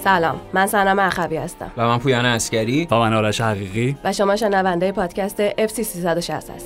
سلام، من سنم اخوی هستم و من پویان عسکری و من آرش حقیقی و شما شنونده پادکست FC 360 هستید.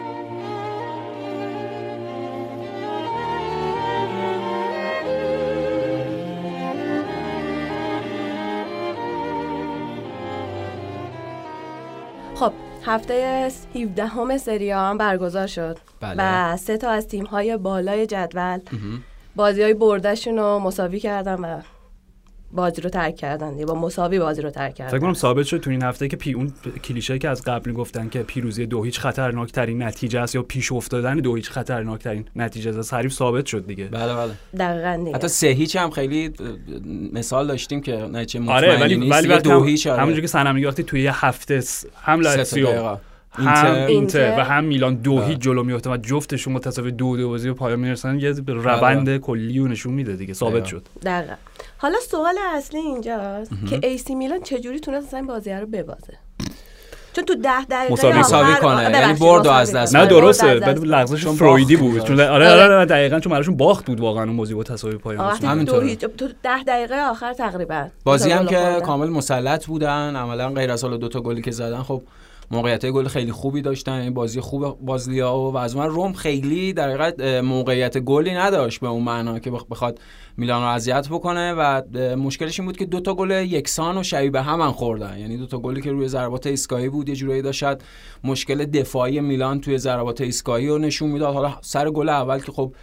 خب هفته 17 همه سری هم برگزار شد. بله. و 3 تا از تیم‌های بالای جدول بازی‌های برده‌شون رو مساوی کردن و بازی رو ترک کردن، یا با مساوی بازی رو ترک کردن. فکر کنم ثابت شد تو این هفته که اون کلیشه که از قبل گفتن که پیروزی 2-0 خطرناکترین نتیجه است یا پیش افتادن 2-0 خطرناکترین نتیجه است از حریف ثابت شد دیگه. بله بله دقیقاً دیگه. حتی 3-0 هم خیلی مثال داشتیم که نتیجه مطمئنی آره نیست. 2-0 همونجوری که سنم میگه وقتی توی یه هفته هم لاتزیو هم اینتر و هم میلان 2-0 جلو میفته و جفتشون متساوی 2-2 بازی به پایان میرسن، یه روند کلی رو نشون میده دیگه، ثابت شد. دقیقاً. حالا سوال اصلی اینجاست که ایسی میلان چجوری تونست اصلا این بازی رو ببازه؟ چون تو 10 دقیقه مساوی کنه، یعنی برد از دست. نه درسته، بعد لغزش فرویدی بود، چون آره دقیقاً چون براشون باخت بود واقعا اون بازی با تساوی پایان. همینطوره تو 10 دقیقه آخر تقریبا بازی هم که کامل مسلط بودن، عملاً غیر از حالا 2 تا گلی که زدن، خب موقعیت گل خیلی خوبی داشتن، این بازی خوب بازلی‌ها و از اون روم خیلی در حقیقت موقعیت گلی نداشت به اون معنا که بخواد میلان رو اذیت بکنه و مشکلش این بود که 2 تا گل یکسان و شبیه به هم خوردن، یعنی 2 تا گلی که روی ضربات ایستگاهی بود، یه جورایی داشت مشکل دفاعی میلان توی ضربات ایستگاهی رو نشون میداد. حالا سر گل اول که خب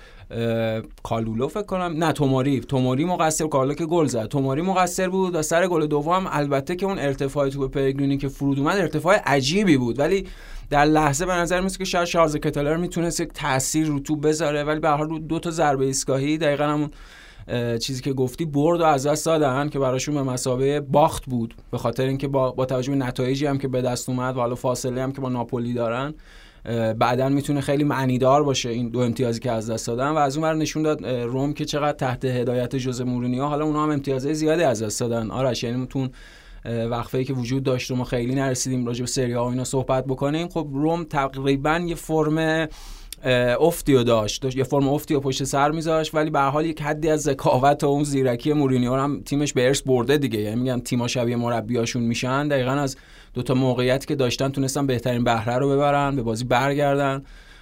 کالولو فکر کنم، نه توموری مقصر، کالولو که گل زد، توموری مقصر بود و سر گل دوم البته که اون ارتفاع توپ پلگرینی که فرود اومد ارتفاع عجیبی بود، ولی در لحظه به نظر میاد که شاید شارلز کتلر میتونست یک تاثیر رو توپ بذاره، ولی به هر حال 2 تا ضربه ایستگاهی دقیقاً همون چیزی که گفتی برد و از دست دادن که براشون به مثابه باخت بود، به خاطر اینکه با توجه به نتایجی هم که به دست اومد و حالا فاصله هم که با ناپولی دارن بعداً میتونه خیلی معنیدار باشه این 2 امتیازی که از دست دادن. و از اون ور نشون داد روم که چقدر تحت هدایت ژوزه مورینیو حالا اونها هم امتیازهای زیادی از دست دادن. آرش یعنی تون وقفه‌ای که وجود داشت و ما خیلی نرسیدیم راجع به سری آ و اینا صحبت بکنیم، خب روم تقریباً یه فرم افتیو داشت، یه فرم افتیو پشت سر میذاشت، ولی به هر حال یک حدی از ذکاوت و اون زیرکی مورینیو هم تیمش به ارث برده دیگه. یعنی میگم تیم‌ها شبیه مربیاشون میشن، دقیقاً از 2 تا موقعیتی که داشتن تونستن بهترین بهره رو ببرن، به بازی برگردن.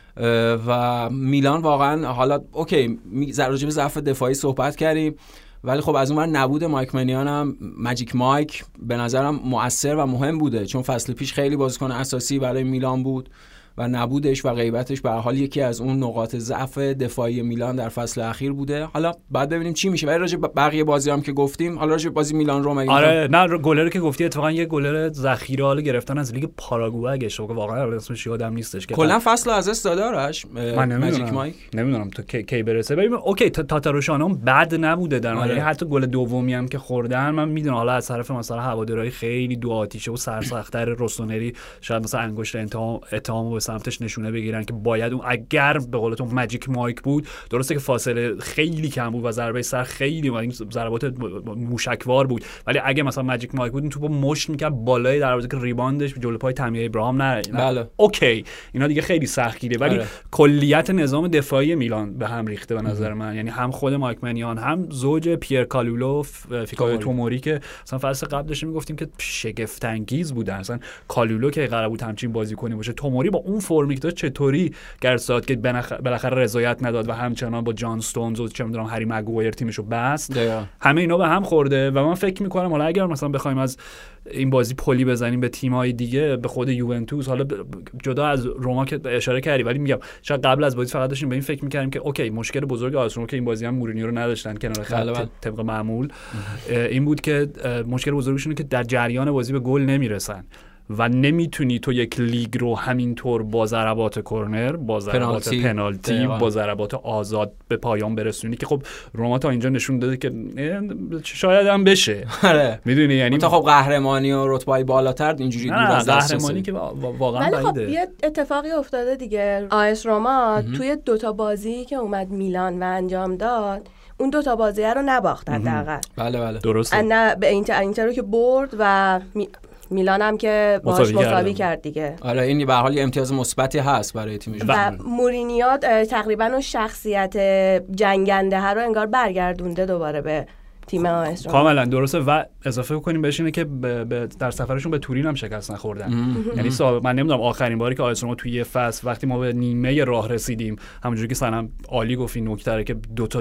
و میلان واقعا حالا اوکی راجع به ضعف دفاعی صحبت کردیم، ولی خب از اونور نبود مایک منیان هم ماجیک مایک به نظرم مؤثر و مهم بوده، چون فصل پیش خیلی بازیکن اساسی برای میلان بود و نبودش و غیبتش به هر حال یکی از اون نقاط ضعف دفاعی میلان در فصل اخیر بوده. حالا بعد ببینیم چی میشه. ولی راجع به بقیه بازی هم که گفتیم، حالا راجع به بازی میلان روم آره نه گلر که گفتی اتفاقا یه گلر ذخیره حالا گرفتن از لیگ پاراگوئه اگه که واقعا اسمش یادم نیستش که کلا فصل از دست داده آرش ماجیک مایک نمیدونم تو کی برسه. ببین اوکی تاتاروشانم بد نبوده در یعنی حتی گل دومی هم که خوردن من میدونم حالا از طرف مثلا هوادارهای خیلی دو آتیشه و سرسخت‌تر روسونری شاید مثلا انگشت اتهامو به سمتش نشونه بگیرن که باید اون اگر به قول تو ماجیک مایک بود، درسته که فاصله خیلی کم بود و ضربه سر خیلی این ضربات موشکوار بود، ولی اگه مثلا ماجیک مایک بود این توپو مشت میکرد بالای دروازه که ریباندش جلوی پای تامی ابراهام نره. بله. اوکی اینا دیگه خیلی سختگیره، ولی کلیت نظام دفاعی میلان به هم ریخته به نظر من. یعنی هم خود مایک منیان هم زوج پیر کالولو فیکای توموری که مثلا فصل قبل داشتیم میگفتیم که شگفت انگیز بودن، مثلا کالولو که قرار بود همچین بازیکنی باشه، توموری با اون فرمی که داشت چطوری گرسات که بالاخره رضایت نداد و همچنان با جان استونز و چه می‌دونم هری مگوایر تیمشو بست، همه اینا به هم خورده. و من فکر می‌کنم حالا اگر مثلا بخوایم از این بازی پلی بزنیم به تیم‌های دیگه، به خود یوونتوس، حالا جدا از روما که اشاره کردی، ولی میگم شاید قبل از بازی فقط داشتیم به این فکر می‌کردیم که اوکی مشکل بزرگ آرسنال که این بازی هم مورینیو رو نداشتن کنار خط طبق معمول، این بود که مشکل بزرگشونه که در جریان بازی به گل نمیرسن و نمیتونی تو یک لیگ رو همینطور با ضربات کرنر، با ضربات پنالتی، با ضربات آزاد به پایان برسونی که خب روما تا اینجا نشون داده که شاید هم بشه. میدونی یعنی تا خب قهرمانی و رتبه‌ای بالاتر اینجوری دور از دست قهرمانی که واقعا ولی خب یه اتفاقی افتاده دیگه. آیس روما توی 2 تا بازی که اومد میلان و انجام داد، اون 2 تا بازی رو نباخت حداقل. بله درسته. نه به اینتر رو که برد و میلان هم که باهاش مساوی کرد دیگه. آره این به هر حال امتیاز مثبتی هست برای تیمش. و مورینیو تقریبا اون شخصیت جنگنده ها رو انگار برگردونده دوباره به تیم آیس روم. کاملا درسته و اضافه کنیم بهش اینه که در سفرشون به تورین هم شکست نخوردن. یعنی من نمیدونم آخرین باری که آیس روم توی یه فصل وقتی ما به نیمه راه رسیدیم، همونجوری که سنم عالی گفت این نکته که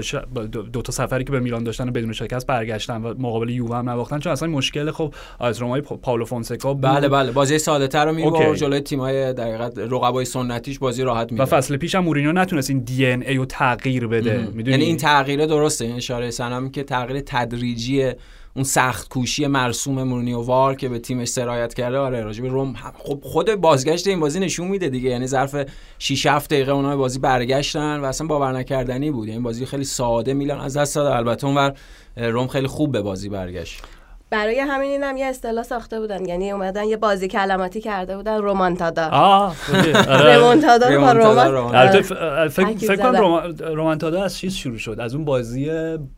دو تا سفری که به میلان داشتن بدون شکست برگشتن و مقابل یووه هم نباختن، چون اصلا مشکل خب آیس رومای پائولو فونسکا بود. بله بازی ساده‌تر رو می‌برد جلوی تیم‌های در حقیقت رقبای سنتیش بازی راحت می‌داد. و فصل پیش هم مورینیو نتونست این دی ان ای رو تغییر بده. یعنی این تغییر درسته، این اشاره سنم که تغییر تدریجی اون سخت کوشی مرسوم مورینیو وار که به تیمش سرایت کرده. آره راجع به روم خب خود بازگشت این بازی نشون میده دیگه، یعنی ظرف 6-7 دقیقه اونها به بازی برگشتن و اصلا باور نکردنی بود. یعنی بازی خیلی ساده میلان از دست داد، البته اونور روم خیلی خوب به بازی برگشت. برای همین اینم یه اصطلاح ساخته بودن، یعنی اومدن یه بازی کلماتی کرده بودن، رومانتادا. رومانتادا با رومان. البته فکر کنم رومانتادا از چیز شروع شد، از اون بازی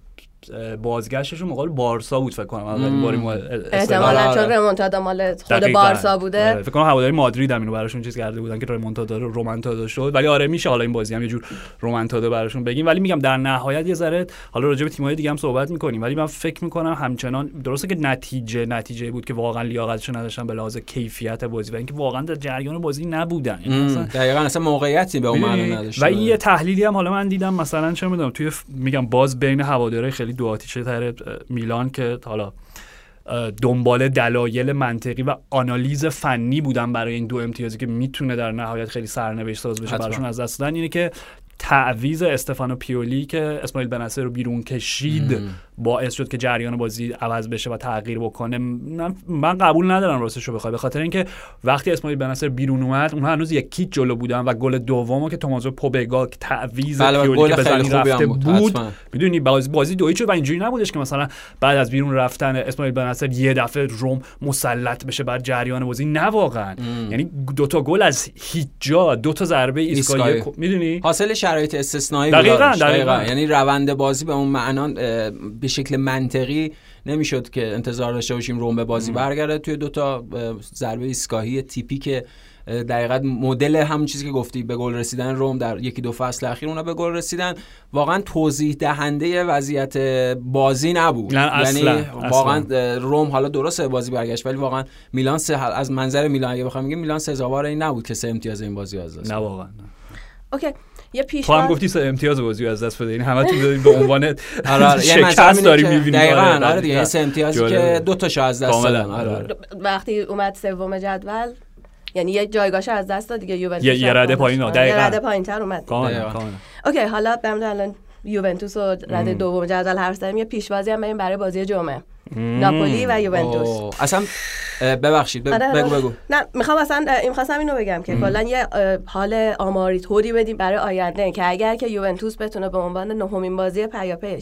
بازگشتشون مقابل بارسا بود فکر کنم اولین باری احتمالاً چون رمونتادا مال خود بارسا بوده. فکر کنم هواداری مادرید هم اینو براشون چیز کرده بودن که رمونتادا رو رومانتادا شد. ولی آره میشه حالا این بازی هم یه جور رومانتادا براشون بگیم. ولی میگم در نهایت یه ذره حالا راجع به تیم‌های دیگه هم صحبت می‌کنیم، ولی من فکر می‌کنم همچنان درسته که نتیجه بود که واقعا لیاقتشون نداشتن به لحاظ کیفیت بازی و اینکه واقعا در جریان بازی نبودن. دقیقاً اصلا موقعیتی به اون معنی نداشت. و یه تحلیلی هم حالا من دیدم مثلا چه می‌دونم توی میگم باز بین هواداری خیلی دو آتیشه تر میلان که حالا دنبال دلایل منطقی و آنالیز فنی بودن برای این 2 امتیازی که میتونه در نهایت خیلی سرنوشت ساز بشه براشون از دست دادن، اینه که تعویض استفانو پیولی که اسماعیل بنصر رو بیرون کشید باعث شد که جریان بازی عوض بشه و تغییر بکنه. من قبول ندارم راستش رو بخوای، به خاطر اینکه وقتی اسماعیل بنصر بیرون اومد اونها هنوز یک کیت جلو بودن و گل دومو که تومازو پوبگا تعویض پیولی که بزنی رفته بود، میدونی بازی 2-0 شد و اینجوری نبودش که مثلا بعد از بیرون رفتن اسماعیل بنصر یه دفعه روم مسلط بشه بر جریان بازی. نه واقعا، یعنی 2 تا گل از هیچ جا، 2 تا ضربه ایستگاهی، میدونی حاصل شرایط استثنایی بود. دقیقاً. یعنی روند بازی به اون معنا به شکل منطقی نمیشد که انتظار داشته باشیم روم به بازی برگرده توی 2 تا ضربه ایستگاهی تیپیک دقیقاً مدل همون چیزی که گفتی به گل رسیدن روم در 1-2 فصل اخیر اونا به گل رسیدن واقعا توضیح دهنده وضعیت بازی نبود. یعنی واقعا روم حالا درسته بازی برگشت ولی واقعا میلان از منظر میلان اگه بخوام بگم میلان سزاوار این نبود که 3 امتیاز این بازی از دست. نه واقعا. اوکی یه پیش تو هم گفتی 3 امتیاز بازی از دست بده، این همتون دارین به عنوان شکست داریم می‌بینید. دقیقاً آره دیگه 3 امتیازی که 2 تاشو از دست دادن. آره وقتی اومد سوم جدول یعنی یه جایگاهش از دست داد دیگه، یوونتوس یه رده پایین، دقیقاً یه رده پایین‌تر اومد. کاملا. اوکی حالا بریم الان یوونتوس و رده دوم جدول حرف زدیم، یه پیش‌بازی هم بریم برای بازی جمعه ناپولی و یوونتوس. اصلا ببخشید بگو. نه میخواستم اینو بگم که کلا یه حال آماری طوری بدیم برای آینده که اگر که یوونتوس بتونه به عنوان 9مین بازی پیاپیش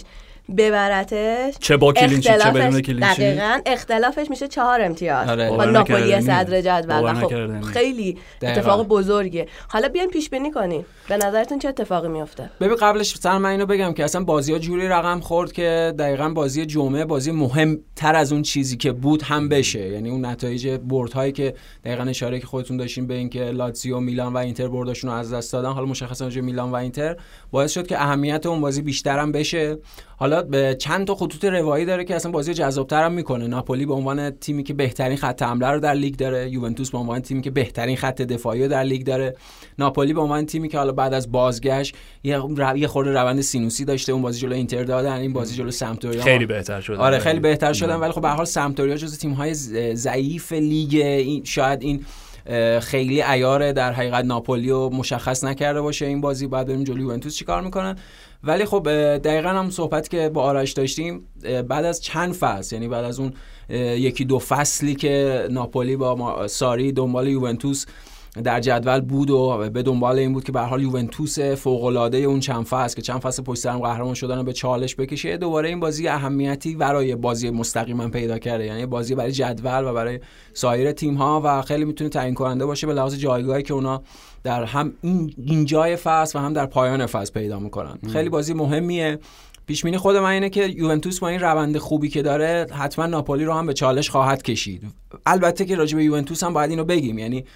ببرتش، چه با کلینشیت چه بدون کلینشیت، دقیقاً اختلافش میشه 4 امتیاز با ناپولی صدر جدول. خب خیلی اتفاق بزرگیه. حالا بیاین پیش بینی کنیم به نظرتون چه اتفاقی میفته؟ ببین قبلش مثلا من اینو بگم که اصلا بازی‌ها جوری رقم خورد که دقیقاً بازی جمعه بازی مهم‌تر از اون چیزی که بود هم بشه. یعنی اون نتایج بردهایی که دقیقاً اشاره که خودتون داشتین به این که لاتزیو، میلان و اینتر برداشون رو از دست دادن، حالا مشخصا میلان و اینتر باعث شد که اهمیت اون بازی بیشتر هم بشه. حالا به چند تا خطوط روایی داره که اصلا بازی جذاب‌تر هم میکنه. ناپولی به عنوان تیمی که بهترین خط حمله رو در لیگ داره، یوونتوس به عنوان تیمی که بهترین خط دفاعی رو در لیگ داره، ناپولی به عنوان تیمی که حالا بعد از بازگشت یه خورده روند سینوسی داشته، اون بازی جلو اینتر دادن، این بازی جلو سمپدوریا خیلی بهتر شدن. آره خیلی بهتر شدن، ولی خب به هر حال سمپدوریا جزو تیم‌های ضعیف لیگ، شاید این خیلی عیار در حقیقت ناپولی رو مشخص نکرده باشه این بازی. بعد بریم جلوی یوونتوس چیکار میکنن. ولی خب دقیقاً هم صحبتی که با آرش داشتیم بعد از چند فصل، یعنی بعد از اون 1-2 فصلی که ناپولی با ساری دنبال یوونتوس در جدول بود و به دنبال این بود که به هر حال یوونتوس فوق‌العاده اون چند فصل پشت سر قهرمان شدن به چالش بکشه، دوباره این بازی اهمیتی برای بازی مستقیما پیدا کرده، یعنی بازی برای جدول و برای سایر تیم‌ها و خیلی میتونه تعیین کننده باشه به لحاظ جایگاهی که اونا در هم این جای فصل و هم در پایان فصل پیدا میکنن. خیلی بازی مهمیه. پیش بینی خود من اینه که یوونتوس با این روند خوبی که داره حتما ناپولی رو هم به چالش خواهد کشید. البته که راجع به یوونتوس هم باید اینو بگیم، یعنی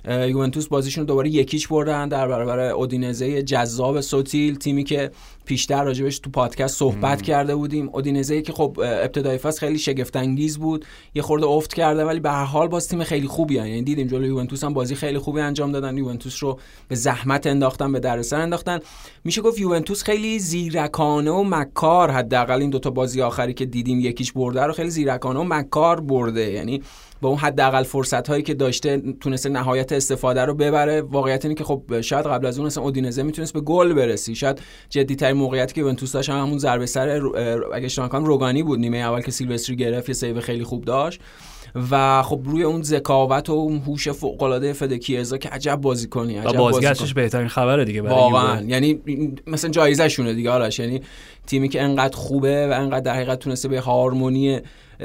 یوونتوس بازیشون دوباره 1-0 بردن در برابر اودینزه جذاب سوتیل، تیمی که پیشتر راجبش تو پادکست صحبت کرده بودیم. اودینزه که خب ابتدای فصل خیلی شگفت انگیز بود، یه خورده افت کرده ولی به هر حال باز تیم خیلی خوبی هست. یعنی دیدیم جلوی یوونتوس هم بازی خیلی خوبی انجام دادن، یوونتوس رو به زحمت انداختن، به دردسر انداختن. میشه گفت یوونتوس خیلی زیرکانه و مکار، حداقل این دوتا بازی آخری که دیدیم 1-0 برده رو خیلی زیرکانه و مکار برده، یعنی با اون حداقل فرصت هایی که داشته تونسته نهایت استفاده رو ببره. واقعیت اینه که خب شاید قبل از اون اصلا اودینزه میتونست به گل برسی. شاید جدی ترین موقعیتی که یوونتوس داشت همون ضربه سر اگه اشتباه نکنم روگانی بود نیمه اول که سیلوستری گرفت، یه سیو خیلی خوب داشت. و خب روی اون ذکاوت و اون هوش فوق العاده فدکیزا که عجب بازیکنی، عجب بازگشتش بهترین خبره دیگه برای واقعا، یعنی مثلا جایزه شونه دیگه آرش. یعنی تیمی که انقدر خوبه و انقدر در حقیقت تونسته به هارمونی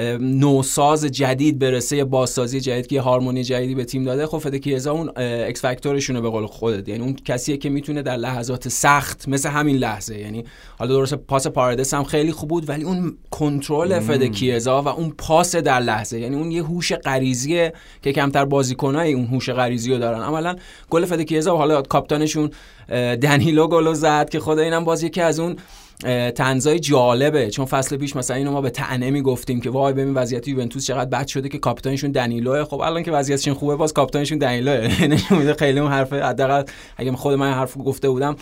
نوساز جدید برسه، یه بازسازی جدید که یه هارمونی جدیدی به تیم داده، خب فدکیزا اون اکس فاکتورشونه به قول خودت، یعنی اون کسیه که میتونه در لحظات سخت مثل همین لحظه، یعنی حالا درسته پاس پارادیس هم خیلی خوب بود ولی اون کنترل فدکیزا و اون پاس در لحظه، یعنی اون یه هوش غریزیه که کمتر بازیکنای اون هوش غریزی رو دارن. عملاً گل فدکیزا، حالا کاپیتانشون دنیلو گل زد که خدا اینم بازی که از اون طنزای جالبه، چون فصل پیش مثلا اینو ما به طعنه میگفتیم که وای ببین وضعیت یوونتوس چقدر بد شده که کاپیتانشون دنیلوه. خب الان که وضعیتشون خوبه باز کاپیتانشون دنیلوه. نشون میده خیلی اون حرف، حداقل اگه خود من حرفو گفته بودم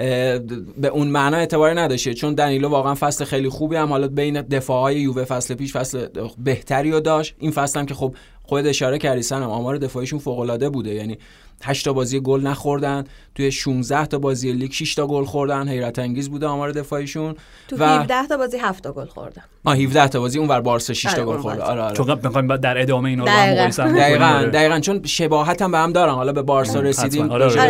به اون معنا اعتباری نداشته، چون دنیلو واقعا فصل خیلی خوبی هم حالا بین دفاعهای یووه فصل پیش فصل بهتری رو داشت. این فصل هم که خب خود اشاره کردی سنم آمار دفاعیشون فوق العاده بوده، یعنی 8 تا بازی گل نخوردن، توی 16 تا بازی لیگ 6 تا گل خوردن، حیرت انگیز بوده آمار دفاعیشون. تو 17 تا بازی 7 تا گل خوردن. 17 تا بازی اونور بارسا 6 تا گل خورده. آره چون می‌خوایم در ادامه اینا رو هم مقایسه کنیم. دقیقاً چون شباهت هم به هم دارن. حالا به بارسا رسیدیم،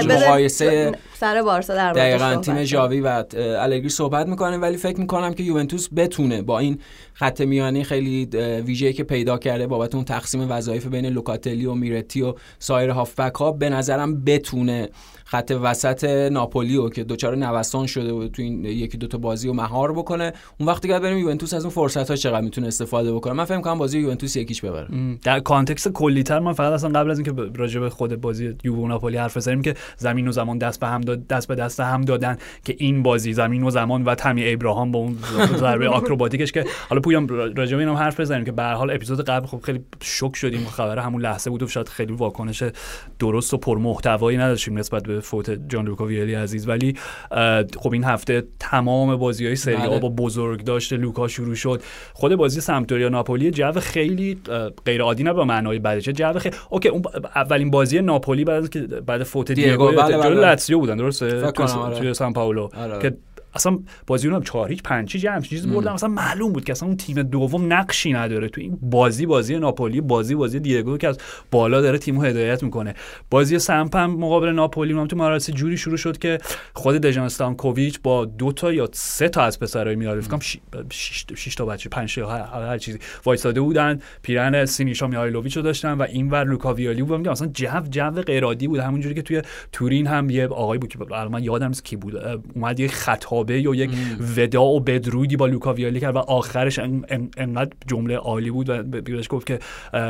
مقایسه سر بارسا در دقیقاً تیم ژاوی و الگری صحبت می‌کنیم، ولی فکر می‌کنم که یوونتوس بتونه با این خط میانی خیلی ویژه‌ای که پیدا کرده بابت اون تقسیم وظایف بین لوکاتلی و میرتی و سایر هافبک‌ها، به نظرم بتونه خط وسط ناپولیو که دوچار نوسان شده بود تو این یکی دو تا بازی و مهار بکنه. اون وقتی که بریم یوونتوس از اون فرصت‌ها چقدر میتونه استفاده بکنه. من فکر می‌کنم بازی یوونتوس 1-0 ببره. در کانتکست کلی‌تر من فقط اصلا قبل از اینکه راجع به خود بازی یووه و ناپولی حرف بزنیم که زمین و زمان دست به دست هم دادن که این بازی زمین و زمان و تامی ابراهام با اون ضربه آکروباتیکش که حالا پویام راجع به اینم حرف بزنیم که به هر حال اپیزود قبل خب خیلی شوک شدیم، خبر همون لحظه بود و شاید خیلی واکنش درست و پرمحتوایی نداشتیم نسبت به فوت جان لوکا ویالی عزیز، ولی خب این هفته تمام بازی‌های سری آ با بزرگ داشته لوکا شروع شد. خود بازی سمپدوریا ناپولی جو خیلی غیر عادی نه به معنای بدشه، جو خیلی اوکی. اون اولین بازی ناپولی بعد فوت دیگو جلوی لاتزیو بودن درسته توی سان پائولو که اصلا بازی اونم 4-0 5-0 چیزی بردن، اصلا معلوم بود که اصلا اون تیم دوم نقشی نداره تو این بازی ناپولی، بازی دیگو که از بالا داره تیمو هدایت میکنه. بازی سمپ هم مقابل ناپولی هم تو مارسی جوری شروع شد که خود دژان استانکوویچ با 2 تا یا 3 تا از پسرای میرالی فکر کنم 6 تا بچه 5 تا هر چیزی وایساده بودن، پیرن سینیشا میهایلوویچ رو داشتن و اینور لوکا ویالی بود. اصلا جو غیر عادی بود، همونجوری که توی تورین هم یه آقایی بود که من یادم نیست کی بود اومد یه خطابه و یک وداع و بدرودی با لوکا ویالی کرد و آخرش انقدر جمله عالی بود و بهش گفت که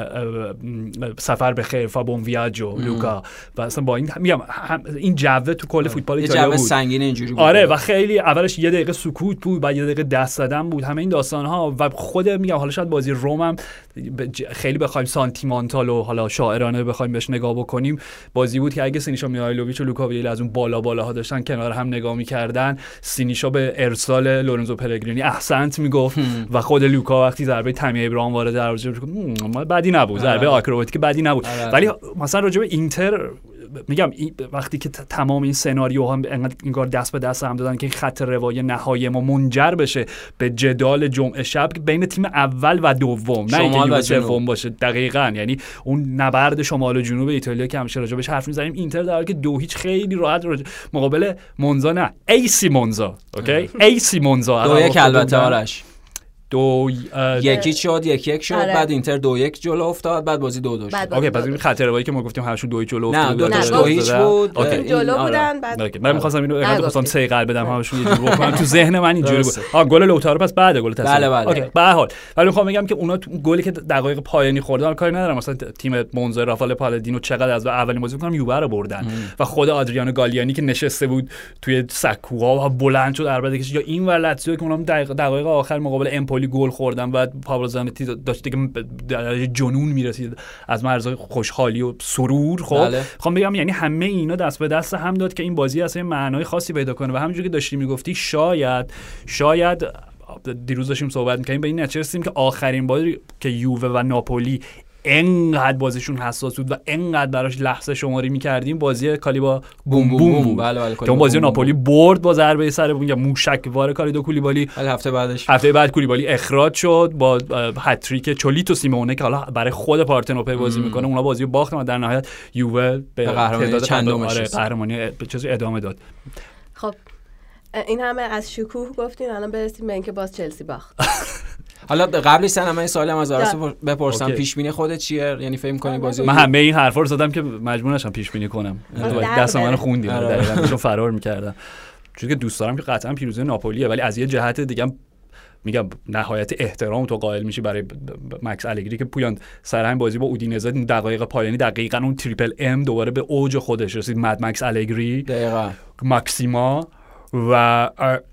سفر به خیر فابون ویاجو لوکا. و اصلا با این میگم این جو تو کل فوتبال ایتالیا بود، جو سنگین اینجوری بود. آره و خیلی اولش یه دقیقه سکوت بود، بعد یه دقیقه دست زدن بود، همه این داستان ها. و خود میگم حالا شاید بازی روم هم خیلی بخوایم سانتیمانتال و حالا شاعرانه بخوایم بهش نگاه بکنیم، بازی بود که اگه سینیشا میهایلوویچ و لوکا ویالی از اون بالاها داشتن کنار هم نگاه می‌کردن، سینیشا به ارسال لورنزو پلگرینی احسنت میگفت و خود لوکا وقتی ضربه تامی ابراهام وارد دروازه بدی نبود، ضربه آکروباتیک بدی نبود. ولی مثلا راجع به اینتر میگم وقتی که تمام این سناریوها انقدر انگار دست به دست هم دادن که خط روایی نهایی ما منجر بشه به جدال جمعه شب بین تیم اول و دوم، نه اینکه سوم باشه. دقیقاً یعنی اون نبرد شمال و جنوب ایتالیا که همیشه راجع بهش حرف میزنیم، اینتر در حالی که 2-0 خیلی راحت مقابل مونزا، نه ایسی مونزا، اوکی ایسی مونزا 2-1 البته آرش 1-1 شد 1-1 شد بعد اینتر 2-1 جلو افتاد بعد بازی 2-2 شد. اوکی پس این خطرهایی که ما گفتیم همشون 2 جلو افتاد نه 2-0 بود جلو بودن بعد من می‌خواستم اینو خواستم سه قلب بدم همشون یه جوری بکنم تو ذهن من اینجوری بود. گل لوتارو پس بعد گل تسلیم. اوکی به هر حال ولی می‌خوام بگم که اونا گلی که دقایق پایانی خوردن کاری ندارم، مثلا تیم مونزا رافائل پالادینو چقدر از اولین بازی می‌کنم یووه رو بردن و خود آدریانو گالیانی که نشسته بود توی سکوها و بلند شد عربده کشید، یا این ور لاتزیو که اونم دقایق آخر مقابل امپولی گل خوردن و پاولو زانتی داشت دیگه در جنون میرسید از مرز خوشحالی و سرور. خب میخوام بگم یعنی همه اینا دست به دست هم داد که این بازی اصلا معنای خاصی پیدا کنه و همونجوری که داشتی میگفتی شاید دیروز داشتیم صحبت می‌کردیم به این نچرسیم که آخرین بازی که یووه و ناپولی انقدر بازیشون حساس بود و انقدر براش لحظه شماری می‌کردیم بازی کالیبا بوم بوم بود. بله که اون بازی ناپولی برد با ضربه سر یا موشکوار کالیدو کولیبالی. هفته بعد کولیبالی اخراج شد با هتریک چولیتو سیمونه که حالا برای خود پارتنوپه بازی میکنه. اونا بازی باختن و در نهایت یووه به قهرمانی قهرمانی به چیزی ادامه داد. خب این همه از شکوه گفتین، الان برسیم به اینکه باز چلسی باخت. حالا قبلش سنم این سوالم از آرس بپرسم، پیش بینی خودت چیه؟ یعنی فکر می‌کنی بازی من همه این حرفا رو زدم که مجبور نشم پیش بینی کنم. دست منو خوندی دقیقاً میشم فرار می‌کردم. چون که دوست دارم که قطعا پیروزی ناپولیه، ولی از یه جهت دیگه میگم نهایت احترام تو قائل میشی برای مکس الگری که پویان سر همین بازی با اودینزه دقایق پایانی دقیقاً اون تریپل ام دوباره به اوج خودش رسید. مد مکس الگری دقیقاً ماکسیما و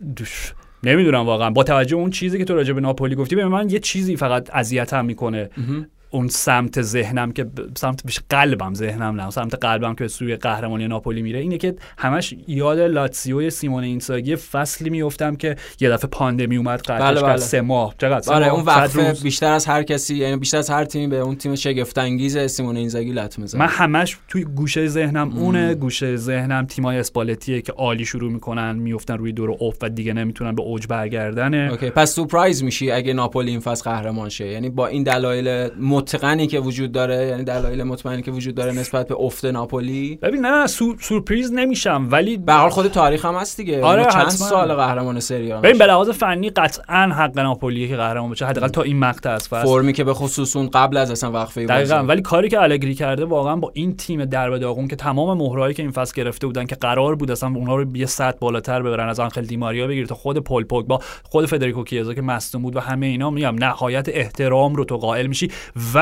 نمیدونم واقعا با توجه اون چیزی که تو راجع به ناپولی گفتی، به من یه چیزی فقط اذیتم میکنه، اون سمت ذهنم که سمت بیش قلبم، ذهنم نه سمت قلبم که سوی قهرمانی ناپولی میره، اینه که همش یاد لاتزیو سیمونه اینزاگی فصلی میافتم که یه دفعه پاندمی اومد قطعش کرد 3 ماه چقدر آره اون وقت بیشتر از هر کسی، یعنی بیشتر از هر تیمی به اون تیم شگفت انگیز سیمونه اینزاگی لطمه زد. من همش توی گوشه ذهنم اونه، گوشه ذهنم تیمای اسپالتیه که عالی شروع میکنن میافتن روی دور افت و دیگه نمیتونن به اوج برگردن. اوکی پس سورپرایز میشی اگه ناپولی این فصل قهرمان شه، یعنی با این دلایل متقنی که وجود داره، یعنی دلایل مطمئنی که وجود داره نسبت به افت ناپولی. ببین نه سورپرایز نمیشم، ولی به هر حال خود تاریخ هم هست دیگه. آره چند سال قهرمان سری آ. ببین به لحاظ فنی قطعا حق ناپولیه که قهرمان بشه، حداقل تا این مقطع از فصل. فرمی که به خصوص اون قبل از اصلا وقفه بازی. دقیقاً، ولی کاری که الگری کرده واقعا با این تیم درب داغون که تمام مهرهایی که این فصل گرفته بودن که قرار بود اصلا اونها رو یه سطح بالاتر ببرن، از آنخل دیماریا بگیر تا خود پول پوگبا، خود فدریکو کیزا که مصدوم بود و همه اینا، میگم نهایت احترام رو تو قائل میشی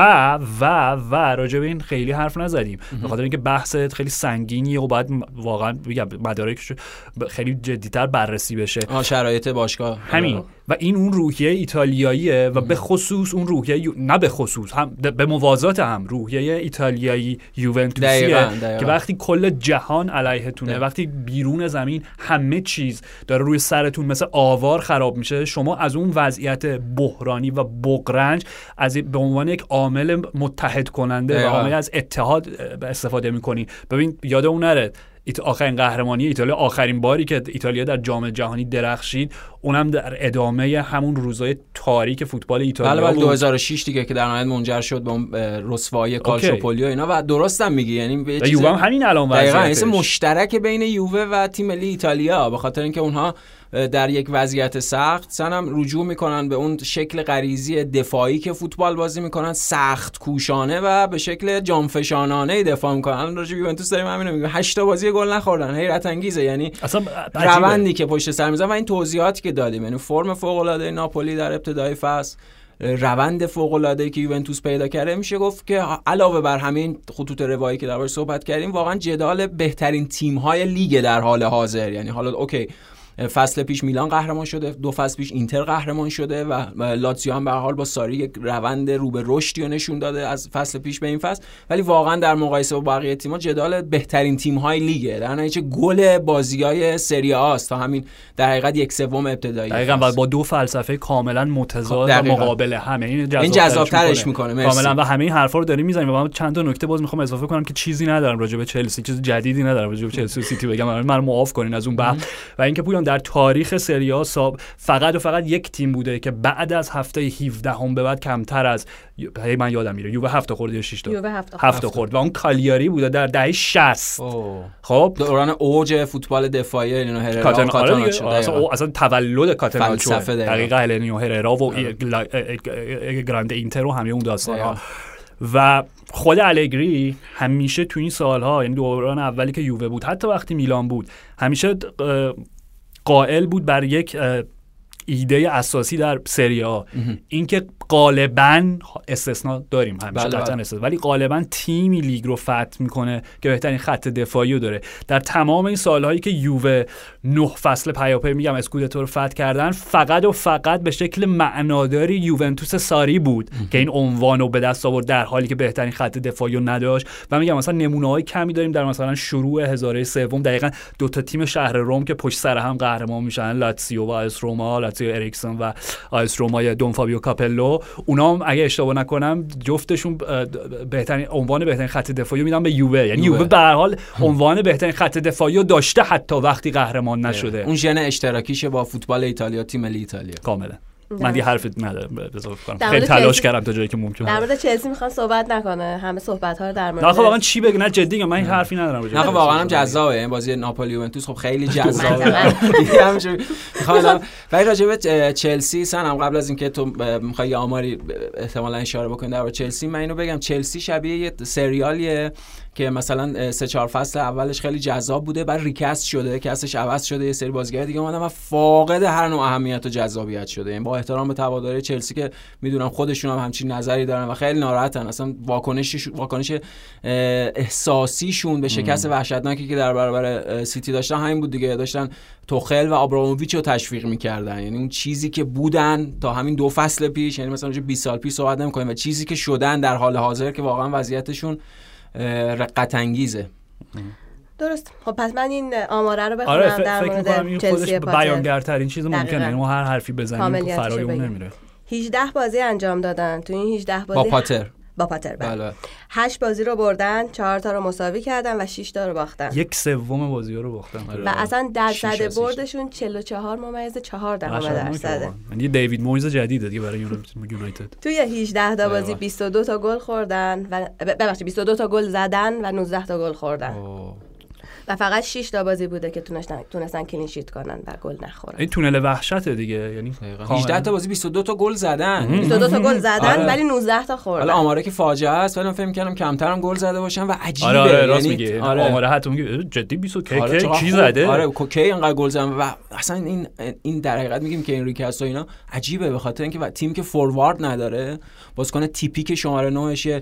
و راجع به این خیلی حرف نزدیم به خاطر اینکه بحث خیلی سنگینیه و باید واقعا بگم مدارکش خیلی جدی‌تر بررسی بشه. شرایط باشگاه همین و این اون روحیه ایتالیاییه و به خصوص اون روحیه نه به خصوص هم به موازات هم روحیه ایتالیایی یوونتوسیه که وقتی کل جهان علیهتونه، وقتی بیرون زمین همه چیز داره روی سرتون مثل آوار خراب میشه، شما از اون وضعیت بحرانی و بغرنج از به عنوان یک عامل متحد کننده و عامل از اتحاد استفاده میکنی. ببین یادمون نره آخرین قهرمانی ایتالیا، آخرین باری که ایتالیا در جام جهانی درخشید، اونم در ادامه همون روزای تاریک فوتبال ایتالیا بود. 2006 دیگه که در نهایت منجر شد به اون رسوایی کالچوپولی و اینا. و درستم میگی، یعنی یووه هم همین الان وضعیتش مشترک بین یووه و تیم ملی ایتالیا، به خاطر اینکه اونها در یک وضعیت سخت سنم رجوع میکنن به اون شکل غریزی دفاعی که فوتبال بازی میکنن، سخت کوشانه و به شکل جانفشانانه دفاع میکنن. راجع به یوونتوس داریم همینو میگیم، 8 تا بازی گل نخوردن، حیرت انگیزه. یعنی اصلا روندی که پشت سر میذارن و این توضیحاتی که دادیم، یعنی فرم فوق العاده ناپولی در ابتدای فصل، روند فوق العاده که یوونتوس پیدا کرده، میشه گفت که علاوه بر همین خطوط روایی که دربارش صحبت کردیم، واقعا جدال بهترین تیم‌های لیگ در حال حاضر. یعنی حالا اوکی فصل پیش میلان قهرمان شده، 2 فصل پیش اینتر قهرمان شده و لاتزیو هم به هر حال با ساری یک روند رو به رشدی رو نشون داده از فصل پیش به این فصل، ولی واقعا در مقایسه با بقیه تیم‌ها جدال بهترین تیم‌های لیگه. در نتیجه گل بازی‌های سری آ است تا همین در حقیقت 1/3 ابتدایی. دقیقاً و با 2 فلسفه کاملا متضاد و مقابل هم، این جذاب‌ترش می‌کنه کاملا. و همه این حرفا رو داریم می‌زنیم و من چند تا نکته باز می‌خوام اضافه کنم که چیزی ندارم راجع به چلسی، چیز جدیدی ندارم راجع به چلسی و سیتی بگم، من معاف کنین از اون بحث. و اینکه پویان در تاریخ سری آ فقط و فقط یک تیم بوده که بعد از هفته 17 هم به بعد کمتر از من یادم میره یووه 7 خورد یا 6 تا یووه 7 خورد و اون کالیاری بوده در دهه 60. خب دوران اوج فوتبال دفاعی هلنو هررا اصلا تولد کاتاناچو دقیقاً هلنو هررا و گراند اینتر و همه اون داستان‌ها. و خود الگری همیشه تو این سالها، یعنی دوران اولی که یووه بود حتی وقتی میلان بود، همیشه قائل بود بر یک ایده اساسی در سری آ، اینکه غالباً استثناء داریم همیشه قطعاً استثناء، ولی غالباً تیمی لیگ رو فتح میکنه که بهترین خط دفاعی رو داره. در تمام این سالهایی که یووه 9 فصل پیاپی میگم اسکودتو رو فتح کردن، فقط و فقط به شکل معناداری یوونتوس ساری بود که این عنوان رو به دست آورد در حالی که بهترین خط دفاعی رو نداشت. و میگم مثلا نمونه‌های کمی داریم در مثلا شروع هزاره سوم، دقیقاً دو تا تیم شهر روم که پشت سر هم قهرمان میشن، لاتزیو و آیس روما، لاتزیو اریکسن و آیس روما دون فابیو کاپلو، اونا هم اگه اشتباه نکنم جفتشون بهترین عنوان بهترین خط دفاعی میدن به یووه. یعنی یووه به هر حال عنوان بهترین خط دفاعی رو داشته حتی وقتی قهرمان نشده. اون ژن اشتراکیشه با فوتبال ایتالیا، تیم ملی ایتالیا. کاملا. من یه حرف ندارم بذار کنم، خیلی تلاش کردم تا جایی که ممکن. در مورد چلسی میخوان صحبت نکنه، همه صحبت ها رو در مورد نه خب واقعا چی بگم، نه جدی من حرفی ندارم. نه خب واقعا هم جذابه این بازی ناپولی یوونتوس، خب خیلی جذابه. میخوام ولی راجع به چلسی سنم قبل از اینکه تو میخوای آماری احتمالاً اشاره بکنی در مورد چلسی، من اینو بگم چلسی شبیه یه سریالیه که مثلا 3-4 فصل اولش خیلی جذاب بوده، بعد ریکست شده، کسش عوض شده، یه سری بازیگر دیگه اومدن و فاقد هر نوع اهمیت و جذابیت شده. یعنی با احترام به هواداری چلسی که میدونم خودشون هم همچین نظری دارن و خیلی ناراحتن، اصلا واکنش احساسیشون به شکست وحشتناکی که در برابر سیتی داشتن همین بود دیگه، داشتن توخل و آبراموویچ رو تشویق می‌کردن. یعنی اون چیزی که بودن تا همین 2 فصل پیش، یعنی مثلا 20 سال پیش صحبت نمی‌کنیم، و چیزی که شدن در حال حاضر که واقعا وضعیتشون رقت انگیزه. درست. خب پس من این آماره رو بخونم در مورد چلسی پاتر. بیانگرترین چیز ممکنه، یعنی ما هر حرفی بزنیم فرای اون نمیره. 18 بازی انجام دادن، تو این 18 بازی با پاتر بله. 8 بازی رو بردن، 4 تا رو مساوی کردن و 6 تا رو باختن. 1/3 بازی‌ها رو باختن. و اصلا درصد بردشون 44.4%. یعنی دیوید مویز جدیده دیگه برای یونایتد. توی 18 تا بازی 22 تا گل خوردن و ببخشید 22 تا گل زدن و 19 تا گل خوردن. و فقط 6 تا بازی بوده که تونستن کلین شیت کنن و گل نخورن. این تونل وحشته دیگه، یعنی 18 تا بازی 22 تا گل زدن. 22 تا گل زدن ولی 19 تا خوردن. حالا آماره که فاجعه است، ولی من فکر می‌کردم کمتر هم گل زده باشن و عجیبه. آره راست میگه. آماره حتی میگه جدی 20 کی زده؟ آره کی اینقدر گل زدن و اصلا این در حقیقت میگیم که انریکاس و اینا عجیبه، به خاطر اینکه تیم که فوروارد نداره، بازیکن تیپیک شماره 9ش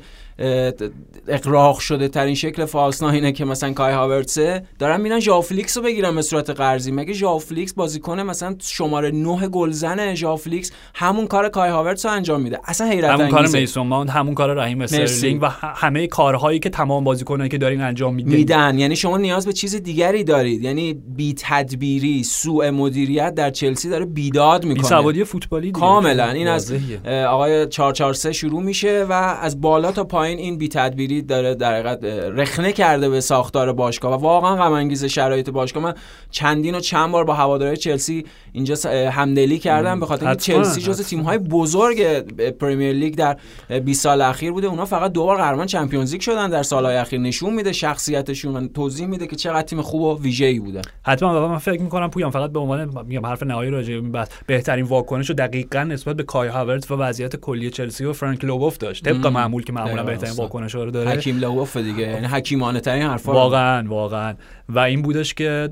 اقراق شده ترین شکل فالس ناینه که مثلا کای هاورتس، دارن میرن ژائو فلیکس رو بگیرن به صورت قرضی. مگه ژائو فلیکس بازیکن مثلا شماره 9 گلزنه؟ ژائو فلیکس همون کار کای هاورتس رو انجام میده. اصلا حیرت انگیزه. همون کار میسون ماونت، همون کار رحیم استرلینگ و همه کارهایی که تمام بازیکنایی که دارین انجام میدن. یعنی شما نیاز به چیز دیگری دارید. یعنی بی تدبیری، سوء مدیریت در چلسی داره بیداد میکنه. بی‌سوادی فوتبالی دیگه. کاملا این از آقای 443 شروع میشه و از بالا تا پایین این بی تدبیری داره در حقیقت رخنه کرده به ساختار باشگاه و واقعا غم انگیز شرایط باشگاه. من چند بار با هوادارهای چلسی اینجا همدلی کردم به خاطر اینکه چلسی جزو تیم‌های بزرگ پرمیر لیگ در 20 سال اخیر بوده. اونا فقط 2 بار قهرمان چمپیونز لیگ شدن در سال‌های اخیر. نشون میده شخصیتشون و توضیح میده که چقدر تیم خوب و ویژه‌ای بودن. حتما من فکر می‌کنم پویان فقط به عنوان میگم حرف نهایی راجع به این بحث، بهترین واکنش رو دقیقاً نسبت به کای هاورتس و وضعیت کلی چلسی و فرانک لوبوف داشت. طبق معمول که معمولا بهترین واکنش‌ها رو داره. حکیم لوبوف دیگه، یعنی حکیمانه ترین حرفا. واقعاً و این بودش که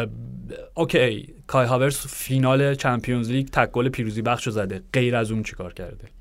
اوکی کای هاورتس فینال چمپیونز لیگ تک گل پیروزی بخشو زده، غیر از اون چیکار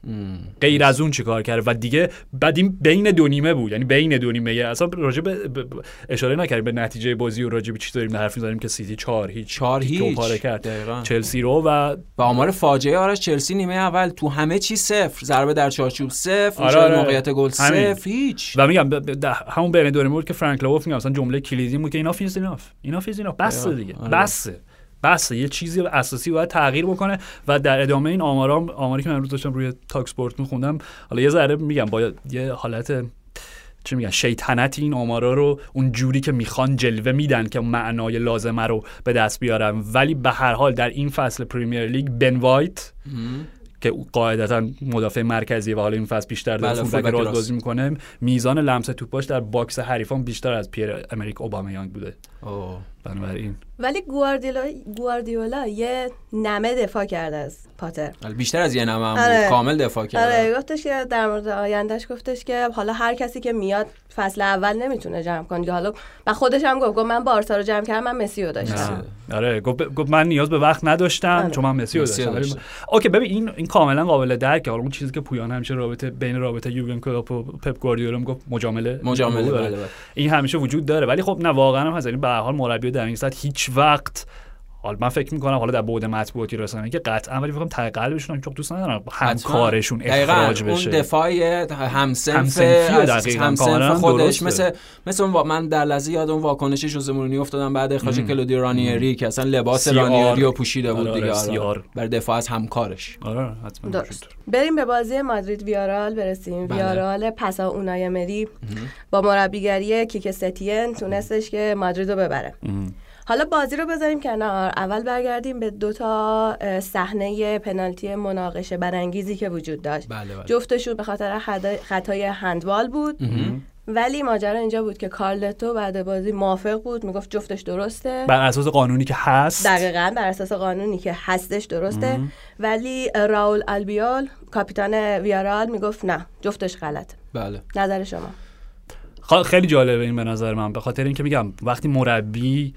کرده؟ و دیگه بعد این بین دو نیمه بود، یعنی بین دو نیمه اصلا راجع به اشاره نکردیم به نتیجه بازی و راجع به چی داریم حرف می‌زنیم که سیتی 4-0 پاره کرد چلسی رو و با آمار فاجعه آرش چلسی نیمه اول تو همه چی 0، ضربه در چارچوب 0، موقعیت گل 0، هیچ. و میگم همون بین دو نیمه که فرانک لوبوف میگم مثلا جمله کلیدی بود که اینا فیز اینا بس دیگه بس یه چیزی اساسی باید تغییر بکنه. و در ادامه این آماری که من امروز داشتم روی تاک اسپورت می‌خوندم، حالا یه ذره میگم با یه حالت چی میگن شیطنت این آمارا رو اون جوری که میخوان جلوه میدن که معنای لازمه رو به دست بیارن. ولی به هر حال در این فصل پریمیر لیگ بن وایت که قاعدتا مدافع مرکزی و حالا این فصل بیشتر در فول بک راست بازی میکنه، میزان لمس توپاش در باکس حریفان بیشتر از پیر امریک اوبامیانگ بوده. بنابراین ولی گواردیولا یه نمه دفاع کرده از پاتر، بیشتر از یه نمه هم بود. کامل دفاع کرده. گفتش که در مورد آیندهش گفتش که حالا هر کسی که میاد فصل اول نمیتونه جمع کنه. حالا من خودش هم گفت من بارسا رو جمع کردم، من مسی رو داشتم. گفت من نیاز به وقت نداشتم چون من مسی رو داشتم. اوکی ببین این کاملا قابل درکه. حالا اون چیزی که پویان همیشه رابطه یورگن کلوپ و پپ گواردیولا میگفت مجامله بله. این همیشه وجود داره، ولی خب نه واقعا هم هست. یعنی به هر حال مربی در این سطح هیچ وقت، حالا من فکر میکنم حالا در بعد مطبوعاتی رسانه‌ای که قطعا ولی فکر کنم ته قلبشون چون دوست ندارن همکارشون اخراج بشه. اون دفاع همسنف خودش مثل من در لحظه یاد اون واکنش ژوزه مورینیو افتادم بعد اخراج کلودیو رانیری که اصلا لباس رانیری رو پوشیده بود دیگه بر دفاع از همکارش. حتما. بریم به بازی مادرید ویارال برسیم. ویارال پسا اونای امری با مربیگری کیک ستین تونستش که مادرید رو ببره. حالا بازی رو بذاریم کنار، اول برگردیم به 2 تا صحنه پنالتی مناقشه برانگیزی که وجود داشت. جفتشون به خاطر خطای هندبال بود. ولی ماجرا اینجا بود که کارلتو بعد بازی موافق بود، میگفت جفتش درسته بر اساس قانونی که هست. دقیقاً بر اساس قانونی که هستش درسته. ولی راول البیول کاپیتان ویارال میگفت نه جفتش غلطه. بله. نظر شما؟ خیلی جالبه این به نظر من، به خاطر اینکه میگم وقتی مربی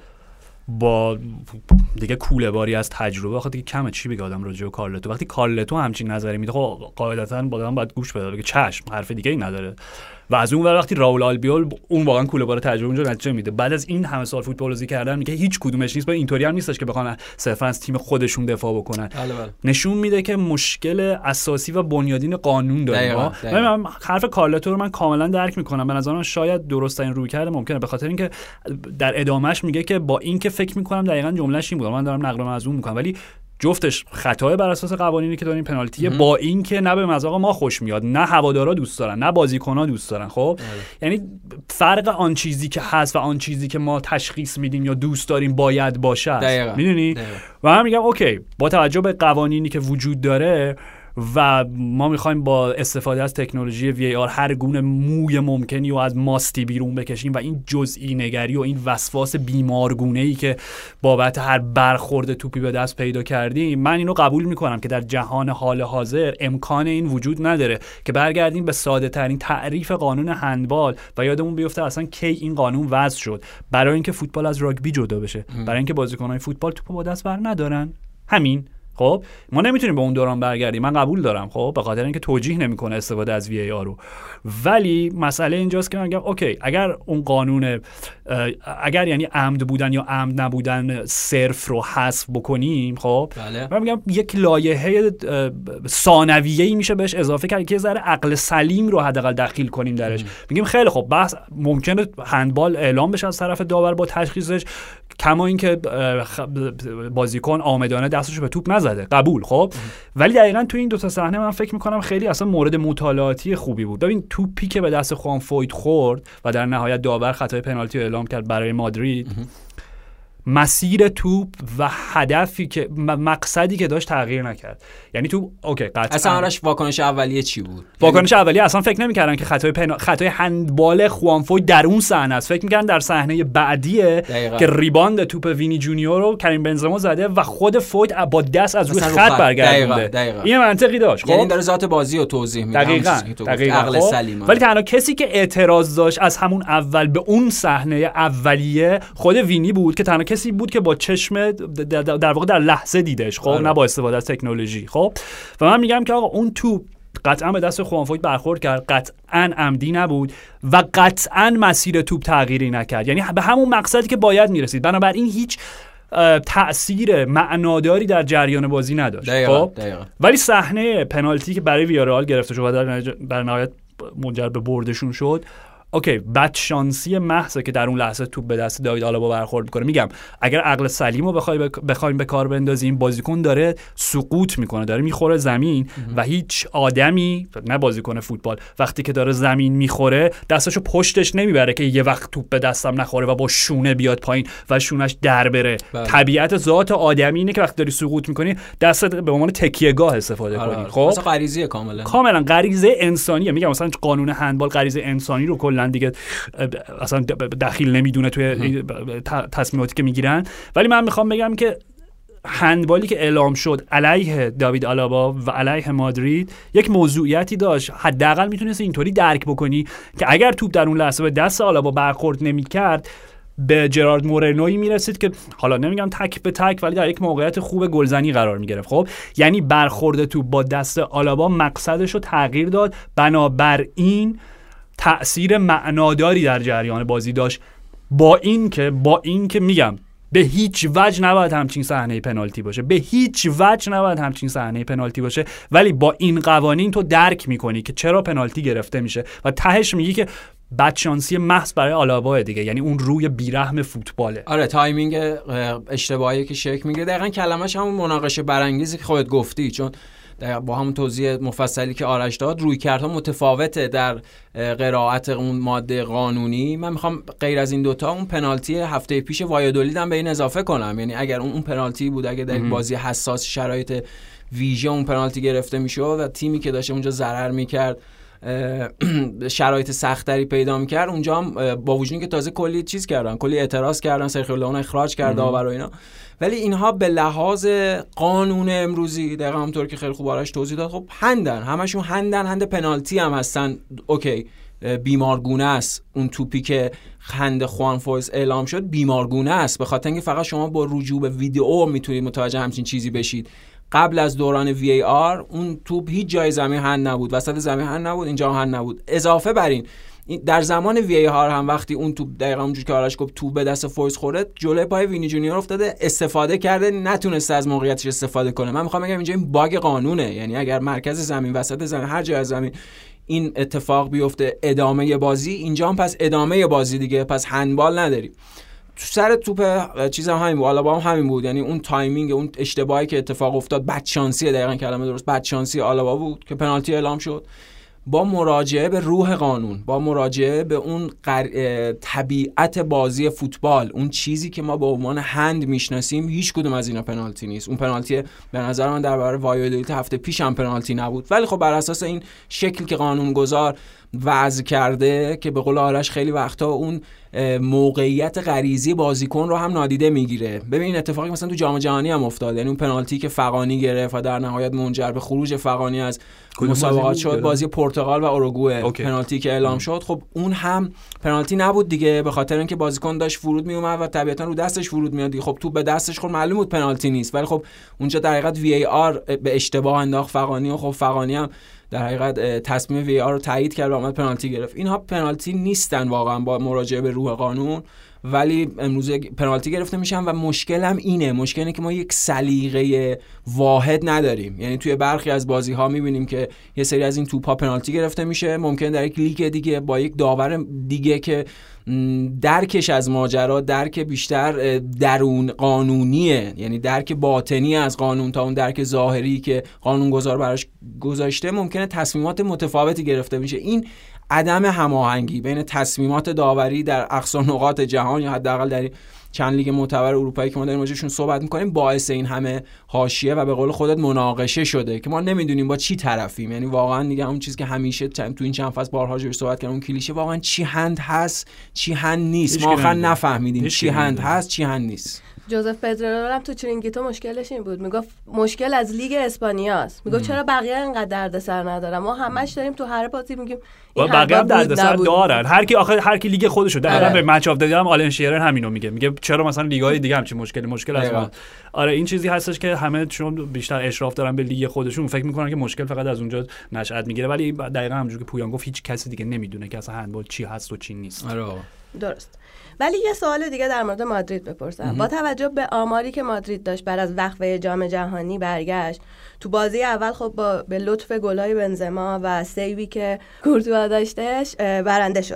با دیگه کوله باری از تجربه، آخه دیگه کمه چی بگه آدم راجع به کارلتو. وقتی کارلتو همچین نظری میده خب قاعدتاً باید گوش بده، بگه چشم حرف دیگه ای نداره. و از اون وقتی راول آلبیول اون واقعا کوله بار تجربه اونجا نتیجه میده. بعد از این همه سال فوتبال بازی کردن میگه هیچ کدومش نیست، با اینطوری هم نیستش که بخوان صرفا از تیم خودشون دفاع بکنن. نشون میده که مشکل اساسی و بنیادین قانون داریم. من حرف کارلتو رو من کاملا درک میکنم، به نظر من شاید درست ترین رویکرد ممکنه، به خاطر اینکه در ادامهش میگه که با اینکه فکر میکنم دقیقاً جملهش این بود، من دارم نقل و منظوم میکنم، ولی جفتش خطای بر اساس قوانینی که داریم پنالتیه، با این که نه به مذاق ما خوش میاد، نه هوادارا دوست دارن، نه بازیکن‌ها دوست دارن. خب یعنی فرق آن چیزی که هست و آن چیزی که ما تشخیص میدیم یا دوست داریم باید باشه، میدونی؟ و من میگم اوکی با توجه به قوانینی که وجود داره و ما میخوایم با استفاده از تکنولوژی وی آر هر گونه موی ممکنی رو از ماستی بیرون بکشیم و این جزئی نگری و این وسواس بیمارگونه‌ای که بابت هر برخورد توپی به دست پیدا کردیم، من اینو قبول میکنم که در جهان حال حاضر امکان این وجود نداره که برگردیم به ساده ترین تعریف قانون هندبال و یادمون بیفته اصلا کی این قانون وضع شد. برای اینکه فوتبال از راگبی جدا بشه، برای اینکه بازیکن‌های فوتبال توپو با دست بر ندارن. همین. خب ما نمیتونیم به اون دوران برگردیم، من قبول دارم، خب به خاطر اینکه توجیه نمیکنه استفاده از وی آر رو. ولی مسئله اینجاست که من میگم اوکی اگر اون قانون اگر یعنی عمد بودن یا عمد نبودن صرف رو حذف بکنیم، خب من میگم یک لایحه ثانویه‌ای میشه بهش اضافه کرد که ذره عقل سلیم رو حداقل دخیل کنیم درش. میگیم خیلی خب بحث ممکنه هندبال اعلام بشه از طرف داور با تشخیصش، کما اینکه بازیکن آمدانه دستش به توپ نزده، قبول. خب ولی دقیقاً تو این 2 تا صحنه من فکر میکنم خیلی اصلا مورد مطالعاتی خوبی بود. ببین توپی که به دست خوان فویت خورد و در نهایت داور خطای پنالتی رو اعلام کرد برای مادرید، مسیر توپ و هدفی که مقصدی که داشت تغییر نکرد. یعنی تو اوکی قطعا اصلا آرش واکنش اولیه چی بود؟ واکنش اولیه اصلا فکر نمی‌کردن که خطای هندبال خوانفوی در اون صحنه است. فکر می‌کردن در صحنه بعدیه که ریباند توپ وینی جونیور رو کریم بنزما زده و خود فویت با دست از روی خط برگردونده. این منطقی داشت. خب یعنی داره ذات بازی رو توضیح میده. دقیقاً. عقل سلیم. ولی تنها کسی که اعتراض داشت از همون اول به اون صحنه اولیه خود وینی بود که تنها کسی بود که با چشم در واقع در لحظه دیدش، خب نه با استفاده از تکنولوژی. خب و من میگم که آقا اون توپ قطعا به دست خوان فویت برخورد کرد، قطعا عمدی نبود و قطعا مسیر توپ تغییری نکرد، یعنی به همون مقصدی که باید میرسید. بنابراین هیچ تأثیر معناداری در جریان بازی نداشت. خب ولی صحنه پنالتی که برای ویارال گرفته شد و در نهایت منجر به بردشون شد، اوکی بد شانسی محضه که در اون لحظه توپ به دست داوید آلابا برخورد میکنه. میگم اگر عقل سلیمو بخوایم به کار بندازیم، بازیکن داره سقوط میکنه، داره میخوره زمین و هیچ آدمی، نه بازیکن فوتبال، وقتی که داره زمین میخوره دستشو پشتش نمیبره که یه وقت توپ به دستم نخوره و با شونه بیاد پایین و شونش در بره. طبیعت ذات آدمی اینه که وقتی داری سقوط میکنی دستت به عنوان تکیه‌گاه استفاده کنی. خب مثلا غریزه کاملا غریزه انسانیه. میگم مثلا قانون هندبال غریزه انسانی رو کلا دیگه اصلا دخیل نمیدونه توی تصمیماتی که میگیرن. ولی من میخوام بگم که هندبالی که اعلام شد علیه داوید آلابا و علیه مادرید یک موضوعیتی داشت. حداقل میتونست اینطوری درک بکنی که اگر توپ در اون لحظه به دست آلابا برخورد نمیکرد به جرارد مورنوی میرسید که حالا نمیگم تک به تک ولی در یک موقعیت خوب گلزنی قرار میگرفت. خب یعنی برخورد توپ با دست آلابا مقصدش رو تغییر داد، بنابراین تأثیر معناداری در جریان بازی داشت. با این که میگم به هیچ وجه نباید همچین صحنه پنالتی باشه، به هیچ وجه نباید همچین صحنه پنالتی باشه، ولی با این قوانین تو درک میکنی که چرا پنالتی گرفته میشه و تهش میگی که بدشانسی محض برای آلابا دیگه، یعنی اون روی بیرحم فوتباله. آره تایمینگ اشتباهی که شک میگیره دقیقاً کلمش همون مناقشه برانگیزی که خودت گفتی، چون با همون توضیح مفصلی که آرش داد رویکردها متفاوته در قرائت اون ماده قانونی. من میخوام غیر از این دوتا اون پنالتی هفته پیش وایادولید هم به این اضافه کنم. یعنی اگر اون پنالتی بود، اگر در بازی حساس شرایط ویژه اون پنالتی گرفته میشد و تیمی که داشته اونجا ضرر میکرد شرایط سختری پیدا میکرد، اونجا هم با وجودی که تازه کلی چیز کردن، کلی اعتراض کردن، سرخیو لئون اخراج کرد داور و اینا، ولی اینها به لحاظ قانون امروزی دقیقاً همونطور که خیلی خوب آرش توضیح داد، خب همشون هند پنالتی هم هستن. اوکی بیمارگونه است اون توپی که هند خوان فویس اعلام شد، بیمارگونه است به خاطر اینکه فقط شما با رجوع به ویدئو میتونید متوجه همچین چیزی بشید. قبل از دوران VAR اون توپ هیچ جای زمین هند نبود، وسط زمین هند نبود، اینجا هند نبود. اضافه بر این در زمان VAR هم وقتی اون توپ دقیقاً اونجوری که آرش گفت توپ به دست فویس خورده، جلوی پای وینی جونیور افتاده، استفاده کرده، نتونسته از موقعیتش استفاده کنه. من میخوام بگم اینجا این باگ قانونه. یعنی اگر مرکز زمین، وسط زمین، هر جای از زمین این اتفاق بیفته ادامه بازی، اینجا هم پس ادامه بازی دیگه، پس هندبال نداریم. تو سر توپ چیزام همین بود، آلابا هم همین بود. یعنی اون تایمینگ، اون اشتباهی که اتفاق افتاد، بدشانسی، دقیقاً کلمه درست بدشانسی آلابا بود که پنالتی اعلام شد. با مراجعه به روح قانون، با مراجعه به اون طبیعت بازی فوتبال، اون چیزی که ما به عنوان هند میشناسیم، هیچ کدوم از اینا پنالتی نیست. اون پنالتی به نظر من در برابر وایادولید هفته پیش هم پنالتی نبود، ولی خب بر اساس این شکلی که قانونگذار وضع کرده که به قول آرش خیلی وقتا اون موقعیت غریزی بازیکن رو هم نادیده میگیره. ببین اتفاقی مثلا تو جام جهانی هم افتاد، یعنی اون پنالتی که فغانی گرفت و در نهایت منجر به خروج فغانی از مسابقات شد، بازی پرتغال و اوروگوئه، پنالتی که اعلام شد، خب اون هم پنالتی نبود دیگه، به خاطر اینکه بازیکن داشت فرود می اومد و طبیعتا رو دستش فرود میاد. خب تو به دستش خود معلوم بود پنالتی نیست، ولی خب اونجا در حقیقت VAR به اشتباه انداخت فغانی و خب فغانی هم در حقیقت تصمیم VAR رو تایید کرد و اومد پنالتی گرفت. اینها پنالتی نیستن واقعا با مراجعه به روح قانون، ولی امروز پنالتی گرفته میشن و مشکل هم اینه. مشکل اینه که ما یک سلیقه واحد نداریم. یعنی توی برخی از بازی ها میبینیم که یه سری از این توپ ها پنالتی گرفته میشه، ممکن در یک لیگ دیگه با یک داور دیگه که درکش از ماجرا درک بیشتر درون قانونیه، یعنی درک باطنی از قانون تا اون درک ظاهری که قانونگذار براش گذاشته، ممکنه تصمیمات متفاوتی گرفته میشه. این عدم هماهنگی بین تصمیمات داوری در اقصا نقاط جهان یا حداقل در چند لیگ معتبر اروپایی که ما داریم راجعشون صحبت می‌کنیم باعث این همه حاشیه و به قول خودت مناقشه شده که ما نمیدونیم با چی طرفیم. یعنی واقعا دیگه اون چیزی که همیشه تو این چند فصل بارها روش صحبت کردیم، اون کلیشه واقعا چی هند هست چی هند نیست، ما آخر نفهمیدیم چی هند هست چی هند نیست. جوزف پدرلو هم تو چرینگیتو مشکلش این بود، میگفت مشکل از لیگ اسپانیاست. میگفت چرا بقیه اینقدر دردسر ندارن، ما همش داریم تو هر بازی میگیم بقیه هم دردسر دارن، هر کی لیگ خودشو داره. به مچ اف دیدم آلن شیرر همینو میگه چرا مثلا لیگ‌های دیگه همچین مشکل از ما. آره این چیزی هستش که همه چون بیشتر اشراف دارن به لیگ خودشون فکر میکنن که مشکل فقط از اونجا نشأت میگیره، ولی دقیقاً همونجوری که پویان گفت هیچ کسی دیگه نمیدونه که اصلا هندبال چی هست و چی نیست. آره درست. ولی یه سوال دیگه در مورد مادرید بپرسم. با توجه به آماری که مادرید داشت بعد از وقفه جام جهانی برگشت، تو بازی اول خب به لطف گلای بنزما و سیوی که کورتوا داشتش برنده شد.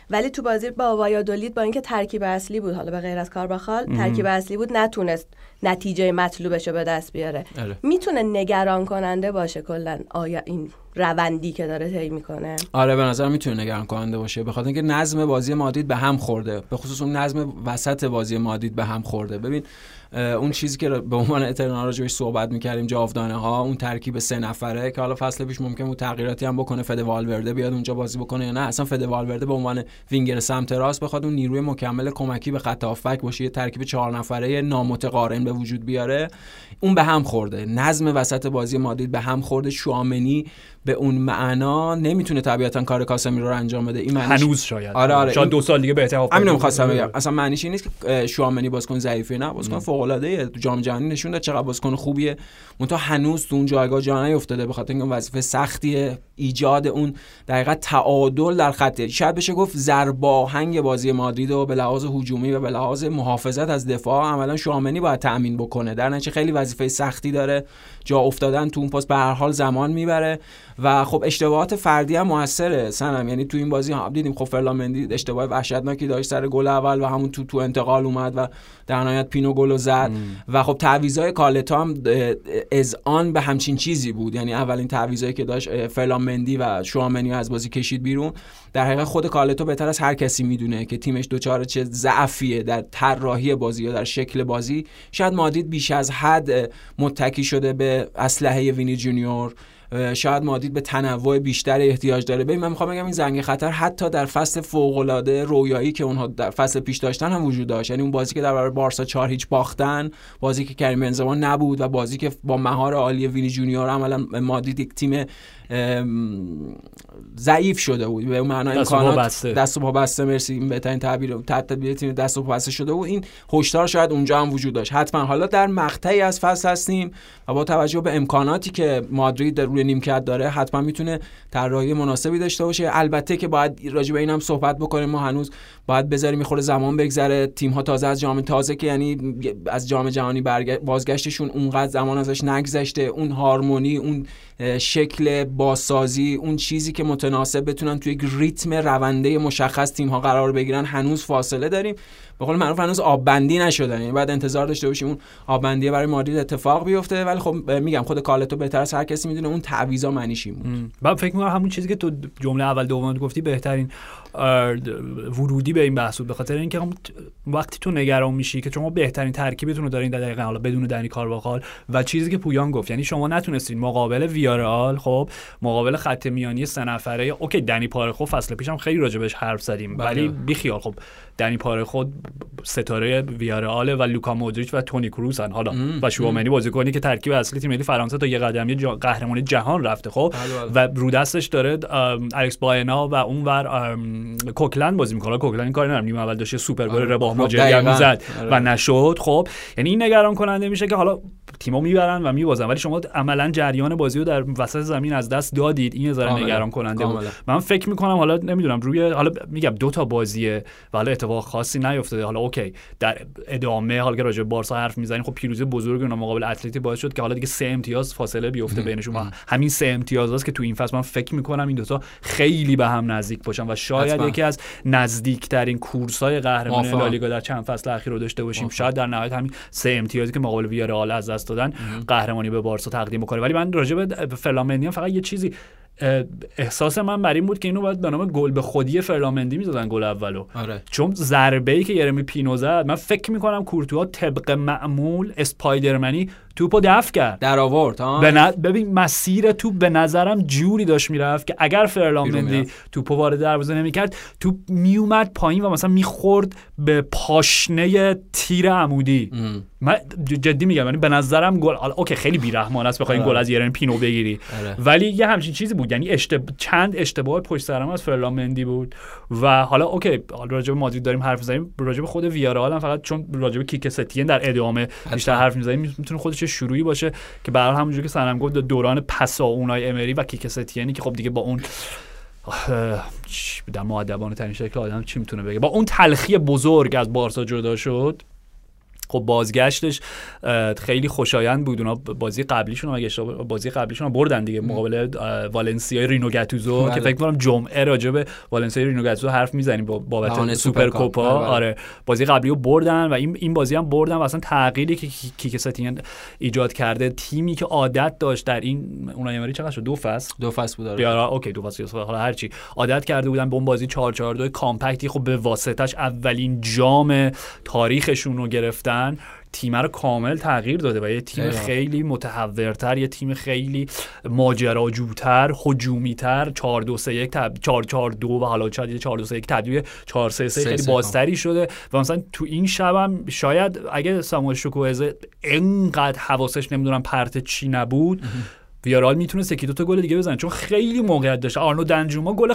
ولی تو بازی با وایادولید با اینکه ترکیب اصلی بود، حالا به غیر از کارواخال ترکیب اصلی بود، نتونست نتیجه مطلوبش رو به دست بیاره. میتونه نگران کننده باشه کلا آیا این روندی که داره طی میکنه. آره به نظر میتونه نگران کننده باشه، به خاطر اینکه نظم بازی مادرید به هم خورده، به خصوص اون نظم وسط بازی مادرید به هم خورده. ببین اون چیزی که به عنوان اترنا راجعش صحبت می‌کردیم، جاودانه ها، اون ترکیب 3 نفره که حالا فصل پیش ممکن بود تغییراتی هم بکنه، فد والورده بیاد اونجا بازی بکنه یا نه، اصلا فد والورده به عنوان وینگر سمت راست بخواد اون نیروی مکمل کمکی به خط هافبک باشه، یه ترکیب 4 نفره نامتقارن به وجود بیاره، اون به هم خورده. نظم وسط بازی مادرید به هم خورده. شوامنی به اون معنا نمیتونه طبیعتا کار کاسمیرو رو انجام بده. این معنیش هنوز شاید آره شاید 2 سال دیگه بهتر هافبک. همین رو می‌خواستم بگم، اصلا معنیش این نیست که شوامنی بازیکن ضعیفه، نه، بازیکن فوق‌العاده‌ایه، تو جام جهانی نشون داد چقدر بازیکن خوبیه، منتها هنوز تو اون جایگاه جا نیافتاده، به خاطر اینکه وظیفه سختیه ایجاد اون دقیقاً تعادل در خط، شاید بشه گفت ضرباهنگ بازی مادرید رو به لحاظ هجومی و به لحاظ محافظت از دفاع عملاً شوامنی باید تأمین بکنه. در نتیجه خیلی وظیفه سختی داره، جا افتادن تو اون پست به هر حال زمان میبره و خب اشتباهات فردی هم موثره سنم. یعنی تو این بازی هم دیدیم خب فرلامندی اشتباه وحشتناکی داشت سر گل اول و همون تو انتقال اومد و در نهایت پینو گل زد و خب تعویضای کالتا هم اذعان به همچین چیزی بود. یعنی اولین تعویضایی که داشت فرلامندی و شوامنی از بازی کشید بیرون. در حقیقت خود کالتو بهتر از هر کسی میدونه که تیمش دوچار چه ضعفیه در طراحی بازی یا در شکل بازی. شاید مادرید بیش از حد متکی شده به اسلحه وینی جونیور، شاید مادرید به تنوع بیشتری احتیاج داره. ببین من میخوام بگم این زنگ خطر حتی در فصل فوق‌العاده رویایی که اونها در فصل پیش داشتن هم وجود داشت. یعنی اون بازی که در برابر بارسا 4-0 باختن، بازی که کریم بنزما نبود و بازی که با مهار عالی وینی جونیور عملا مادرید یک تیم ضعیف شده بود، به معنی امکانات دست و پا بسته، مرسی این بهترین تعبیر، تبدیل تیم دست و پا بسته شده بود. این هشدار شاید اونجا هم وجود داشت. حتما حالا در مقطعی از فصل هستیم و با توجه به امکاناتی که مادرید روی نیمکت داره حتما میتونه طراحی مناسبی داشته باشه. البته که باید راجع به اینم صحبت بکنیم، ما هنوز باید بذاریم میخوره زمان بگذره، تیم ها تازه از جام تازه که یعنی از جام جهانی بازگشتشون اونقدر زمان ازش نگذشته، اون هارمونی، اون شکل بازسازی، اون چیزی که متناسب بتونن توی یک ریتم رونده مشخص تیم ها قرار بگیرن، هنوز فاصله داریم. به قول معروف هنوز آب بندی نشدن، یعنی بعد انتظار داشته باشیم اون آب بندی برای مادرید اتفاق بیفته. ولی خب میگم خود کالتو بهتر از هر کسی میدونه اون تعویضا معنیش این بود. من فکر می‌کنم همون چیزی که تو جمله اول دوم گفتی بهترین ورودی به این بحث بود، به خاطر اینکه وقتی تو نگران میشی که شما بهترین ترکیبتون رو دارین در دقیقاً حالا بدون دنی کارواخال و چیزی که پویان گفت، یعنی شما نتونستین مقابل ویارال، خب مقابل خط میانی 3 نفره، اوکی دنی پارخو فصل پیشم خیلی راجع بهش حرف زدیم ولی بی خیال، خب دنی پارخو ستاره ویارال و لوکا مودریچ و تونی کروزن حالا و شوامنی بازیکنی که ترکیب اصلی تیم ملی فرانسه تا یه قدمی قهرمانی جهان رفته خب و رو دستش داره الکس باینا و اونور کوکلند بازی میکنه. کوکلند این کار نرم، نیم اول داشت سوپر گل رباه ماجر زد و نشد. خب یعنی این نگران کننده میشه که حالا تیم‌ها میبرن و میبازن ولی شما عملاً جریان بازی رو در وسط زمین از دست دادید. این ذره نگران کننده بود. من فکر میکنم حالا نمیدونم روی حالا میگم 2 تا بازیه و حالا اتفاق خاصی نیفتاده. حالا اوکی در ادامه حالا که راجع به بارسا حرف میزنیم، خب پیروزی بزرگ اونا مقابل اتلتی باعث شد که حالا دیگه 3 امتیاز فاصله بیفته بینشون و همین 3 امتیازاست که تو این فصل من فکر میکنم این 2 تا خیلی به هم نزدیک باشن و شاید یکی از نزدیکترین کورس‌های قهرمانی لالیگا در چند فصل اخیر رو داشته باشیم. شاید در نهایت همین 3 امتیازی که مقابل ویارال از دست دادن قهرمانی به بارسا تقدیم بکنه. ولی من راجع به فرلامندی فقط یه چیزی احساس من بر این بود که اینو باید به نام گل به خودی فرلامندی می‌زدن گل اولو. چون ضربه‌ای که یرمی پینو زد، من فکر می‌کنم کورتوا طبق معمول اسپایدرمنی توپو دفع کرد، در آورد. ببین مسیر توپ به نظرم جوری داشت میرفت که اگر فرلامندی توپو وارد دروازه نمی‌کرد توپ میومد پایین و مثلا می‌خورد به پاشنه تیر عمودی. من جدی میگم، یعنی به نظرم گل اوکی خیلی بی‌رحمانه است بخوای گل از یرمی پینو بگیری ولی یه همچین چیزی بود. یعنی چند اشتباه پشت سر هم از فرلامندی بود و حالا اوکی راجع به مادرید داریم حرف می‌زنیم، راجع به خود ویارال هم فقط چون راجع به کیک ستین در ادامه بیشتر حرف می‌زنیم میتونه خودش شروعی باشه که به هر حال همونجوری که سنم گفت دوران پسا اونای امری و کیک ستینی که خب دیگه با اون در مؤدبانه ترین شکل آدم چی میتونه بگه، با اون تلخی بزرگ از بارسا جدا شد. خب بازگشتش خیلی خوشایند بود. اونا بازی قبلیشون بردن دیگه مقابل والنسیا رینو گاتوزو که فکر کنم جمعه راجع به والنسیا رینو گاتوزو حرف میزنیم بابت سوپرکوپا. آره بازی قبلی رو بردن و این بازی هم بردن و اصلا تغییری که کیک ستین ایجاد کرده، تیمی که عادت داشت در این اونای امری چقدر شد 2 فصل بود اوکی 2 فصل حالا هر چی عادت کرده بودن به اون بازی 4-4-2 کامپکتی، خب به واسطش اولین جام تاریخشون رو گرفتن، تیم رو کامل تغییر داده و یه تیم خیلی متحورتر، یه تیم خیلی ماجراجوتر، هجومیتر، 4-2-3-1 4-4-2 و حالا شاید 4-2-3-1 تبدیل 4-3-3 خیلی بازتری شده و مثلا تو این شبم شاید اگه ساموئل شوکوزه اینقدر حواسش نمیدونم پرت چی نبود ویارال میتونه 1-2 تا گل دیگه بزنه، چون خیلی موقعیت داشت. آرنو دنجوما گل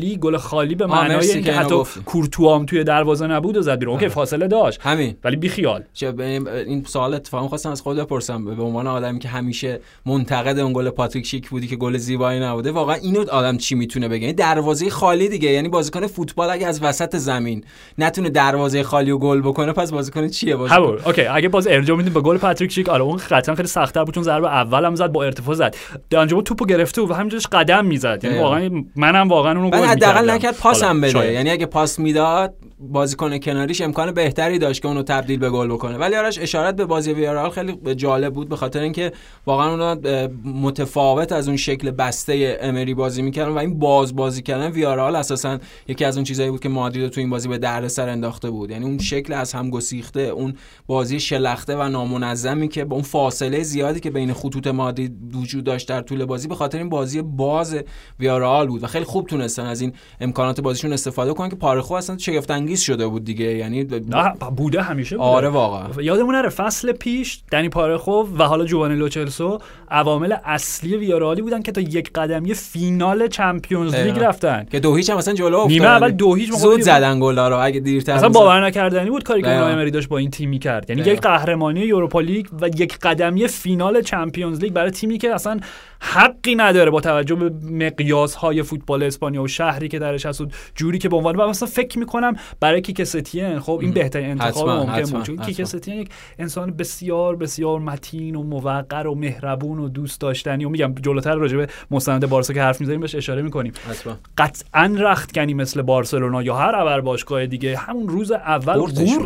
خالی به معنای اینکه حتی کورتوا هم توی دروازه نبود و زد بیرون. اوکی فاصله داشت همین، ولی بی خیال. این سوال اتفاقا خواستم از خودت بپرسم به عنوان آدمی که همیشه منتقد اون گل پاتریک شیک بودی که گل زیبایی نبوده، واقعا اینو آدم چی میتونه بگه؟ دروازه خالی دیگه، یعنی بازیکن فوتبال اگه از وسط زمین نتونه دروازه خالی و گل بکنه پس بازیکن چیه؟ اوکی اگه باز ارجاع میدیم به گل پاتریک شیک، آره اون قطعا خیلی سخت‌تر بود چون ضربه اولم زد با ارتفاع زد، دانجو توپو گرفته و همینجوریش قدم میزد، یعنی واقعا منم واقعا اونو گل می‌کردم. حداقل نکرد پاسم بده، یعنی اگه پاس میداد بازیکن کناریش امکان بهتری داشت که اونو تبدیل به گل بکنه. ولی آرش اشارت به بازی ویارال خیلی جالب بود به خاطر اینکه واقعا اونا متفاوت از اون شکل بسته امری بازی میکردن و این بازی کردن ویارال اساسا یکی از اون چیزایی بود که مادرید تو این بازی به دردسر انداخته بود. یعنی اون شکل از هم گسیخته، اون بازی شلخته و نامنظمی که با اون فاصله زیادی که بین خطوط مادرید وجود داشت در طول بازی، به خاطر این بازی باز ویارال بود و خیلی خوب تونستن از این امکانات بازیشون استفاده کنن که پارخو اصلا شگفت انگیز شده بود دیگه. یعنی بوده همیشه بوده. آره واقعا یادمون نره فصل پیش دنی پارخو و حالا جوانی لوچلسو عوامل اصلی ویارالی بودن که تا یک قدمی فینال چمپیونز لیگ رفتن که 2-0 مثلا جلو افتاد. نیمه اول 2-0 زود زدن گلا رو، اگه دیرتر مثلا باور نکردنی بود کاری که اونای امری داشت با این تیم می‌کرد. یعنی یک قهرمانی یوروپا لیگ و یک قدمی فینال چمپیونز لیگ برای تیمی که اصلا حقی نداره با توجه به مقیاس‌های فوتبال اسپانیا و شهری که درش هست و جوری که به عنوان مثلا فکر می‌کنم برای کیک ستین خب این بهترین انتخاب ممکن بود، چون کیک ستین یک انسان بسیار بسیار متین و موقر و مهربون و دوست داشتنی و میگم جلوتر راجع به مستند بارسا که حرف می‌زنیم بهش اشاره می‌کنیم. قطعاً رختکنی مثل بارسلونا یا هر ابر باشگاه دیگه همون روز اول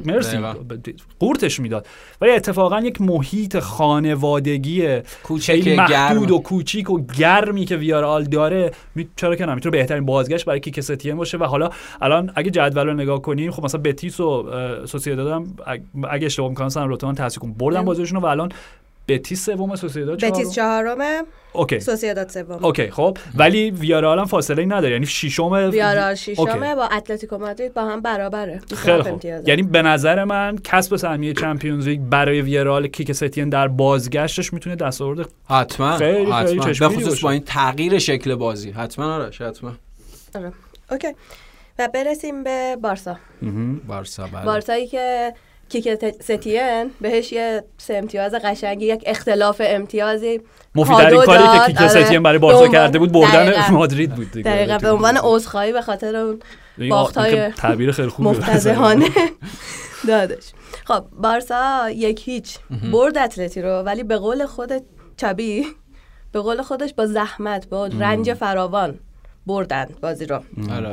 قورتش میداد، ولی اتفاقاً یک محیط خانوادگی خیلی محدود و کوچیک و گرمی که ویارال داره چرا که نمیتونه بهترین بازگشت برای کیک ستین باشه. و حالا الان اگه جدول رو نگاه کنیم خب مثلا بتیس و سوسییداد هم اگه اشتباه می‌کنم سن روتان تاسیکون بردن بازیشون و الان بتیس سوم، سوسییداد چهارم، بتیس چهارم، اوکی سوسییداد سوم. اوکی خب ولی ویارال هم فاصله نداره، یعنی ششم ویارال ششم با اتلتیکو مادرید با هم برابره. خیلی خوب. یعنی به نظر من کسب سهمیه چمپیونز لیگ برای ویارال کیک ستین در بازگشتش میتونه دستاورد حتما خیلی به خصوص با این تغییر شکل بازی حتما آرش حتما. اوکی و برسیم به بارسا. بارسایی که کیک ستین بهش یه 3 امتیاز قشنگی، یک اختلاف امتیازی مفیدترین کاری که کیک ستین برای بارسا کرده بود بردن مادرید بود دیگه. دقیقاً به عنوان عذرخواهی به خاطر اون باخت‌های تعبیر خیلی خوبی مفتضحانه دادش. خب بارسا 1-0 برد اتلتی رو، ولی به قول خود چابی به قول خودش با زحمت با رنج فراوان بردن بازی رو.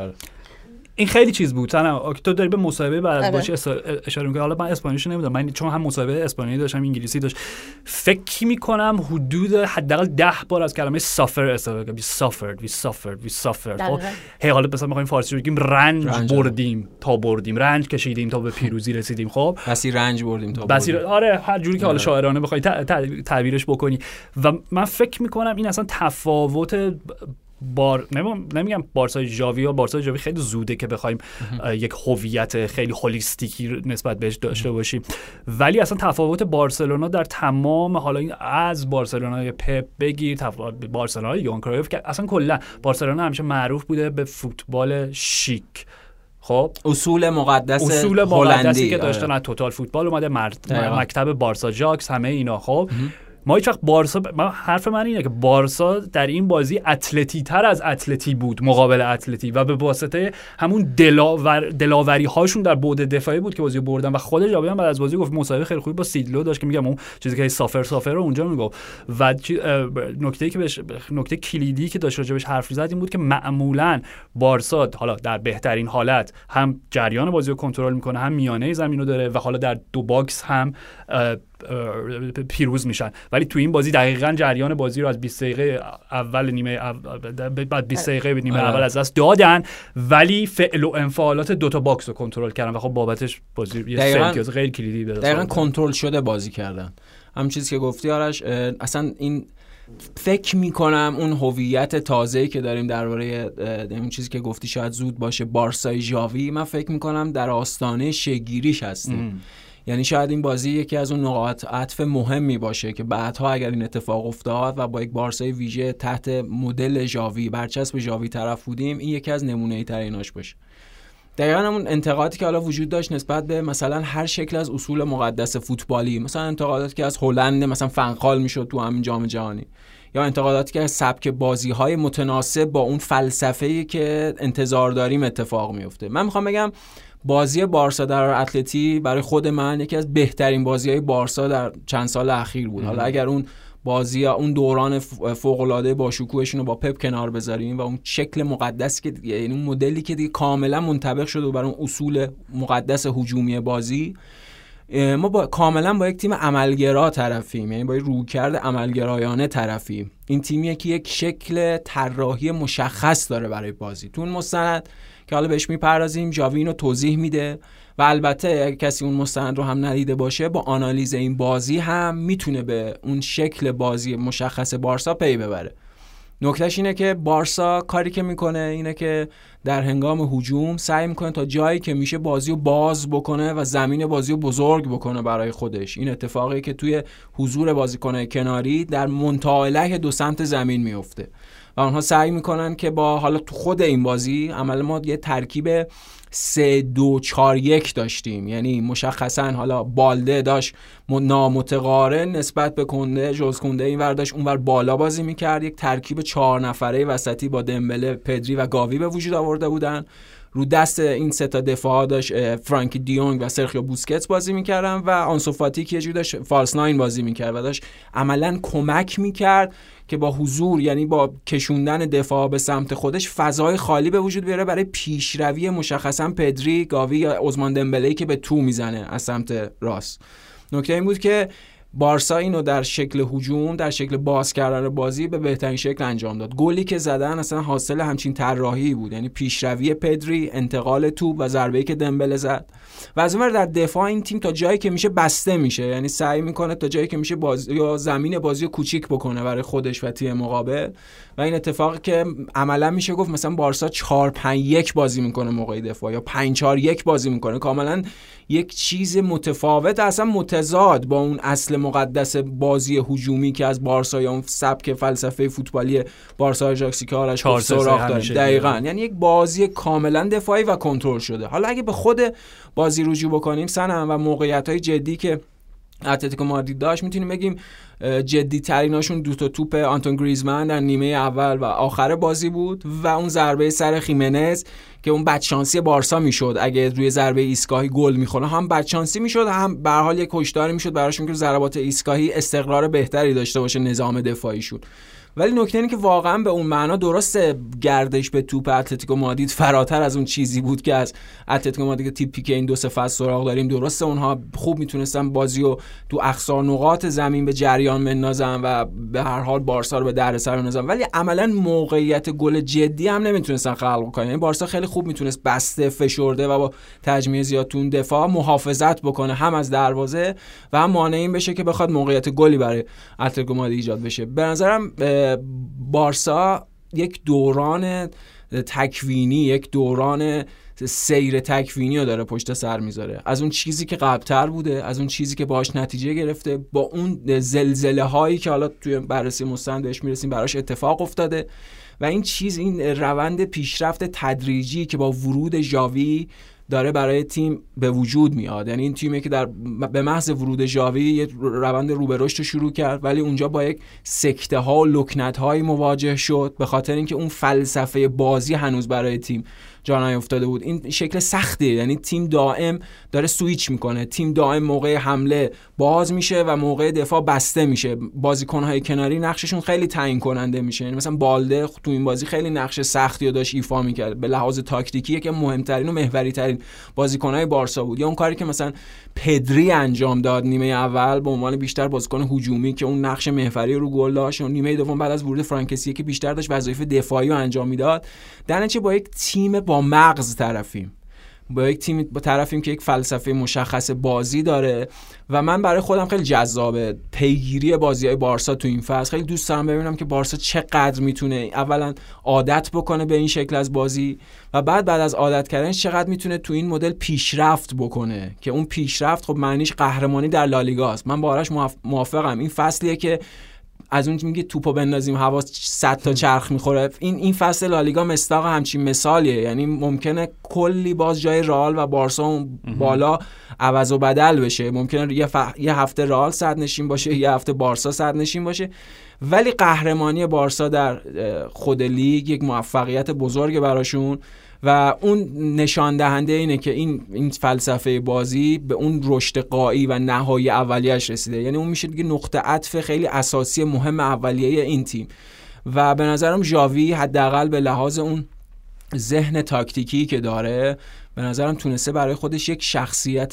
این خیلی چیز بود. تو داری به مصاحبه بعد باشه اشاره می‌کنی. حالا من اسپانیایی نمیدونم، من چون هم مصاحبه اسپانیایی داشتم انگلیسی داشت، فکر می‌کنم حدود حداقل 10 بار از کلمه سافر استفاده کردم. we suffered. خب هی حالا مثلا می‌خوایم فارسی رو بگیم رنج بردیم تا بردیم، رنج کشیدیم تا به پیروزی رسیدیم. خب بسی رنج بردیم تا بردیم. آره هر جوری که حالا شاعرانه بخوای تعبیرش بکنی. و من فکر می‌کنم این اصلا تفاوت نمیگم بارسای ژاوی یا بارسای ژاوی خیلی زوده که بخوایم یک هویت خیلی هولیستیکی نسبت بهش داشته باشیم، ولی اصلا تفاوت بارسلونا در تمام، حالا این از بارسلونای پپ بگیر بارسلونای یوهان کرویف که اصلا کلا بارسلونا همیشه معروف بوده به فوتبال شیک. خب اصول مقدسی که داشتن از توتال فوتبال اومده، مکتب بارسا جاکس، همه اینا. خب ما هیچ وقت بارسا حرف من اینه که بارسا در این بازی اتلتی تر از اتلتی بود مقابل اتلتی و به واسطه همون دلاوری هاشون در بعد دفاعی بود که بازی بردن و خود ژاوی هم بعد از بازی گفت مصاحبه خیلی خوبی با سیدلو داشت که میگم اون چیزی که سافر رو اونجا میگفت و نکته کلیدی که داشت راجبش حرف زد این بود که معمولاً بارسا حالا در بهترین حالت هم جریان بازی رو کنترل میکنه هم میانه زمین رو داره و حالا در دو باکس هم پیروز میشن، ولی تو این بازی دقیقاً جریان بازی رو از 20 دقیقه اول نیمه بعد 20 دقیقه به نیمه اول از دست دادن، ولی فعل و انفعالات دوتا باکس رو کنترل کردن و خب بابتش بازی یه امتیاز خیلی کلیدی به دست دقیقاً کنترل شده بازی کردن. هم چیزی که گفتی آرش، اصلا این فکر میکنم اون هویت تازه‌ای که داریم درباره اون چیزی که گفتی شاید زود باشه بارسای ژاوی، من فکر میکنم در آستانه شگیریش هستیم. یعنی شاید این بازی یکی از اون نقاط عطف مهمی باشه که بعدها اگر این اتفاق افتاد و با یک بارسای ویژه تحت مدل ژاوی برچسب ژاوی طرف بودیم، این یکی از نمونه‌ای تریناش باشه. دقیقاً همون انتقادی که حالا وجود داشت نسبت به مثلا هر شکل از اصول مقدس فوتبالی، مثلا انتقاداتی که از هلند مثلا فنخال میشد تو همین جام جهانی، یا انتقاداتی که از سبک بازی‌های متناسب با اون فلسفه‌ای که انتظار داریم اتفاق میفته. من میخوام بگم بازی بارسا در اتلتی برای خود من یکی از بهترین بازی‌های بارسا در چند سال اخیر بود. حالا اگر اون بازی اون دوران فوق‌العاده با شکوهشون رو با پپ کنار بذاریم و اون شکل مقدس که یعنی اون مدلی که دیگه کاملا منطبق شده بر اون اصول مقدس هجومی بازی، ما کاملا با یک تیم عملگرا طرفیم، یعنی با رویکرد عملگرایانه طرفیم. این تیمیه که یک شکل طراحی مشخص داره برای بازی. تو اون مستند که حالا بهش میپردازیم ژاوی اینو توضیح میده و البته اگه کسی اون مستند رو هم ندیده باشه با آنالیز این بازی هم میتونه به اون شکل بازی مشخص بارسا پی ببره. نکتهش اینه که بارسا کاری که میکنه اینه که در هنگام هجوم سعی میکنه تا جایی که میشه بازی رو باز بکنه و زمین بازی رو بزرگ بکنه برای خودش. این اتفاقی که توی حضور بازیکن کناری در منطقه دو سمت زمین میفته و اونها سعی میکنن که با حالا تو خود این بازی عمل ما یه ترکیب 3-2-4-1 داشتیم، یعنی مشخصا حالا بالده داشت نامتقارن نسبت به کنده، جوز کنده این ور داشت اونور بالا بازی میکرد، یک ترکیب 4 نفره وسطی با دمبله، پدری و گاوی به وجود آورده بودن. رو دست این سه تا دفاع داشت فرانکی دیونگ و سرخیو بوسکتس بازی میکردن و آنسو فاتی که یه جوری داشت فالس ناین بازی میکرد و داشت عملا کمک میکرد که با حضور، یعنی با کشوندن دفاع به سمت خودش، فضای خالی به وجود بیاره برای پیشروی مشخصا پدری، گاوی یا عثمان دمبله‌ای که به تو میزنه از سمت راست. نکته این بود که بارسا اینو در شکل هجوم، در شکل باز کردن بازی به بهترین شکل انجام داد. گلی که زدن اصلا حاصل همچین طراحی بود، یعنی پیشروی پدری، انتقال توپ و ضربه‌ای که دمبله زد. و از اونور در دفاع این تیم تا جایی که میشه بسته میشه، یعنی سعی میکنه تا جایی که میشه بازی یا زمین بازی رو کوچیک بکنه برای خودش و تیم مقابل. و این اتفاقی که عملا میشه گفت مثلا بارسا 4-5-1 بازی میکنه موقع دفاع یا 5-4-1 بازی میکنه، کاملا یک چیز متفاوت، اصلا متضاد با اون اصل مقدس بازی هجومی که از بارسا یا اون سبک فلسفه فوتبالی بارسا آژاکسی که آرش سراغ داره. دقیقاً، یعنی یک بازی کاملا دفاعی و کنترل شده. حالا اگه به خود بازی رجوع بکنیم سنم و موقعیت‌های جدی که اتلتیکو مادرید داشت، میتونیم بگیم جدی تریناشون دو تا توپ آنتون گریزمان در نیمه اول و آخر بازی بود و اون ضربه سر خیمنز که اون بدشانسی بارسا میشد اگه روی ضربه ایستگاهی گل میخونه، هم بدشانسی میشد هم به هر حال یک هشدار میشد براشون که ضربات ایستگاهی استقرار بهتری داشته باشه نظام دفاعیشون. ولی نکته اینه که واقعا به اون معنا درسته گردش به توپ اتلتیکو مادرید فراتر از اون چیزی بود که از اتلتیکو مادرید تیپی که این دو سه فصل سراغ داریم. درسته اونها خوب میتونستن بازی رو تو اقصا نقاط زمین به جریان بندازن و به هر حال بارسا رو به دردسر بندازن، ولی عملا موقعیت گل جدی هم نمیتونستن خلق کنن. یعنی بارسا خیلی خوب میتونست بسته فشرده و با تجمیع زیاد تو دفاع محافظت بکنه، هم از دروازه و هم مانع این بشه که بخواد موقعیت گلی برای اتلتیکو مادرید ایجاد بشه. به نظرم بارسا یک دوران تکوینی، یک دوران سیر تکوینی رو داره پشت سر میذاره، از اون چیزی که قبلتر بوده، از اون چیزی که باهاش نتیجه گرفته، با اون زلزله هایی که حالا توی بررسی مستند بهش میرسیم براش اتفاق افتاده و این چیز، این روند پیشرفت تدریجی که با ورود ژاوی داره برای تیم به وجود میاد. یعنی این تیمی که به محض ورود ژاوی یه روند رو به رشد شروع کرد، ولی اونجا با یک سکته ها و لکنت های مواجه شد به خاطر اینکه اون فلسفه بازی هنوز برای تیم جا نیافتاده بود. این شکل سختیه، یعنی تیم دائم داره سویچ میکنه، تیم دائم موقع حمله باز میشه و موقع دفاع بسته میشه. بازیکن‌های کناری نقششون خیلی تعیین کننده میشه. یعنی مثلا بالده تو این بازی خیلی نقش سختی رو داشت ایفا میکرد، به لحاظ تاکتیکی که مهمترین و محوری ترین بازیکن‌های بارسا بود. یا اون کاری که مثلا پدری انجام داد نیمه اول به عنوان بیشتر بازیکن هجومی که اون نقش محوری رو گل داشت، و نیمه دوم بعد از ورود فرانکسی که بیشتر داشت وظایف دفاعی رو انجام میداد. در نتیجه با یک تیم با مغز طرفیم، با یک تیم با طرفیم که یک فلسفه مشخص بازی داره و من برای خودم خیلی جذابه پیگیری بازی‌های بارسا تو این فصل. خیلی دوست دارم ببینم که بارسا چقدر میتونه اولا عادت بکنه به این شکل از بازی و بعد از عادت کردنش چقدر میتونه تو این مدل پیشرفت بکنه، که اون پیشرفت خب معنیش قهرمانی در لالیگاست. من با آرش موافقم. این فصلیه که از اون میگه توپو بندازیم هوا 100 تا چرخ میخوره. این فصل لالیگا مصداق همچین مثالیه. یعنی ممکنه کلی باز جای رئال و بارسا اون بالا عوض و بدل بشه. ممکنه یه هفته رئال صدرنشین باشه، یه هفته بارسا صدرنشین باشه، ولی قهرمانی بارسا در خود لیگ یک موفقیت بزرگه براشون و اون نشان دهنده اینه که این فلسفه بازی به اون رشد قایی و نهایی اولیه‌اش رسیده. یعنی اون میشه دیگه نقطه عطف خیلی اساسی مهم اولیه این تیم و به نظرم ژاوی حداقل به لحاظ اون ذهن تاکتیکی که داره به نظرم تونسته برای خودش یک شخصیت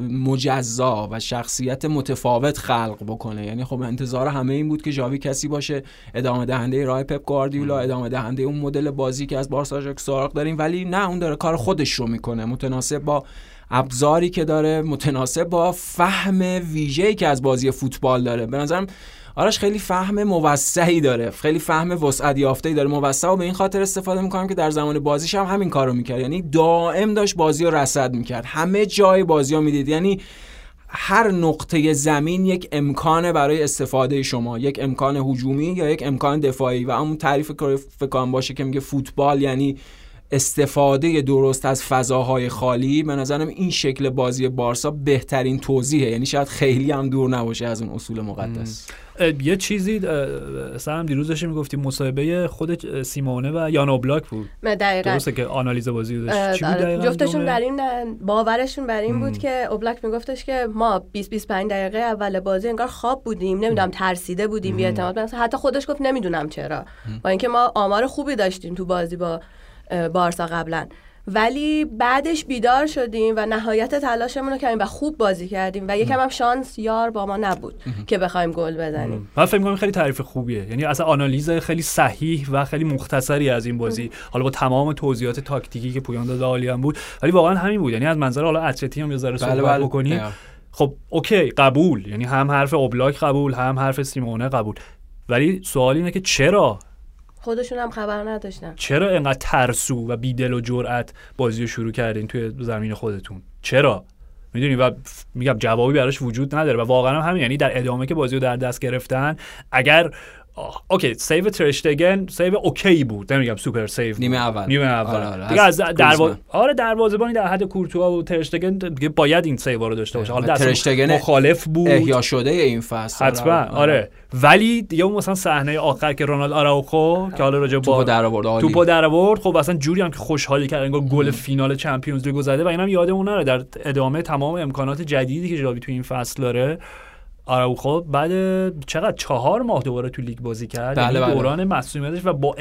مجزا و شخصیت متفاوت خلق بکنه. یعنی خب انتظار همه این بود که ژاوی کسی باشه ادامه دهنده راه پپ گواردیولا، ادامه دهنده اون مدل بازی که از بارسا سراغ داریم، ولی نه، اون داره کار خودش رو میکنه متناسب با ابزاری که داره، متناسب با فهم ویژه‌ای که از بازی فوتبال داره. به نظرم آرش خیلی فهم موسعی داره، خیلی فهم وسعت یافته‌ای داره. موسع و به این خاطر استفاده می‌کنم که در زمان بازیش هم همین کارو می‌کرد. یعنی دائم داشت بازی رو رصد می‌کرد، همه جای بازی رو می‌دید. یعنی هر نقطه زمین یک امکانه برای استفاده شما، یک امکان هجومی یا یک امکان دفاعی. و اون تعریف که فکر کنم باشه که میگه فوتبال یعنی استفاده درست از فضاهای خالی. به نظرم این شکل بازی بارسا بهترین توضیحه. یعنی شاید خیلی هم دور نباشه از اون اصول مقدس. یه چیزی سرم دیروز داشتیم میگفتیم مصاحبه خود سیمونه و یان اوبلاک بود. دقیقاً. درسته که آنالیز بازی رو داشت. چی بود دقیقاً؟ جفتشون در این باورشون بر این بود که اوبلاک میگفتش که ما 20-25 دقیقه اول بازی انگار خواب بودیم، نمیدونم ترسیده بودیم، بی‌اعتماد. مثلا حتی خودش گفت نمیدونم چرا، با اینکه ما آمار خوبی داشتیم تو بازی با بارسا قبلا، ولی بعدش بیدار شدیم و نهایت تلاشمون رو کردیم و خوب بازی کردیم و یکم هم شانس یار با ما نبود که بخوایم گل بزنیم. من فکر می‌کنم خیلی تعریف خوبیه. یعنی اصلا آنالیز خیلی صحیح و خیلی مختصری از این بازی، حالا با تمام توضیحات تاکتیکی که پویان داده عالی هم بود، ولی واقعا همین بود. یعنی از منظر حالا اتلتی هم یه ذره صحبت بکنیم. خب اوکی، قبول. یعنی هم حرف اوبلاک قبول، هم حرف سیمونه قبول. ولی سوال اینه که چرا خودشون هم خبر نداشتن، چرا اینقدر ترسو و بیدل و جرأت بازی رو شروع کردین توی زمین خودتون؟ چرا؟ میدونی و میگم جوابی براش وجود نداره و واقعا هم همین. یعنی در ادامه که بازی رو در دست گرفتن، اگر اوکی سیو ترشتگن سیو اوکی بود، نمیگم سوپر سیو نیمه اول دیگه از دروازه‌بانی در حد کورتوا و ترشتگن دیگه باید این سیو رو داشته باشه. حالا ترشتگن مخالف بود، احیا شده این فصل حتما. آره ولی دیگه اون مثلا صحنه آخر که رونالد آراوخو که حالا راجع با توپو در آورد، خب اصلا جوری هم که خوشحالی کرد انگار گل فینال چمپیونز لیگ زده و اینم یادمون نره در ادامه تمام امکانات جدیدی که ژاوی تو این فصل داره. آراوخو بعد چقدر 4 ماه دوباره تو لیگ بازی کرد. بله دوران مسئولیتش و با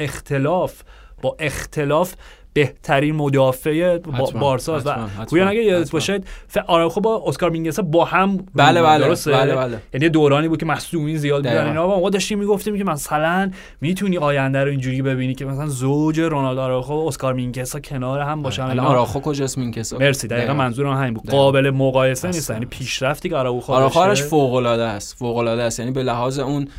اختلاف بهترین مدافع بارسا و پویان اگه یادت باشه آراوخو با اسکار مینگسا با هم درسته. بله. یعنی دورانی بود که مصدومی زیاد بودن اینا و ما داشتیم میگفتیم که مثلا میتونی آینده رو اینجوری ببینی که مثلا زوج رونالدو آراوخو و اسکار مینگسا کنار هم باشن. آراوخو کجاست مینگسا؟ مرسی، دقیقاً منظورم همین بود. قابل مقایسه نیست. یعنی پیشرفتی که آراوخوش فوق العاده است. یعنی به لحاظ اون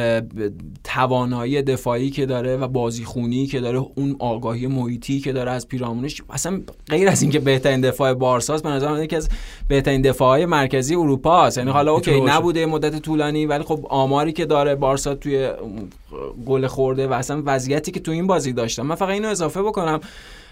توانایی دفاعی که داره و بازیخونی که داره، اون آگاهی محیطی که داره از پیرامونش، اصلا غیر از اینکه بهترین دفاع بارساست، به نظر من یکی از بهترین دفاعهای مرکزی اروپا است. یعنی حالا اوکی نبوده مدت طولانی، ولی خب آماری که داره بارسا توی گل خورده و اصلا وضعیتی که تو این بازی داشتن. من فقط اینو اضافه بکنم،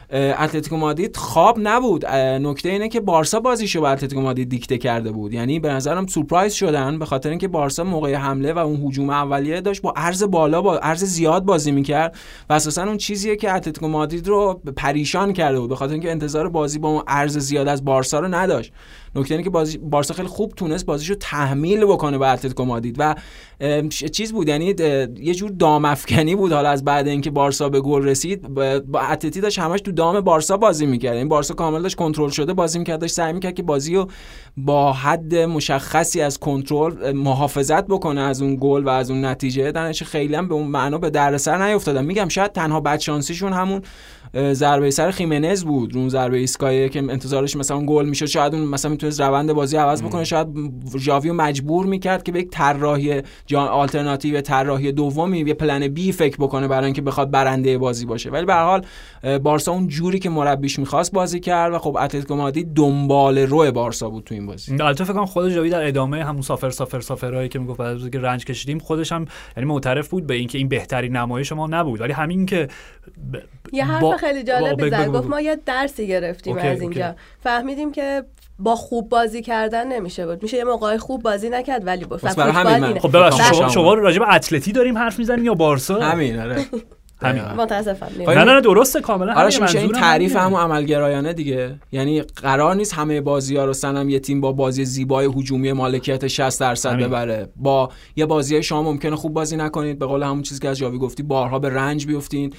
اتلتیکو مادرید خواب نبود. نکته اینه که بارسا بازیشو به اتلتیکو مادرید دیکته کرده بود. یعنی به نظرم سورپرایز شدن به خاطر اینکه بارسا موقع حمله و اون هجوم اولیه داشت با عرض بالا، با عرض زیاد بازی میکرد و اساسا اون چیزیه که اتلتیکو مادرید رو پریشان کرده بود، به خاطر اینکه انتظار بازی با اون عرض زیاد از بارسا رو نداشت. نکته اینه که بارسا خیلی خوب تونست بازیشو تحمیل بکنه به اتلتیکو مادرید و چیز بود، یعنی یه جور دام افکنی بود. حالا از بعد اینکه بارسا به گل رسید با اتلتی داشت همش تو دام بارسا بازی میکرد، این بارسا کامل داشت کنترل شده بازی میکرد، داشت سعی میکرد که بازیو با حد مشخصی از کنترل محافظت بکنه از اون گل و از اون نتیجه. درنچه خیلی هم به اون معنا به دردسر نیافتادن. میگم شاید تنها بدشانسیشون همون ضربه سر خیمنز بود، اون ضربه ایسکایی که انتظارش مثلا گل میشد، شاید اون مثلا میتونست روند بازی عوض بکنه، شاید ژاویو مجبور میکرد که به یک طراحی آلترناتیو، طراحی دومی، یه پلن بی فکر بکنه برای اینکه بخواد برنده بازی باشه. ولی به هر حال بارسا اون جوری که مربیش می‌خواست بازی کرد و خب اتلتیکو مادرید دنبال رو بارسا بود تو این بازی. البته فکر کنم خود ژاوی در ادامه همون سافرهایی که میگفت بعد از اینکه رنج کشیدیم خودش هم یعنی معترف بود به اینکه این بهترین نمایش ما نبود، ولی همین که یه حرف خیلی جالب زد، گفت ما یه درسی گرفتیم از اینجا. فهمیدیم که با خوب بازی کردن نمیشه بود، میشه یه موقعی خوب بازی نکرد ولی بود. خب ببخشید شما راجع به اتلتی داریم حرف میزنیم یا بارسا؟ همین آره. همین متاسفم. نه درسته کاملا. آره میشه این تعریف همون عملگرایانه دیگه. یعنی قرار نیست همه بازی‌ها رو سنم یه تیم با بازی زیبای هجومی مالکیت 60% ببره. با یه بازی شما ممکنه خوب بازی نکنید، به قول همون چیزی که از جاوی گفتی بارها به رنج بیفتین،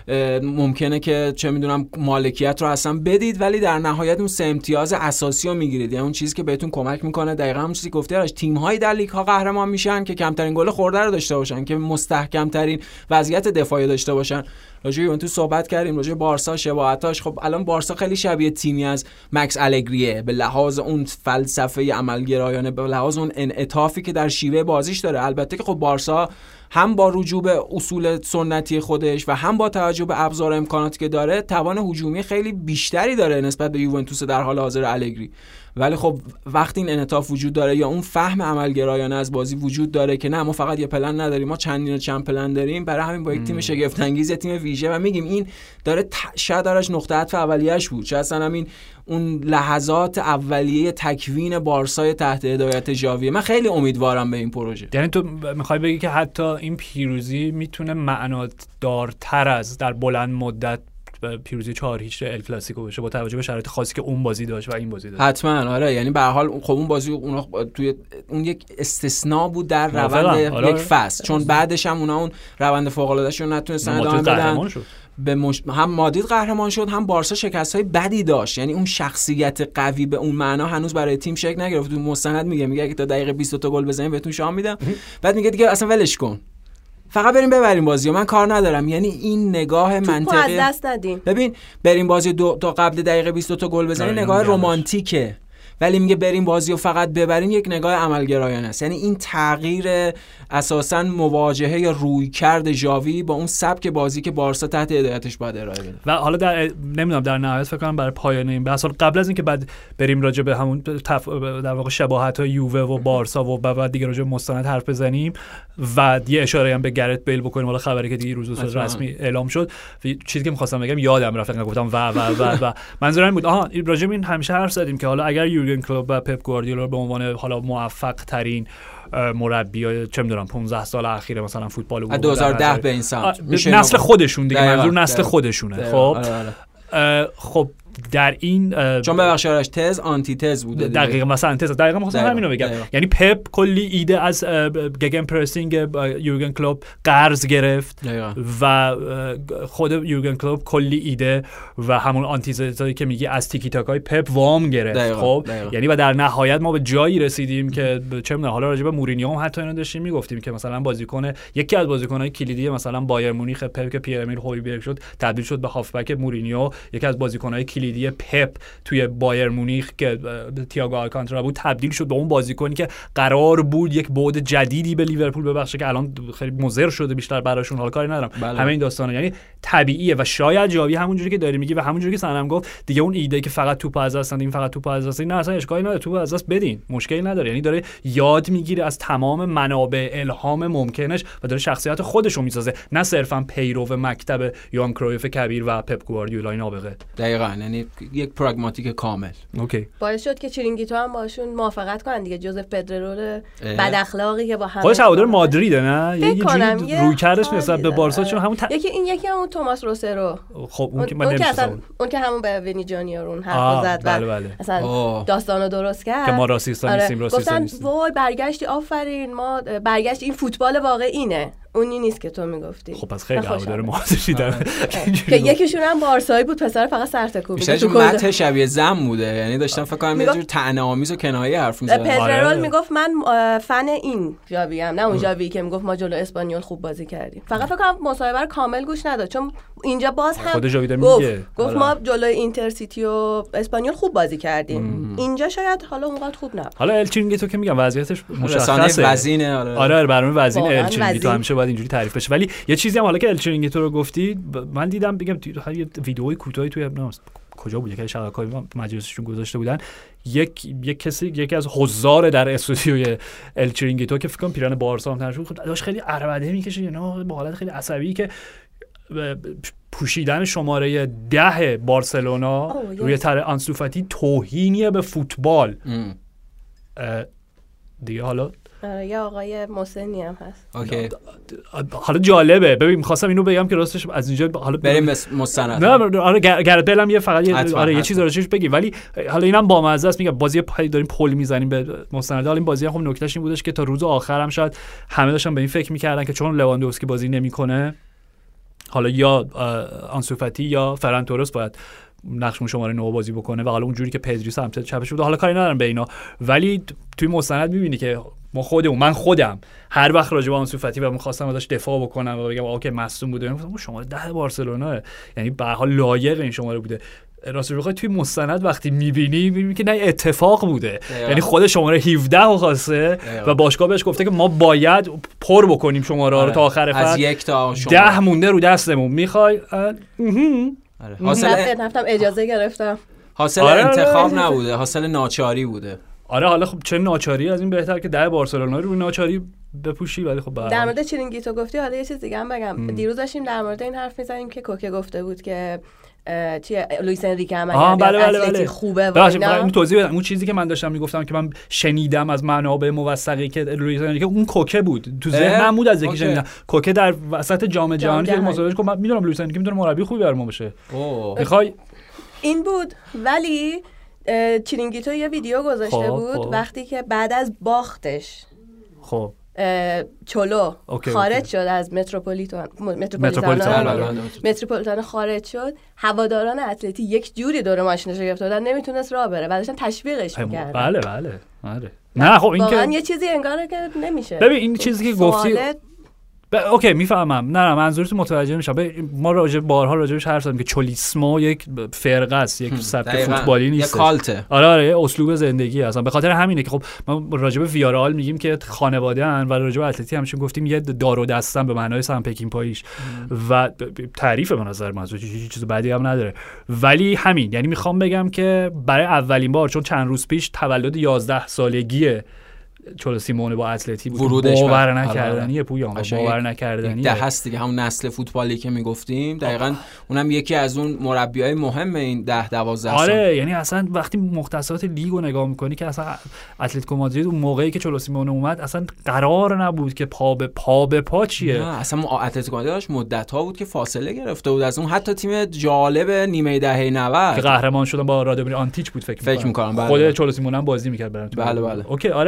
ممکنه که چه میدونم مالکیت رو اصلا بدید ولی در نهایت اون 3 امتیاز اساسی رو میگیرید. یعنی اون چیزی که بهتون کمک میکنه دقیقاً همون چیزی که گفتی آرش، تیم‌های در لیگ ها قهرمان میشن که کمترین گل خورده رو داشته باشن، که مستحکم ترین وضعیت دفاعی داشته باشن. راجع به یوونتوس صحبت کردیم، راجع به بارسا شباهتاش. خب الان بارسا خیلی شبیه تیمی از مکس الگریه به لحاظ اون فلسفه عملگرایانه، به لحاظ اون انعطافی که در شیوه بازیش داره. البته که خب بارسا هم با رجوع به اصول سنتی خودش و هم با توجه به ابزار و امکاناتی که داره توان هجومی خیلی بیشتری داره نسبت به یوونتوس در حال حاضر الگری. ولی خب وقتی این انعطاف وجود داره یا اون فهم عملگرایانه از بازی وجود داره که نه ما فقط یه پلن نداریم، ما چند پلن داریم، برای همین با یک تیم شگفت انگیز، تیم ویژه و میگیم این داره شاید دارش نقطه عطف اولیه‌اش بود، شاید اصلا همین اون لحظات اولیه تکوین بارسای تحت هدایت ژاوی. من خیلی امیدوارم به این پروژه. یعنی تو میخوای بگی که حتی این پیروزی میتونه معنادارتر از در بلند مدت پیروزی 4-0 ال کلاسیکو باشه با توجه به شرایط خاصی که اون بازی داشت و این بازی داشت؟ حتما آره. یعنی به هر حال خب اون بازی اونا توی اون یک استثناء بود در روند یک فصل، چون بعدش هم اونا اون روند فوق العاده شون نتونستن ادامه بدن. هم مادرید قهرمان شد، هم بارسا شکست‌های بدی داشت. یعنی اون شخصیت قوی به اون معنا هنوز برای تیم شکل نگرفت. تو مستند میگه اگه تا دقیقه 20 تا گل بزنیم بهتون شام میدم. بعد میگه دیگه اصلا ولش کن، فقط بریم ببریم بازیو، من کار ندارم. یعنی این نگاه منطقی از دست ندیم. ببین بریم بازی تا قبل دقیقه 20 تا گل بزنیم نگاه رمانتیکه، ولی میگه بریم بازیو فقط ببریم یک نگاه عملگرایانه است. یعنی این تغییر اساساً مواجهه یا رویکرد ژاوی با اون سبک بازی که بارسا تحت هدایتش باید ارائه بده. و حالا نمیدونم در نهایت فکر کنم برای پایان این بحث قبل از اینکه بعد بریم راجع به همون در واقع شباهت‌های یووه و بارسا و بعد دیگه راجع به مستند حرف بزنیم و یه اشاره هم به گرت بیل بکنیم. حالا خبری که دیگه روز رسمی اعلام شد، چیزی که می‌خواستم بگم یادم رفت، گفتم و منظورم بود راجع به این همیشه حرف زدیم که حالا اگر یورگن کلوپ و پپ گواردیولا به عنوان حالا موفق ترین مربیای چه می‌دونم 15 سال اخیر مثلا فوتبال اروپا 2010 به این سمت نسل خودشون دیگه، منظور نسل خودشونه. خب خب در این چون ببخشید آرش تز آنتی تز بوده دقیقاً، مثلا تز دقیقاً می‌خواستم همین رو بگم. یعنی پپ کلی ایده از گگن پرسینگ یورگن کلوپ قرض گرفت و خود یورگن کلوپ کلی ایده و همون آنتی تزایی که میگی از تیکی تاکای پپ وام گرفت. خب یعنی و در نهایت ما به جایی رسیدیم که چه می‌دونم حالا راجع به مورینیو هم حتی اینو داشتیم میگفتیم که مثلا بازیکن یکی از بازیکن‌های کلیدی مثلا بایر مونیخ پپ که پیر امیل هویبرگ شد تبدیل شد به هافبک مورینیو، یکی از بازیکن‌های کلیدی پپ توی بایر مونیخ که تییاگو آلکانتارا بود تبدیل شد به اون بازیکنی که قرار بود یک بعد جدیدی به لیورپول ببخشه که الان خیلی مضر شده بیشتر براشون. حال کاری ندارم همه این داستانا یعنی طبیعیه و شاید جاوی همونجوری که داری میگی و همونجوری که سنم گفت دیگه اون ایده که فقط توپ از دست این فقط توپ از دست نه اصلا اشکالی نداره، توپ از دست بدین مشکلی نداره. یعنی داره یاد میگیره از تمام منابع الهام ممکنش و داره شخصیت خودش رو میسازه، نه صرفا پیرو مکتب یوهان کرویف کبیر و پپ گواردیولا نابغه. دقیقاً یعنی یک پراگماتیک کامل. اوکی. باعث شد که چرینگیتو هم باشون موافقت کنن دیگه. جوزف پدررو بد اخلاقی که با هم خودش هوادار مادریده نه یه جوری روی کردش نسبت به بارسا چون همون یکی همون توماس روسرو. خب اون که من نمی‌شناسم اون که همون به وینی جونیور حرف زد و اصلا داستانو درست کرد که ما راسیستا نیستیم راسیستا نیستیم. وای برگشتی آفرین ما برگشت این فوتبال واقعی اینه اونی نیست که تو میگفتی. خب پس خیلی هوادار مادریدی داره که یکیشون هم بارسایی بود پسر فقط سر تکون می‌داد تو متن شبیه زن بوده یعنی داشتم فکر کنم یه جور طعنه‌آمیز و کنایه‌ای حرف می‌زد. پدررول میگفت من فن این ژاوی ام نه اون ژاوی که میگفت ما جلو اسپانیول خوب بازی کردیم. فقط فکر کنم مصاحبه رو کامل گوش نداد چون اینجا باز هم گفت ما جلو اینتر سیتی و اسپانیول خوب بازی کردیم. اینجا شاید حالا اونقدر خوب نبود. حالا الچینگیتو که میگم وضعیتش مشخصه. وزینه آره برنامه وزین الچینگیتو همیشه باید اینجوری تعریف بشه. ولی یه چیزی هم حالا که الچینگیتو رو گفتی من دیدم بگم یه ویدئوی کوتاهی توی کجا بود یکی شبکه‌های مجلسشون گذاشته بودن یکی از حضار در استودیوی الچینگیتو که فکر کنم پیرن بارسا هم ترجمه خود داشت خیلی عربده میکشه اینا با حالت خیلی عصبی که پوشیدن شماره 10 بارسلونا روی تر آنسو فاتی توهینیه به فوتبال دیگه. حالا یه آقای محسنی هم هست. اوکی. حالا جالبه ببین می‌خواستم اینو بگم که راستش از اینجا حالا بریم مستند. نه آره گرد بلم یه فقط یه چیز راجعش بگی ولی حالا اینم با مزه است. میگم بازی داریم پول میزنیم به مستند. حالا این بازی خب نکتهش این بودش که تا روز آخر هم شاید همه داشتن به این فکر می‌کردن که چون لواندوفسکی بازی نمی‌کنه حالا یا آنسو فاتی یا فران تورس باید نقشمون شماره 9 بازی بکنه و حالا اونجوری که پدری سمت چپش بود. حالا کاری ندارم به اینا ولی توی مستند می‌بینی که من خودم هر وقت راجع به آنسو فاتی و می‌خواستم ازش دفاع بکنم و بگم اوکی مصدوم بوده میگفتم شماره 10 بارسلونا یعنی به هر حال لایق این شماره بوده. راستش بخوای توی مستند وقتی می‌بینی که نه اتفاق بوده یعنی خود شماره 17 رو خواسته و باشگاه بهش گفته که ما باید پر بکنیم شماره رو تا آخر فصل از 1 تا 10 مونده رو دستمون می‌خوای رفتم اجازه گرفتم. حاصل انتخاب نبوده حاصل ناچاری بوده. آره حالا خب چه ناچاری از این بهتر که 10 بارسلونا رو ناچاری بپوشی. ولی خب در مورد چرینگیتو گفتی حالا یه چیز دیگه هم بگم. دیروز داشتیم در مورد این حرف می‌زدیم که کوکه گفته بود که چیه لوئیس انریکه هم اگه خوبه و اینو توضیح بدم. اون چیزی که من داشتم میگفتم که من شنیدم از منابع موثقی که لوئیس انریکه اون کوکه بود تو ذهنم بود از یکی شنیدم کوکه در وسط جام جهانی که مصاحبهش گفت من میدونم لوئیس انریکه میتونه مربی خوبی برام بشه میخوای این بود. ولی چرینگیتو یه ویدیو گذاشته بود وقتی که بعد از باختش خب چلو خارج شد از متروپولیتان خارج شد. هواداران اتلتی یک جوری دور ماشینش گرفته بودن نمیتونست راه بره بعدش تشویقش می‌کردن. بله نه خب این که یه چیزی انگاره که نمیشه. ببین این چیزی که گفتی اوکی میفهمم نه منظورت متوجه میشم. ما بارها راجعش حرف زدیم که چولیسمو یک فرقه است یک سبک فوتبالی نیست. یک کالته. آره اسلوب زندگی اصلا به خاطر همینه که خب ما راجع به ویارال میگیم که خانواده ان و راجع به اتلتی همچون گفتیم یه دار و دستن به معنای سن پکین پاییش و تعریف به نظر من چیز بعدی هم نداره. ولی همین یعنی میخوام بگم که برای اولین بار چون چند روز پیش تولد 11 سالگی چلو سیمونه با اتلتی بود باور نکردنیه پویان باور نکردنیه. ده هست دیگه همون نسل فوتبالی که میگفتیم دقیقاً اونم یکی از اون مربیای مهم این 10-12 سال. آره یعنی اصلا وقتی مختصات لیگو نگاه میکنی که اصلا اتلتیکو مادرید اون موقعی که چلو سیمونه اومد اصلا قرار نبود که پا به پا چیه. نه اصلا اتلتیکو مادرید داشت مدت‌ها بود که فاصله گرفته بود از اون حتی تیم جالب نیمه دهه 90 که قهرمان شدن با رادومیر آنتیچ بود فکر می‌کنم بله. خود چلو سیمونه هم بازی می‌کرد برام. بله اوکی آره یعنی به هر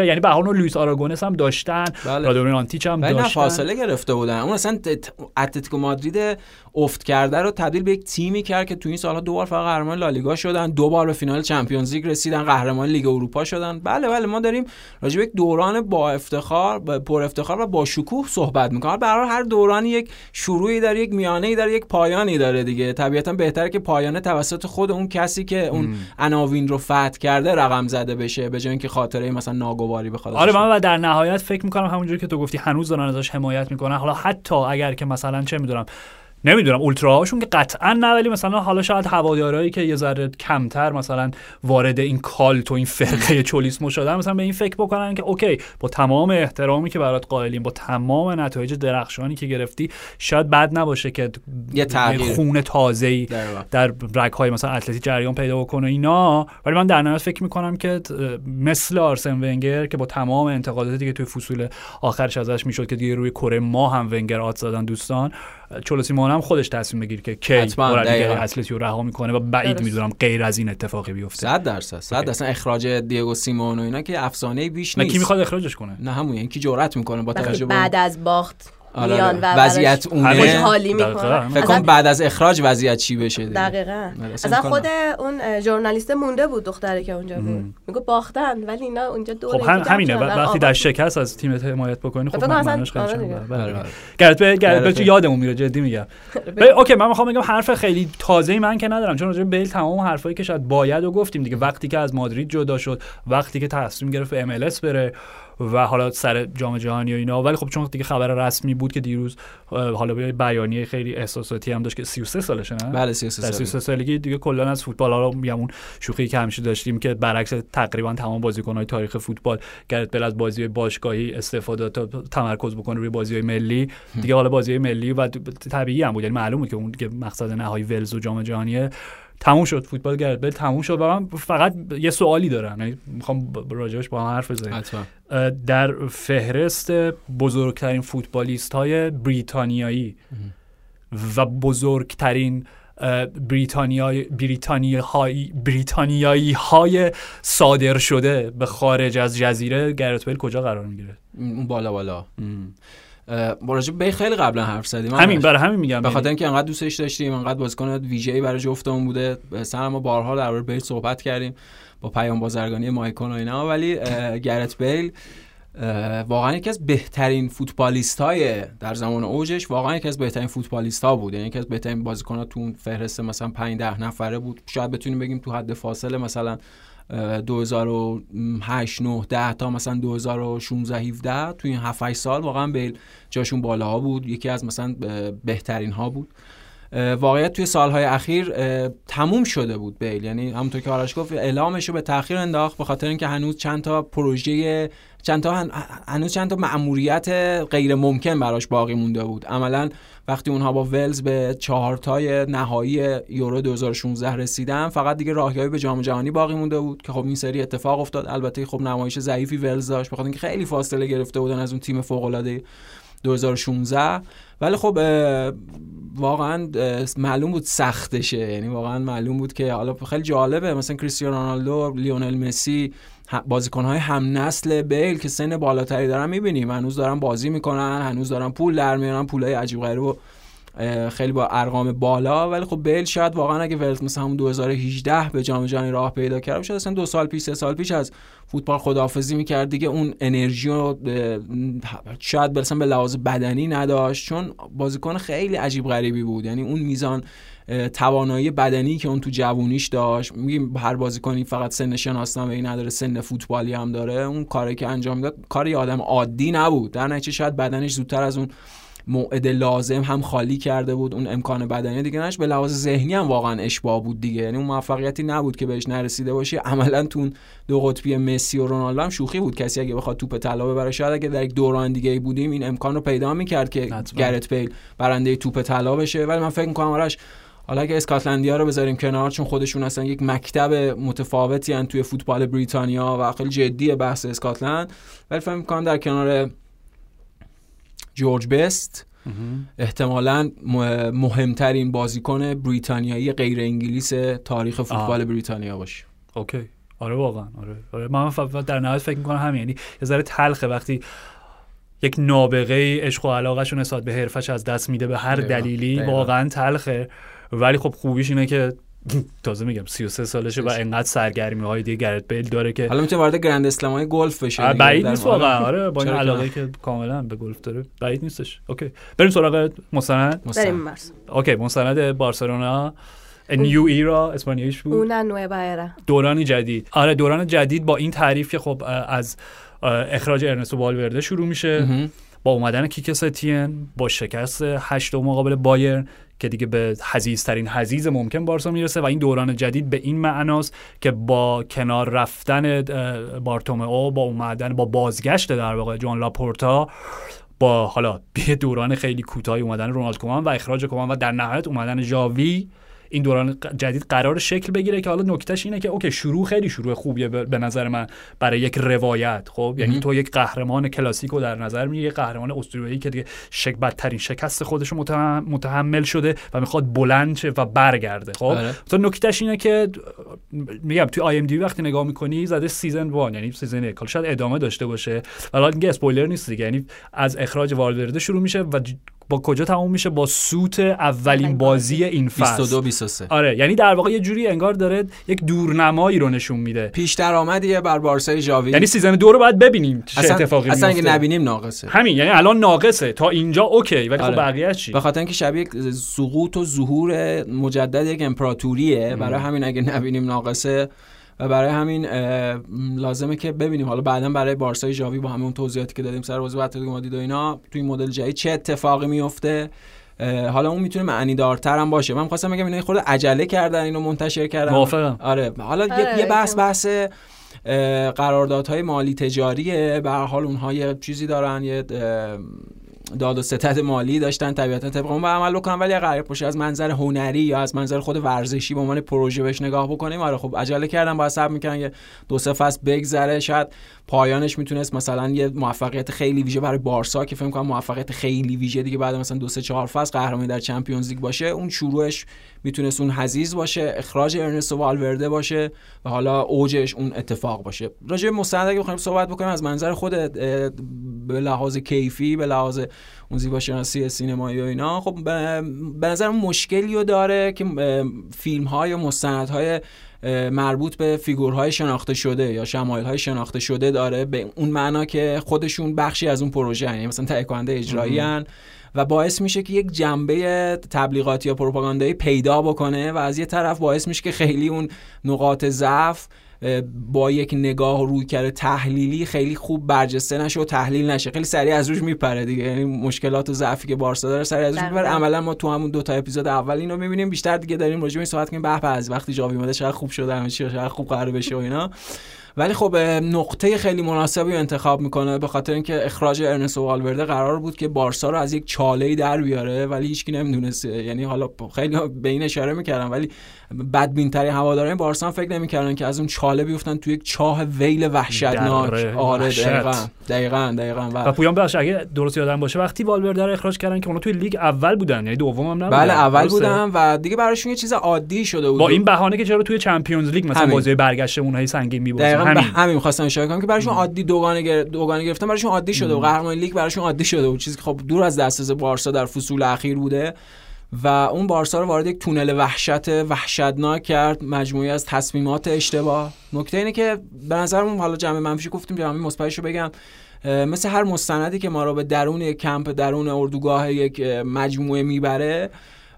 و لوئیس آراگونس هم داشتن، رادومیر آنتیچ هم داشتن. فاصله گرفته بودن. اون اصلا اتلتیکو مادرید افت کرده رو تبدیل به یک تیمی کرد که تو این سال‌ها 2 بار فقط قهرمان لالیگا شدن، 2 بار به فینال چمپیونز لیگ رسیدن، قهرمان لیگ اروپا شدن. بله ما داریم راجع به یک دوران با افتخار، پر افتخار و با شکوه صحبت می‌کنیم. به هر حال هر دورانی یک شروعی داره، یک میانه‌ای داره، یک پایانی داره دیگه. طبیعتاً بهتره که پایانه توسط خود اون کسی که اون عناوین رو فتح کرده رقم زده بشه، به جای اینکه خاطره مثلا ناگواری بخواد. آره من در نهایت فکر می‌کنم همونجوری که تو گفتی هنوز دارن ازش حمایت می‌کنن. حالا حتی اگر که مثلا چه نمیدونم اولتراهاشون که قطعا نه، ولی مثلا حالا شاید هوادارهایی که یه ذره کمتر مثلا وارد این کالت و این فرقه چولیسمو شدن مثلا به این فکر بکنن که اوکی با تمام احترامی که برات قائلیم، با تمام نتایج درخشانی که گرفتی، شاید بد نباشه که یه خون تازه‌ای در رگ‌های مثلا اتلتیک جریان پیدا بکنه اینا. ولی من در نهایت فکر می‌کنم که مثل آرسن ونگر که با تمام انتقاداتی که توی فصول آخرش ازش میشد که دیگه روی کره ما هم ونگر آد زدن دوستان، چولو سیمون هم خودش تصمیم بگیره که کی مربیگری اتلتیکو رو رها میکنه و بعید میدونم غیر از این اتفاقی بیفته. 100% اخراج دیگو سیمون و اینا که افسانه بیش نیست. کی میخواد اخراجش کنه؟ نه همون یعنی کی جرأت میکنه با توجه به بعد از باخت میان و وضعیت اونه حالی میکنه. فکر کنم بعد از اخراج وضعیت چی بشه دیگه. دقیقاً اصلا خود اون ژورنالیست مونده بود دختره که اونجا بود، میگه باختن ولی اینا اونجا دوره. خب همینه وقتی در شکست از تیمت حمایت بکنی خب معنیش خیلی گرت یادمون میره، جدی میگم. اوکی من میخوام بگم حرف خیلی تازه‌ای من که ندارم، چون راجع به بیل تمام حرفایی که شاید باید و گفتیم دیگه. وقتی که از مادرید جدا شد، وقتی که تصمیم گرفت MLS بره و حالا سر جام جهانی و اینا، ولی خب چون دیگه خبر رسمی بود که دیروز حالا بیانیه خیلی احساساتی هم داشت که 33 سالشه نه؟ بله 33 سالگی دیگه کلا از فوتبال ها رو میگم اون شوخی که همیشه داشتیم که برعکس تقریبا تمام بازیکن‌های تاریخ فوتبال گرت بیل از بازی‌های باشگاهی استفاده تا تمرکز بکنه روی بازی‌های ملی دیگه. حالا بازی‌های ملی و طبیعی هم بود، یعنی معلومه بود که اون دیگه مقصد نهایی ولز و جام جهانی تموم شد، فوتبال گرت بیل تموم شد. و من فقط یه سوالی دارم، یعنی میخوام راجعش با هم حرف بزنیم. در فهرست بزرگترین فوتبالیست‌های بریتانیایی و بزرگترین بریتانیایی های صادر شده به خارج از جزیره، گرت بیل کجا قرار میگیره؟ اون بالا راجع به خیلی قبلا حرف زدیم، همین برای همین میگم، به خاطر اینکه انقدر دوستش داشتیم، انقدر بازیکن ویژه‌ای برای جفتمون بوده. مثلا ما بارها درباره بیل صحبت کردیم با پیام بازرگانی مایکون و اینا، ولی گرت بیل واقعا یکی از بهترین فوتبالیست‌های در زمان اوجش، واقعا یکی از بهترین فوتبالیست‌ها بود، یعنی یکی از بهترین بازیکن‌ها تو اون فهرست مثلا 5-10 نفره بود. شاید بتونیم بگیم تو حد فاصله مثلا 2008 9 10 تا مثلا 2016 17 تو این 7 8 سال واقعا بیل جاشون بالاها بود، یکی از مثلا بهترین ها بود. واقعیت توی سالهای اخیر تموم شده بود بیل، یعنی همونطور که آرش گفت اعلامش رو به تأخیر انداخت به خاطر اینکه هنوز چند تا پروژه هنوز چند تا مأموریت غیر ممکن براش باقی مونده بود. عملاً وقتی اونها با ولز به 4 تای نهایی یورو 2016 رسیدن، فقط دیگه راهیابی به جام جهانی باقی مونده بود که خب این سری اتفاق افتاد. البته خب نمایش ضعیفی ولز داشت بخاطر اینکه خیلی فاصله گرفته بودن از اون تیم فوق‌العاده 2016، ولی خب واقعا معلوم بود سختشه، یعنی واقعا معلوم بود که حالا خیلی جالبه مثلا کریستیانو رونالدو، لیونل مسی، بازیکن‌های هم نسل بیل که سن بالاتری دارن می‌بینیم هنوز دارن بازی میکنن، هنوز دارن پول در میارن، پولای عجیب غریب و خیلی با ارقام بالا. ولی خب بیل شاید واقعا اگه ولز مثلا همون 2018 به جام جهانی راه پیدا کرد شاید اصلا 2 سال پیش 3 سال پیش از فوتبال خداحافظی می‌کرد دیگه. اون انرژی رو شاید مثلا به لحاظ بدنی نداشت، چون بازیکن خیلی عجیب غریبی بود، یعنی اون میزان توانایی بدنی که اون تو جوونیش داشت، میگیم هر بازیکنی فقط سن شناسنامه‌ای نداره، سن فوتبالی هم داره، اون کاری که انجام میداد کار یه آدم عادی نبود. در نتیجه شاید بدنش زودتر از اون موعد لازم هم خالی کرده بود، اون امکان بدنی دیگه نش، به لحاظ ذهنی هم واقعا اشباع بود دیگه، یعنی اون موفقیتی نبود که بهش نرسیده باشه. عملا تو دو قطبی مسی و رونالدو هم شوخی بود، کسی اگه بخواد توپ طلا ببره شاید اگه در یک دوران دیگه بودیم این امکان رو پیدا می‌کرد که گرت بیل برنده توپ طلا بشه. ولی من فکر می‌کنم آرش حالا اگه اسکاتلندیا رو بذاریم کنار، چون خودشون اصلا یک مکتب متفاوتی ان توی فوتبال بریتانیا و خیلی جدیه بحث اسکاتلند، ولی فکر می‌کنم در کنار جورج بست احتمالاً مهمترین بازیکن بریتانیایی غیر انگلیس تاریخ فوتبال بریتانیا باشه. اوکی آره واقعا آره من در نهایت فکر می‌کنم همین، یعنی یه ذره تلخه وقتی یک نابغه عشق و علاقه‌شو نسبت به حرفش از دست میده به هر دلیلی. واقعا تلخه، ولی خب خوبیش اینه که تازه میگم 33 سالشه و انقدر سرگرمی‌های دیگه گرت بیل داره که حالا میتونه وارد گرند اسلم‌های گلف بشه. بعید نیست واقعا. آره با این علاقه‌ای که کاملا به گلف داره بعید نیستش. اوکی بریم سراغ مستند. اوکی مستند بارسلونا نیو ایرا اسپانیاییش بود. اون نوئا ایرا، دوران جدید. آره دوران جدید با این تعریف که خب از اخراج ارنستو والورده شروع میشه، با اومدن کیک ستین، با شکست 8 مقابل بایرن که دیگه به حزیزترین حزیز ممکن بارسا میرسه و این دوران جدید به این معناست که با کنار رفتن بارتومئو، با اومدن با بازگشت در واقع جوان لاپورتا، با حالا به دوران خیلی کوتاهی اومدن رونالد کومان و اخراج کومان و در نهایت اومدن ژاوی، این دوران جدید قرار شکل بگیره که حالا نکتهش اینه که اوکی خیلی شروع خوبیه به نظر من برای یک روایت. خب یعنی تو یک قهرمان کلاسیکو در نظر میگیری، یک قهرمان اسطوره‌ای که دیگه بدترین شکست خودش رو متحمل شده و میخواد بلند شه و برگرده. خب تو نکتهش اینه که میگم توی آی ام دی وقتی نگاه میکنی زده سیزن 1 یعنی سیزن 1 حالا شاید ادامه داشته باشه، ولی دیگه اسپویلر نیست دیگه، یعنی از اخراج والورده شروع میشه و با کجا تموم میشه؟ با سوت اولین بازی این فصل 22-23. آره یعنی در واقع یه جوری انگار داره یک دورنمایی رو نشون میده، پیش درآمدیه بر بارسای ژاوی. یعنی سیزن 2 رو باید ببینیم چه اتفاقی میفته. اصلا اگه نبینیم ناقصه. همین یعنی الان ناقصه تا اینجا اوکی، ولی خب بقیه چی؟ به خاطر اینکه شبیه سقوط و ظهور مجدد یک امپراتوریه، برای همین اگه نبینیم ناقصه و برای همین لازمه که ببینیم حالا بعداً برای بارسای ژاوی با همون توضیحاتی که دادیم سر بازی اتلتیکو مادرید و اینا توی این مدل جدید چه اتفاقی میفته. حالا اون میتونه معنی دارتر هم باشه. من می‌خواستم بگم اینا خود عجله کردن اینو منتشر کردن. موافقم. آره حالا یه بحث قراردادهای مالی تجاریه، به هر حال اونها یه چیزی دارن، یه داد و ستد مالی داشتن، طبیعتا طبق اون عمل بکنن، ولی اگر باشه از منظر هنری یا از منظر خود ورزشی به عنوان پروژه بهش نگاه بکنیم، آره خب عجله کردن، باید صبر میکنن یه 2-3 فصل بگذره، شاید پایانش میتونست مثلا یه موفقیت خیلی ویژه برای بارسا که فکر کنم موفقیت خیلی ویژه دیگه بعد مثلا 2-3-4 فصل قهرمانی در چمپیونز لیگ باشه، اون شروعش میتونست اون حزیز باشه، اخراج ارنستو والورده باشه و حالا اوجش اون اتفاق باشه. راجع به مستند اگه بخوایم صحبت بکنیم از منظر خود به لحاظ کیفی، به لحاظ اون زیباشناسی سینمایی و اینا، خب به نظر مشکلی داره که فیلم‌های و مستندهای مربوط به فیگورهای شناخته شده یا شمایل‌های شناخته شده داره، به اون معنا که خودشون بخشی از اون پروژه هستن، یعنی مثلا تهیه کننده اجرایی هستن و باعث میشه که یک جنبه تبلیغاتی یا پروپاگاندایی پیدا بکنه و از یه طرف باعث میشه که خیلی اون نقاط ضعف با یک نگاه و رویکرد تحلیلی خیلی خوب برجسته نشه و تحلیل نشه، خیلی سریع از روش میپره دیگه. یعنی مشکلات و ضعفی که بارسا داره سریع از روش میپره. عملا ما تو همون 2 تا اپیزود اول اینو میبینیم، بیشتر دیگه داریم راجع به این صحبت کنیم به از وقتی جاوی اومده چقدر خوب شده، همه چی چقدر خوب قرار بشه و اینا، ولی خب نقطه خیلی مناسبی رو انتخاب میکنه به خاطر اینکه اخراج ارنستو والورده قرار بود که بارسا رو از یک چاله‌ای در بیاره، ولی هیچکی نمیدونست. یعنی حالا خیلی به این اشاره میکردن ولی بدبین‌ترین هواداران بارسا فکر نمیکردن که از اون چاله بیفتن توی یک چاه ویل وحشتناک. آره دقیقاً و پویان بخش اگه درست یادم باشه وقتی والورده رو اخراج کردن که اونا توی لیگ اول بودن، یعنی دوم هم نبودن. بله اول بودن و دیگه براشون یه چیز عادی شده بود، با این بهانه که چرا توی چمپیونز لیگ مثلا بازی برگشت اونها سنگین می‌بازن. همین می‌خواستم اشاره کنم که براشون عادی دوگانه گرفتن براشون عادی شده و قهرمانی لیگ براشون عادی شده و چیزی که خب دور از دسترس بارسا در فصول اخیر بوده و اون بارسا رو وارد یک تونل وحشتناک کرد، مجموعی از تصمیمات اشتباه. نکته اینه که به نظرم حالا جنبه منفیش گفتیم، جنبه مثبتش رو بگم. مثل هر مستندی که ما رو به درون یک کمپ، درون اردوگاه یک مجموعه میبره،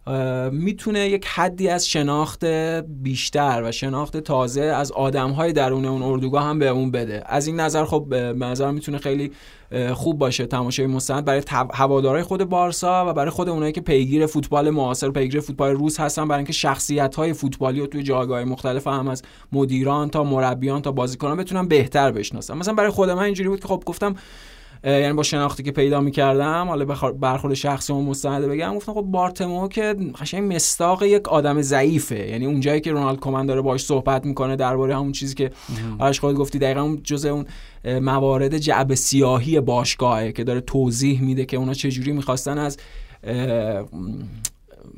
میتونه یک حدی از شناخت بیشتر و شناخت تازه از آدم‌های درون اون اردوگاه هم به اون بده. از این نظر خب به نظر میتونه خیلی خوب باشه تماشای مستند برای هوادارهای خود بارسا و برای خود اونایی که پیگیر فوتبال معاصر، پیگیر فوتبال روز هستن، برای اینکه شخصیت‌های فوتبالی رو توی جایگاه‌های مختلف هم از مدیران تا مربیان تا بازیکنان بتونن بهتر بشناسن. مثلا برای خود من اینجوری بود که خب گفتم، یعنی با شناختی که پیدا می‌کردم، حالا برخورد شخصی اون مستند بگم، گفتم خب بارتومئو که قشنگ مصداق یک آدم ضعیفه، یعنی اون جایی که رونالد کومان داره باهاش صحبت میکنه درباره همون چیزی که آرش خودت گفتی، دقیقاً اون جزء اون موارد جعبه سیاهی باشگاهه که داره توضیح میده که اونا چه جوری می‌خواستن از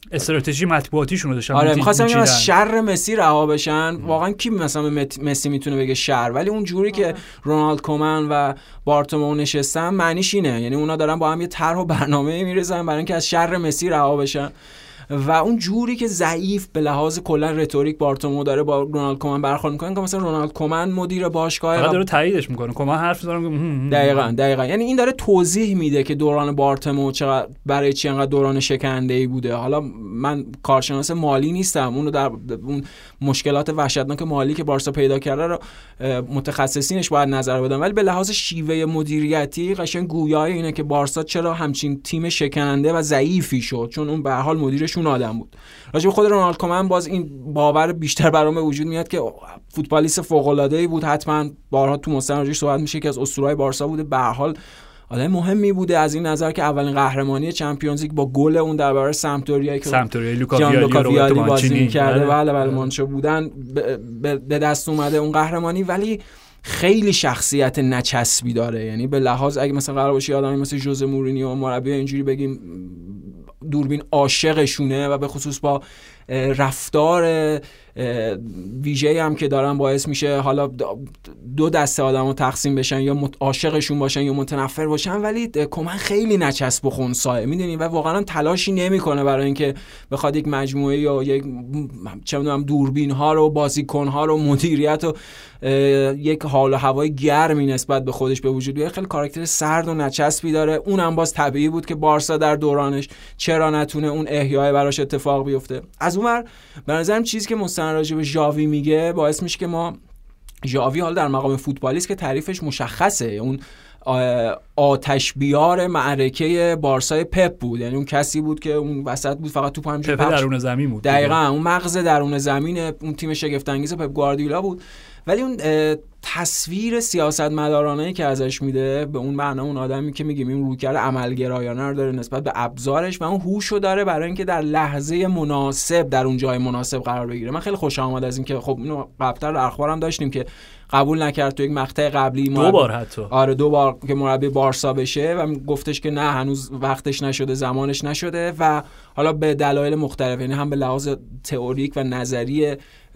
استراتژی مطبوعاتیشون رو داشتن. آره می‌خواستم بگم از شر مسی رها بشن. واقعا کی مثلا مسی میتونه بگه شر؟ ولی اون جوری که رونالد کومن و بارتومئو نشستن معنیش اینه، یعنی اونا دارن با هم یه طرح و برنامه می‌ریزن برای اینکه از شر مسی رها بشن. و اون جوری که ضعیف به لحاظ کلا رتوریک بارتومئو داره با رونالد کومن برخورد میکنه که مثلا رونالد کومن مدیر باشگاه داره تاییدش میکنه، کومن حرف میزنه. دقیقاً یعنی این داره توضیح میده که دوران بارتومئو چقدر برای چی انقدر دوران شکننده‌ای بوده. حالا من کارشناس مالی نیستم، اونو در اون مشکلات وحشتناک مالی که بارسا پیدا کرده رو متخصصینش باید نظر بدن، ولی به لحاظ شیوه مدیریتی قشنگ گویای اینه که بارسا چرا همچین تیم شکننده و ضعیفی شد، چون اون به هر حال مدیرش اون آدم بود. راجع به خود رونالد کومن باز این باور بیشتر برام به وجود میاد که فوتبالیست فوق‌العاده‌ای بود، حتما بارها تو مستندش صحبت میشه که از اسطوره‌های بارسا بوده، به هر حال آدم مهمی بوده از این نظر که اولین قهرمانی چمپیونز لیگ با گل اون در برابر سمپدوریا که لوکا ویالی بازی کرده، بله مانچو بودن به دست اومده اون قهرمانی. ولی خیلی شخصیت نچسبی داره، یعنی به لحاظ اگه مثلا قرار باشه آدمی مثل ژوزه مورینیو مربی اینجوری بگیم دوربین عاشقشونه و به خصوص با رفتار ویژه‌ای هم که دارن باعث میشه حالا دو دسته آدمو تقسیم بشن، یا عاشقشون باشن یا متنفر باشن. ولی کومن خیلی نچسب و خنثیه، میدونی، و واقعا تلاشی نمیکنه برای اینکه بخواد یک مجموعه یا یک چه میدونم دوربین ها رو، بازیکن ها رو، مدیریت و یک حال و هوای گرمی نسبت به خودش به وجود بیاره. خیلی کاراکتر سرد و نچسبی داره. اونم باز طبیعی بود که بارسا در دورانش چرا نتونه اون احیای براش اتفاق بیفته. از اونور به نظرم چیزی که مستند راجع به ژاوی میگه باعث میشه که ما ژاوی حالا در مقام فوتبالیست که تعریفش مشخصه، اون آتش بیار معرکه بارسای پپ بود، یعنی اون کسی بود که اون وسط بود فقط توپ همینجوری پپ درون زمین بود. دقیقاً اون مغز درون زمین اون تیم شگفت انگیز پپ گواردیولا بود. ولی اون تصویر سیاستمدارانه‌ای که ازش میده به اون معنا اون آدمی که میگیم این رویکرد عملگرایانه رو داره نسبت به ابزارش و اون هوشو داره برای اینکه در لحظه مناسب در اون جای مناسب قرار بگیره. من خیلی خوشم اومد از اینکه خب اینو قبلا در اخبارم داشتیم که قبول نکرد تو یک مقطع قبلی، دو بار حتی دو بار که مربی بارسا بشه و گفتش که نه هنوز وقتش نشده، زمانش نشده و حالا به دلایل مختلف، یعنی هم به لحاظ تئوریک و نظری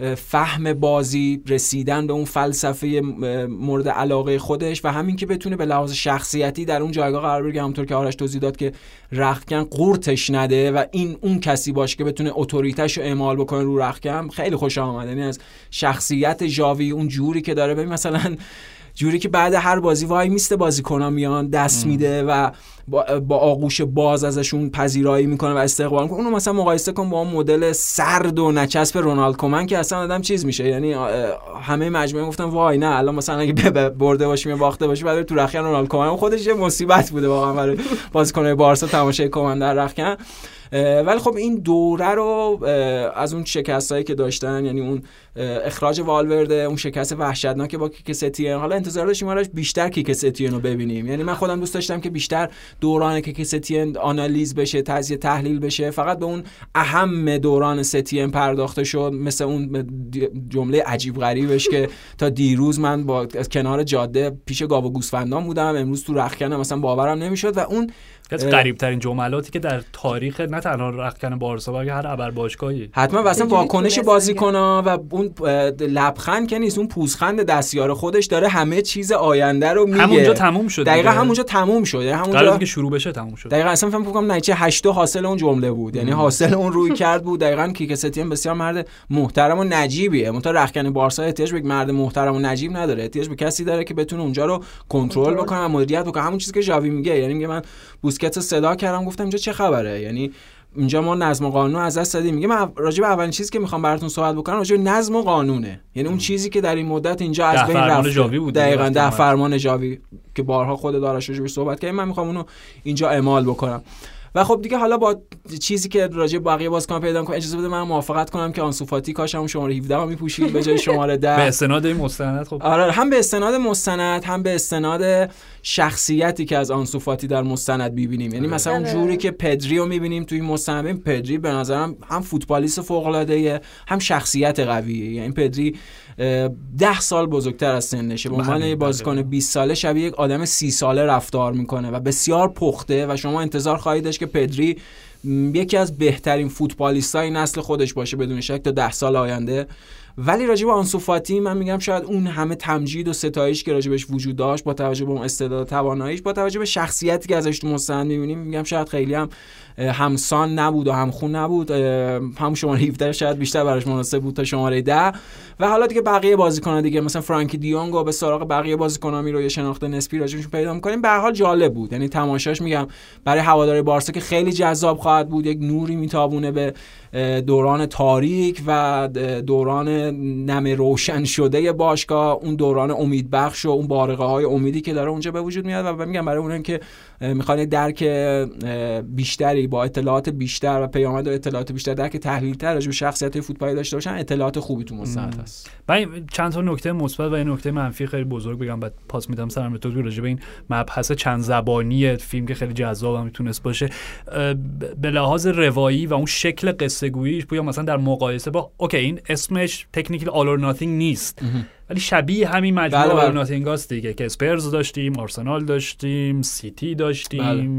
فهم بازی، رسیدن به اون فلسفه مورد علاقه خودش و همین که بتونه به لحاظ شخصیتی در اون جایگاه قرار بگیره، همونطور که آرش توضیح داد که رختکن قورتش نده و این اون کسی باشه که بتونه اتوریتش رو اعمال بکنه رو رختکن. خیلی خوشم اومد، یعنی از شخصیت ژاوی اون جوری که داره، ببین مثلا جوری که بعد هر بازی وای میسته بازیکن‌ها میان دست میده و با آغوش باز ازشون پذیرایی میکنه و استقبال میکنه. اونو مثلا مقایسه کن با اون مدل سرد و نچسب رونالد کومن که اصلا آدم چیز میشه، یعنی همه مجموعه گفتن وای نه الان مثلا اگه برده باشیم یا باخته باشیم بعد تو رختکن رونالد کومن خودش یه مصیبت بوده واقعا برای بازیکن‌های بارسا تماشای کومن در رختکن. ولی خب این دوره رو از اون شکستایی که داشتن، یعنی اون اخراج والورده، اون شکست وحشتناک با کیک ستین، حالا انتظار داشتیم آرش بیشتر کیک ستین رو ببینیم. یعنی من خودم دوست داشتم که بیشتر دوران کیک ستین آنالیز بشه، تجزیه تحلیل بشه، فقط به اون اهم دوران ستین پرداخته شد، مثل اون جمله عجیب غریبش که تا دیروز من با کنار جاده پیش گاو و گوسفندان بودم، امروز تو رختکن مثلا باورم نمیشد. و اون از غریب ترین جملاتی که در تاریخ نه تنها رختکن بارسا بلکه هر ابر باشگاهی حتما واسه واکنش بازیکن‌ها و اون لبخند که نیست، اون پوزخند دستیار خودش داره همه چیز آینده رو میگه. همونجا تموم شد. دقیقاً همونجا تموم شد، یعنی همونجا که شروع بشه تموم شد. دقیقاً اصلا فکر می‌کنم نتیجه 8 حاصل اون جمله بود، یعنی حاصل اون روی کرد بود. دقیقاً کیک ستین بسیار مرد محترم و نجیبیه. منتها رختکن بارسا احتیاج به مرد محترم و نجیب نداره، احتیاج به کسی داره که بتونه اونجا رو کنترل بکنه و مدیریت بکنه. همون چیزی که ژاوی میگه، یعنی میگه من بوسکتس صدا کردم گفتم اینجا چه خبره، یعنی اینجا ما نظم و قانون از دست دادیم. میگه من راجع به اولین چیزی که میخوام براتون صحبت بکنم راجع به نظم و قانونه، یعنی اون چیزی که در این مدت اینجا از بین رفت. دقیقاً ده فرمان ژاوی که بارها خود دارش راجع بهش صحبت کردیم، من میخوام اونو اینجا اعمال بکنم. و خب دیگه حالا با چیزی که راجع به بقیه بازیکن پیدا کنم، اجازه بده من موافقت کنم که آنسو فاتی کاش هم شماره 17 رو میپوشید به جای شماره 10 به استناد این مستند. خب آره، هم به استناد مستند هم به استناد شخصیتی که از آنسو فاتی در مستند می‌بینیم. یعنی مثلا اون جوری که پدری رو می‌بینیم توی مستند، پدری به نظرم هم فوتبالیست فوق‌العاده‌ایه هم شخصیت قویه. یعنی پدری 10 سال بزرگتر از سنشه، به عنوان یه بازیکن 20 ساله شبیه یک آدم 30 ساله رفتار میکنه و بسیار پخته و شما انتظار خواهید داشت که پدری یکی از بهترین فوتبالیستای نسل خودش باشه بدون شک تا 10 سال آینده. ولی راجع به آنسو فاتی من میگم شاید اون همه تمجید و ستایش که راجع بهش وجود داشت با توجه به اون استعداد و تواناییش، با توجه به شخصیتی که ازش تو مستند می‌بینیم، میگم شاید خیلی هم همسان نبود و همخون نبود. همون شماره 17 شاید بیشتر براش مناسب بود تا شماره 10. و حالا دیگه بقیه بازیکن‌ها دیگه مثلا فرانکی دیونگ و به سراغ بقیه بازیکن‌ها رو یه شناخت نسبی راجعشون پیدا می‌کنیم. به هر حال جالب بود، یعنی تماشاش میگم برای هواداری بارسا که خیلی جذاب خواهد بود، یک نوری میتابونه به دوران تاریک و دوران نم روشن شده باشگاه، اون دوران امیدبخش و اون بارقه‌های امیدی که داره اونجا به وجود میاد. و میگم برای اونایی که میخوان درک بیشتری با اطلاعات بیشتر و پیامد و اطلاعات بیشتر، درک تحلیل‌تر راجع به شخصیت‌های فوتبالی داشته باشن، اطلاعات خوبی تو مستند هست. من چند تا نکته مثبت و یه نکته منفی خیلی بزرگ بگم، بعد پاس میدم سرم به تو راجع به این مبحث چند زبانی فیلم که خیلی جذاب هم میتونست باشه. به لحاظ روایی و اون شکل قصه گوییش، بگم مثلا در مقایسه با اوکی این اسمش تکنیکال آل اور ناتینگ نیست، ولی شبیه همین مجموعه آل اور ناتینگ هاست دیگه، که اسپرز داشتیم، آرسنال داشتیم، سیتی داشتیم،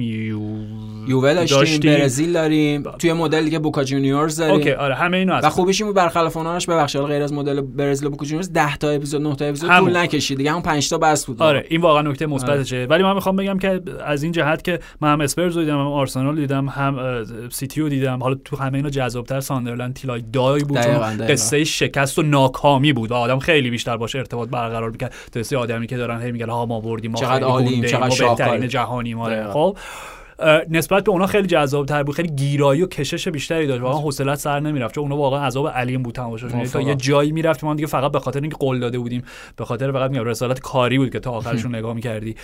یووه داشتیم، برزیل داریم، توی مدل دیگه بوکا جونیورز داریم. اوکی آره همه اینا هست. و خوبیش این بود برخلاف اوناش، ببخشید غیر از مدل برزیل و بوکا جونیورز 10 تا اپیزود 9 تا اپیزود طول نکشید دیگه، همون 5 تا بس بود. آره این واقعا نکته مثبتشه. ولی من میخوام بگم که از این جهت که من هم اسپرز رو دیدم، هم آرسنال دیدم، هم سیتی رو دیدم، حالا تو همه اینا جذاب‌تر ساندرلند تیلای دای بود، قصه شکست و ناکامی بود و آدم خیلی بیشتر باشه ارتباط برقرار می‌کرد. درسته آدمی که دارن هی میگن ها ما بردیم، ما چقدر عالیم، چقدر بهترین جهانی ما. خب نسبت به اونا خیلی جذاب‌تر بود، خیلی گیرایی و کشش بیشتری داشت، واقعا حوصله‌ات سر نمیرفت، چون اونا واقعا عذاب علیم بود تماشاشون. تا یه جایی میرفت ما دیگه فقط به خاطر اینکه قول داده بودیم، به خاطر فقط میگم رسالت کاری بود که تا آخرشون نگاه می‌کردی.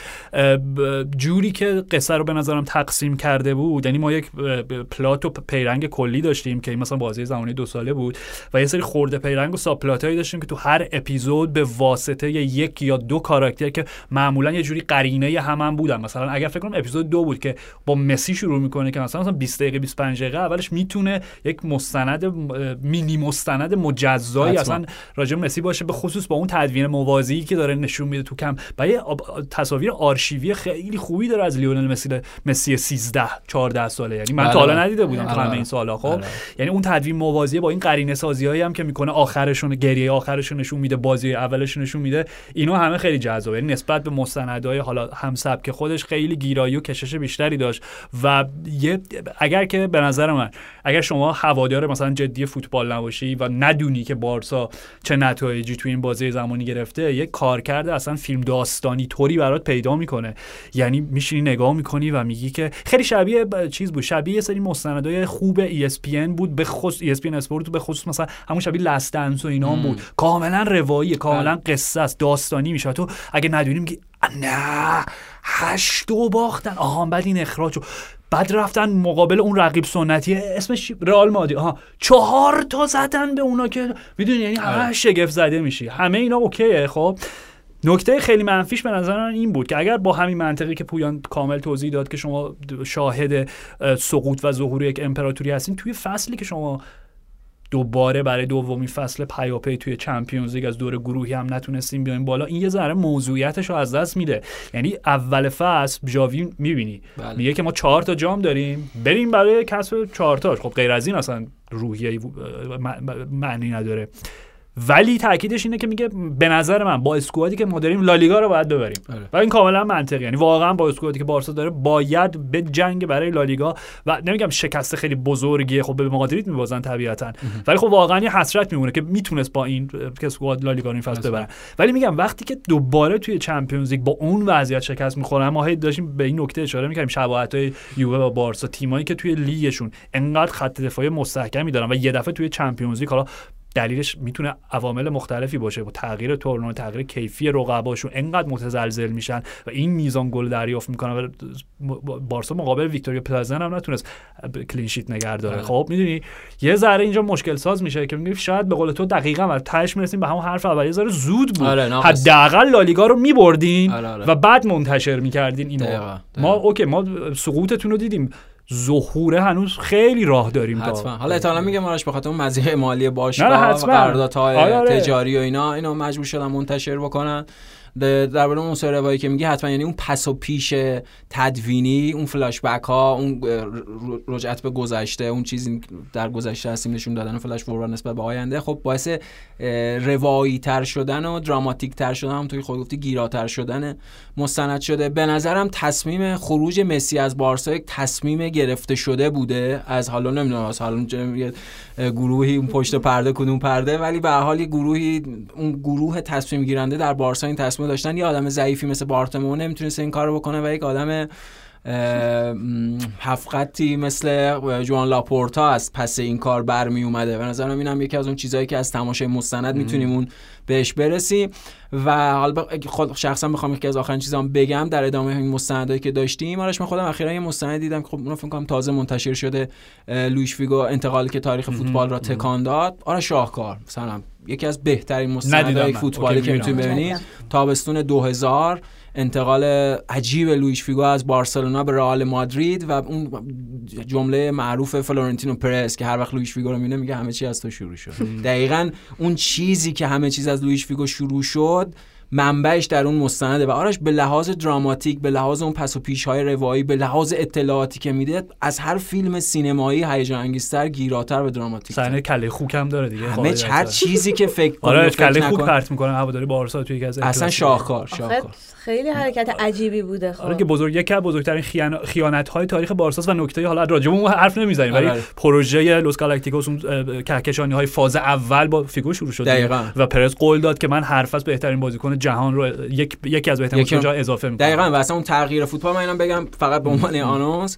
جوری که قصه رو به نظرم تقسیم کرده بود، یعنی ما یک پلات و پیرنگ کلی داشتیم که مثلا بازی زمانی 2 ساله بود و یه سری خورده پیرنگ و ساب پلاتایی داشتیم که تو هر اپیزود به واسطه یک یا دو کاراکتر که معمولا یه جوری قرینه هم بودن، مثلا اگر فکر کنم اپیزود 2 بود که با مسی شروع میکنه که مثلا 20 دقیقه 25 دقیقه اولش میتونه یک مستند مینی مستند مجزایی اصلا راجع به مسی باشه، به خصوص با اون تدوین موازی که داره نشون میده تو کم و یه تصاویر آرشیوی خیلی خوبی داره از لیونل مسی 13-14 ساله، یعنی من تا حالا ندیده بودم تو همه این سالا. خب یعنی اون تدوین موازی با این قرینه سازیایی هم که میکنه، آخرشون گریه آخرشون نشون میده، بازی اولش نشون میده، اینا همه خیلی جذابه. یعنی نسبت به مستندهای حالا هم سبک خودش خیلی گیرایی و کشش بیشتری داشت و اگر که به نظر من اگر شما هوادار مثلا جدی فوتبال نباشی و ندونی که بارسا چه نتایجی تو این بازی زمانی گرفته، یک کارکرد اصلا فیلم داستانی طوری برات پیدا میکنه، یعنی میشینی نگاه میکنی و میگی که خیلی شبیه چیز بود، شبیه یه سری مستندای خوب ESPN بود، به خصوص ESPN اسپورت، به خصوص مثلا همون شبیه لاست دنس و اینا بود، کاملا روایی، کاملا قصه است، داستانی میشه. تو اگه ندونی میگی نه 8 باختن، بعد این اخراج، بعد رفتن مقابل اون رقیب سنتی اسمش رئال مادرید 4 تا زدن به اونا که میدونی، یعنی همه شگفت زده میشی. همه اینا اوکیه. خب نکته خیلی منفیش به نظر من این بود که اگر با همین منطقی که پویان کامل توضیح داد که شما شاهد سقوط و ظهور یک امپراتوری هستین، توی فصلی که شما دوباره برای دومین فصل پیاپی توی چمپیونز لیگ از دور گروهی هم نتونستیم بیایم بالا، این یه ذره موضوعیتش رو از دست میده. یعنی اول فصل ژاوی میبینی میگه که ما 4 تا جام داریم، بریم برای کسب 4 تاش. خب غیر از این اصلا روحیه معنی نداره. ولی تاکیدش اینه که میگه به نظر من با اسکوادی که ما داریم لالیگا رو باید ببریم و این کاملا منطقی، یعنی واقعا با اسکوادی که بارسا داره باید به جنگ برای لالیگا و نمیگم شکست خیلی بزرگیه، خب به مادرید میبازن طبیعتا، ولی خب واقعا یه حسرت میمونه که میتونست با این اسکواد لالیگا رو این فصل ببرن. ولی میگم وقتی که دوباره توی چمپیونز لیگ با اون وضعیت شکست میخورن، ما هیچ داشتیم به این نکته اشاره میکردیم، شباهت‌های یووه با بارسا، تیمایی که توی لیگشون انقدر خط دفاعی مستحکمی دارن و یه دفعه توی چمپیونز لیگ، حالا دلیلش میتونه عوامل مختلفی باشه، با تغییر تورنمنت، تغییر کیفی رقباشون انقدر متزلزل میشن و این میزان گل دریافت میکنن و بارسا مقابل ویکتوریا پلازن هم نتونست کلین شیت نگه داره. خب میدونی یه ذره اینجا مشکل ساز میشه که میگی شاید به قول تو دقیقاً و تهش میرسیم به همون حرف اول، یه ذره زود بود، حداقل لالیگا رو میبردین و بعد منتشر میکردین اینو. ما اوکی، ما سقوطتون رو دیدیم، ظهوره هنوز خیلی راه داریم حتما. حالا احتمالاً میگم آرش به خاطر اون مزیه مالی باشگاه و قراردادهای تجاری و اینا مجبور شدن منتشر بکنن درباره اون سری روایی که میگی حتما یعنی اون پس و پیش تدوینی، اون فلاش بک ها، اون رجعت به گذشته، اون چیزی در گذشته هستیم نشون دادن فلاش فورورد نسبت به آینده، خب باعث روایی تر شدن و دراماتیک تر شدن، همونطوری خود گفتی گیراتر شدن مستند شده. به نظرم تصمیم خروج مسی از بارسا یک تصمیم گرفته شده بوده از حالا نمیدونم از حالا گروهی اون پشت پرده کدوم پرده، ولی به هر حال گروهی اون گروه تصمیم گیرنده در بارسا این تصمیم داشتن. یه آدم ضعیفی مثل بارتومئو نمیتونست این کارو بکنه و یک آدم هفقتی مثل جوان لاپورتا از پس این کار برمی اومده. به نظرم اینم یکی از اون چیزایی که از تماشای مستند میتونیم اون بهش برسیم. و حالا خود شخصا بخوام یکی از آخرین چیزام بگم در ادامه این مستندایی که داشتیم، آرش من خودم اخیرا یه مستند دیدم که خب اون فکر کنم تازه منتشر شده، لوئیس فیگو انتقالی که تاریخ فوتبال را تکان داد. آره شاهکار، مثلا یکی از بهترین مستندهای فوتبالی که میتونید ببینید. تابستون 2000 انتقال عجیب لوئیس فیگو از بارسلونا به رئال مادرید و اون جمله معروف فلورنتینو پرز که هر وقت لوئیس فیگو رو میگه همه چی از تو شروع شد. دقیقاً اون چیزی که همه چیز از لوئیس فیگو شروع شد منبعش در اون مستنده و آرش به لحاظ دراماتیک، به لحاظ اون پس و پیش‌های روایی، به لحاظ اطلاعاتی که میده از هر فیلم سینمایی هیجان انگیزتر، گیراتر و دراماتیک‌تر. صحنه کله خوک هم داره دیگه، همه هر چیزی که فکر کنی آره کله خوک پرت می‌کنه هواداری بارسا توی یکی از اصلا شاهکار. خیلی حرکت عجیبی بوده. آره که یکی از بزرگترین خیانت‌های تاریخ بارساست و نکته حالا راجع به اون حرف نمی‌زنیم، ولی پروژه لوس گالاکتیکوس اون کهکشانی‌های فاز اول با فیگو شروع شد و پرز قول داد که من حرف از بهترین بازیکن جهان رو یکی از بهترین بازیکن‌ها اضافه می‌کنم. دقیقاً. و اصلا اون تغییر فوتبال من اینم بگم فقط به عنوان آنونس،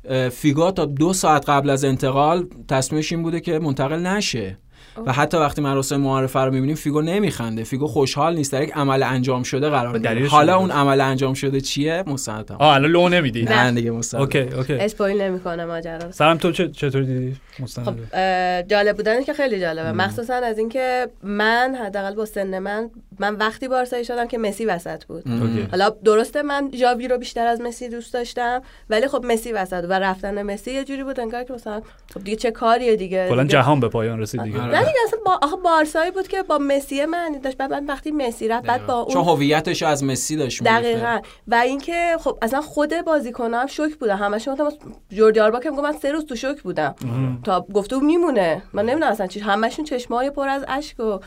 فیگو تا 2 ساعت قبل از انتقال تصمیمش این بوده که منتقل نشه و حتی وقتی مراسم معارفه رو می‌بینیم فیگو نمیخنده، فیگو خوشحال نیست، در یک عمل انجام شده قرار می‌گیره. حالا اون عمل انجام شده چیه؟ مستند. الان لو نمیدی؟ نه دیگه مستند. اوکی اسپویل نمی‌کنه ماجرا. سلام تو چطوری دیدی مستند؟ خب جالب بودنش که خیلی جالبه، مخصوصا از اینکه من حداقل با سن من وقتی بارسایی شدم که مسی وسط بود. حالا درسته من ژاوی رو بیشتر از مسی دوست داشتم، ولی خب مسی وسط و رفتن مسی یه جوری بود انگار که مثلا خب دیگه چه کاریه دیگه، کلا جهان به پایان رسید دیگه. نه دیگه اصلا بارسایی بود که با مسی معنی داشت. بعد وقتی مسی رفت بعد با اون چون هویتش از مسی داشت دقیقاً. و اینکه خب اصلا خود بازیکن‌ها هم شوک بودن، همشون مثلا جوردی آلبا که میگم من 3 روز تو شوک بودم تا گفتم میمونه، من نمیدونم اصلا چی، همشون چشمای پر از اشک و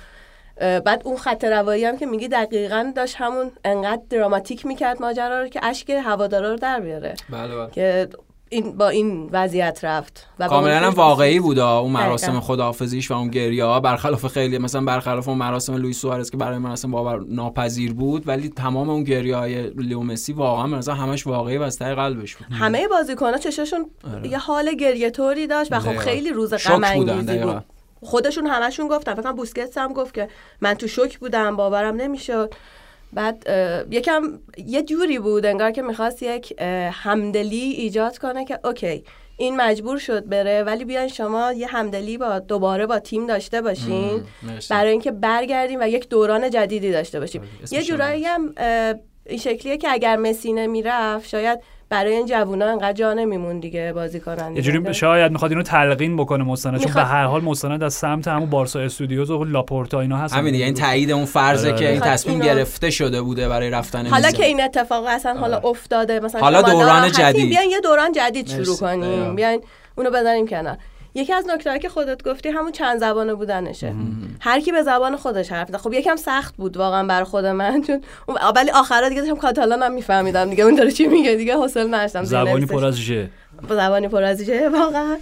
بعد اون خط روایی هم که میگی دقیقاً داشت همون انقدر دراماتیک میکرد ماجرا رو که اشک هوادارا رو در بیاره. بله. که این با این وضعیت رفت و کاملا هم واقعی بود اون مراسم خداحافظیش و اون گریه‌ها، برخلاف خیلی مثلا برخلاف اون مراسم لوئیس سوارز که برای من اصلا باور ناپذیر بود، ولی تمام اون گریه‌های لیو مسی واقعا مثلا همش واقعی و از ته قلبش بود. همه بازیکن‌ها چشاشون یه حال گریه طوری داشت و خب خیلی روز غم انگیزی بود. خودشون همشون گفتن، فقط بوسکتس هم گفت که من تو شوک بودم، باورم نمیشد. بعد یکم یه جوری بود انگار که میخواست یک همدلی ایجاد کنه که اوکی این مجبور شد بره، ولی بیاین شما یه همدلی دوباره با تیم داشته باشین برای اینکه برگردیم و یک دوران جدیدی داشته باشیم. یه جورایی هم این شکلیه که اگر مسی نمیرفت شاید برای این جوونا انقدر جا نمیمون دیگه بازی کنن. یه جوری شاید میخواد اینو تلقین بکنه مستند، چون به هر حال مستند از سمت همون بارسا استودیوز و لاپورتا اینا هست. همین دیگه این تایید اون فرضه که این تصمیم گرفته شده بوده برای رفتن حالا میزن. که این اتفاق اصلا حالا افتاده، مثلا حالا دوران جدید، بیاین یه دوران جدید شروع کنیم، بیاین اونو بذاریم کنار. یکی از نکته‌ای که خودت گفتی همون چند زبانه بودنشه. هر کی به زبان خودش حرف می‌زنه. خب یکم سخت بود واقعا برای خود من، چون ولی آخرا دیگه داشتم کاتالان هم میفهمیدم دیگه اون داره چی میگه، دیگه حوصله نداشتم. زبانی پر از ژ، زبانی پر از ژ واقعا.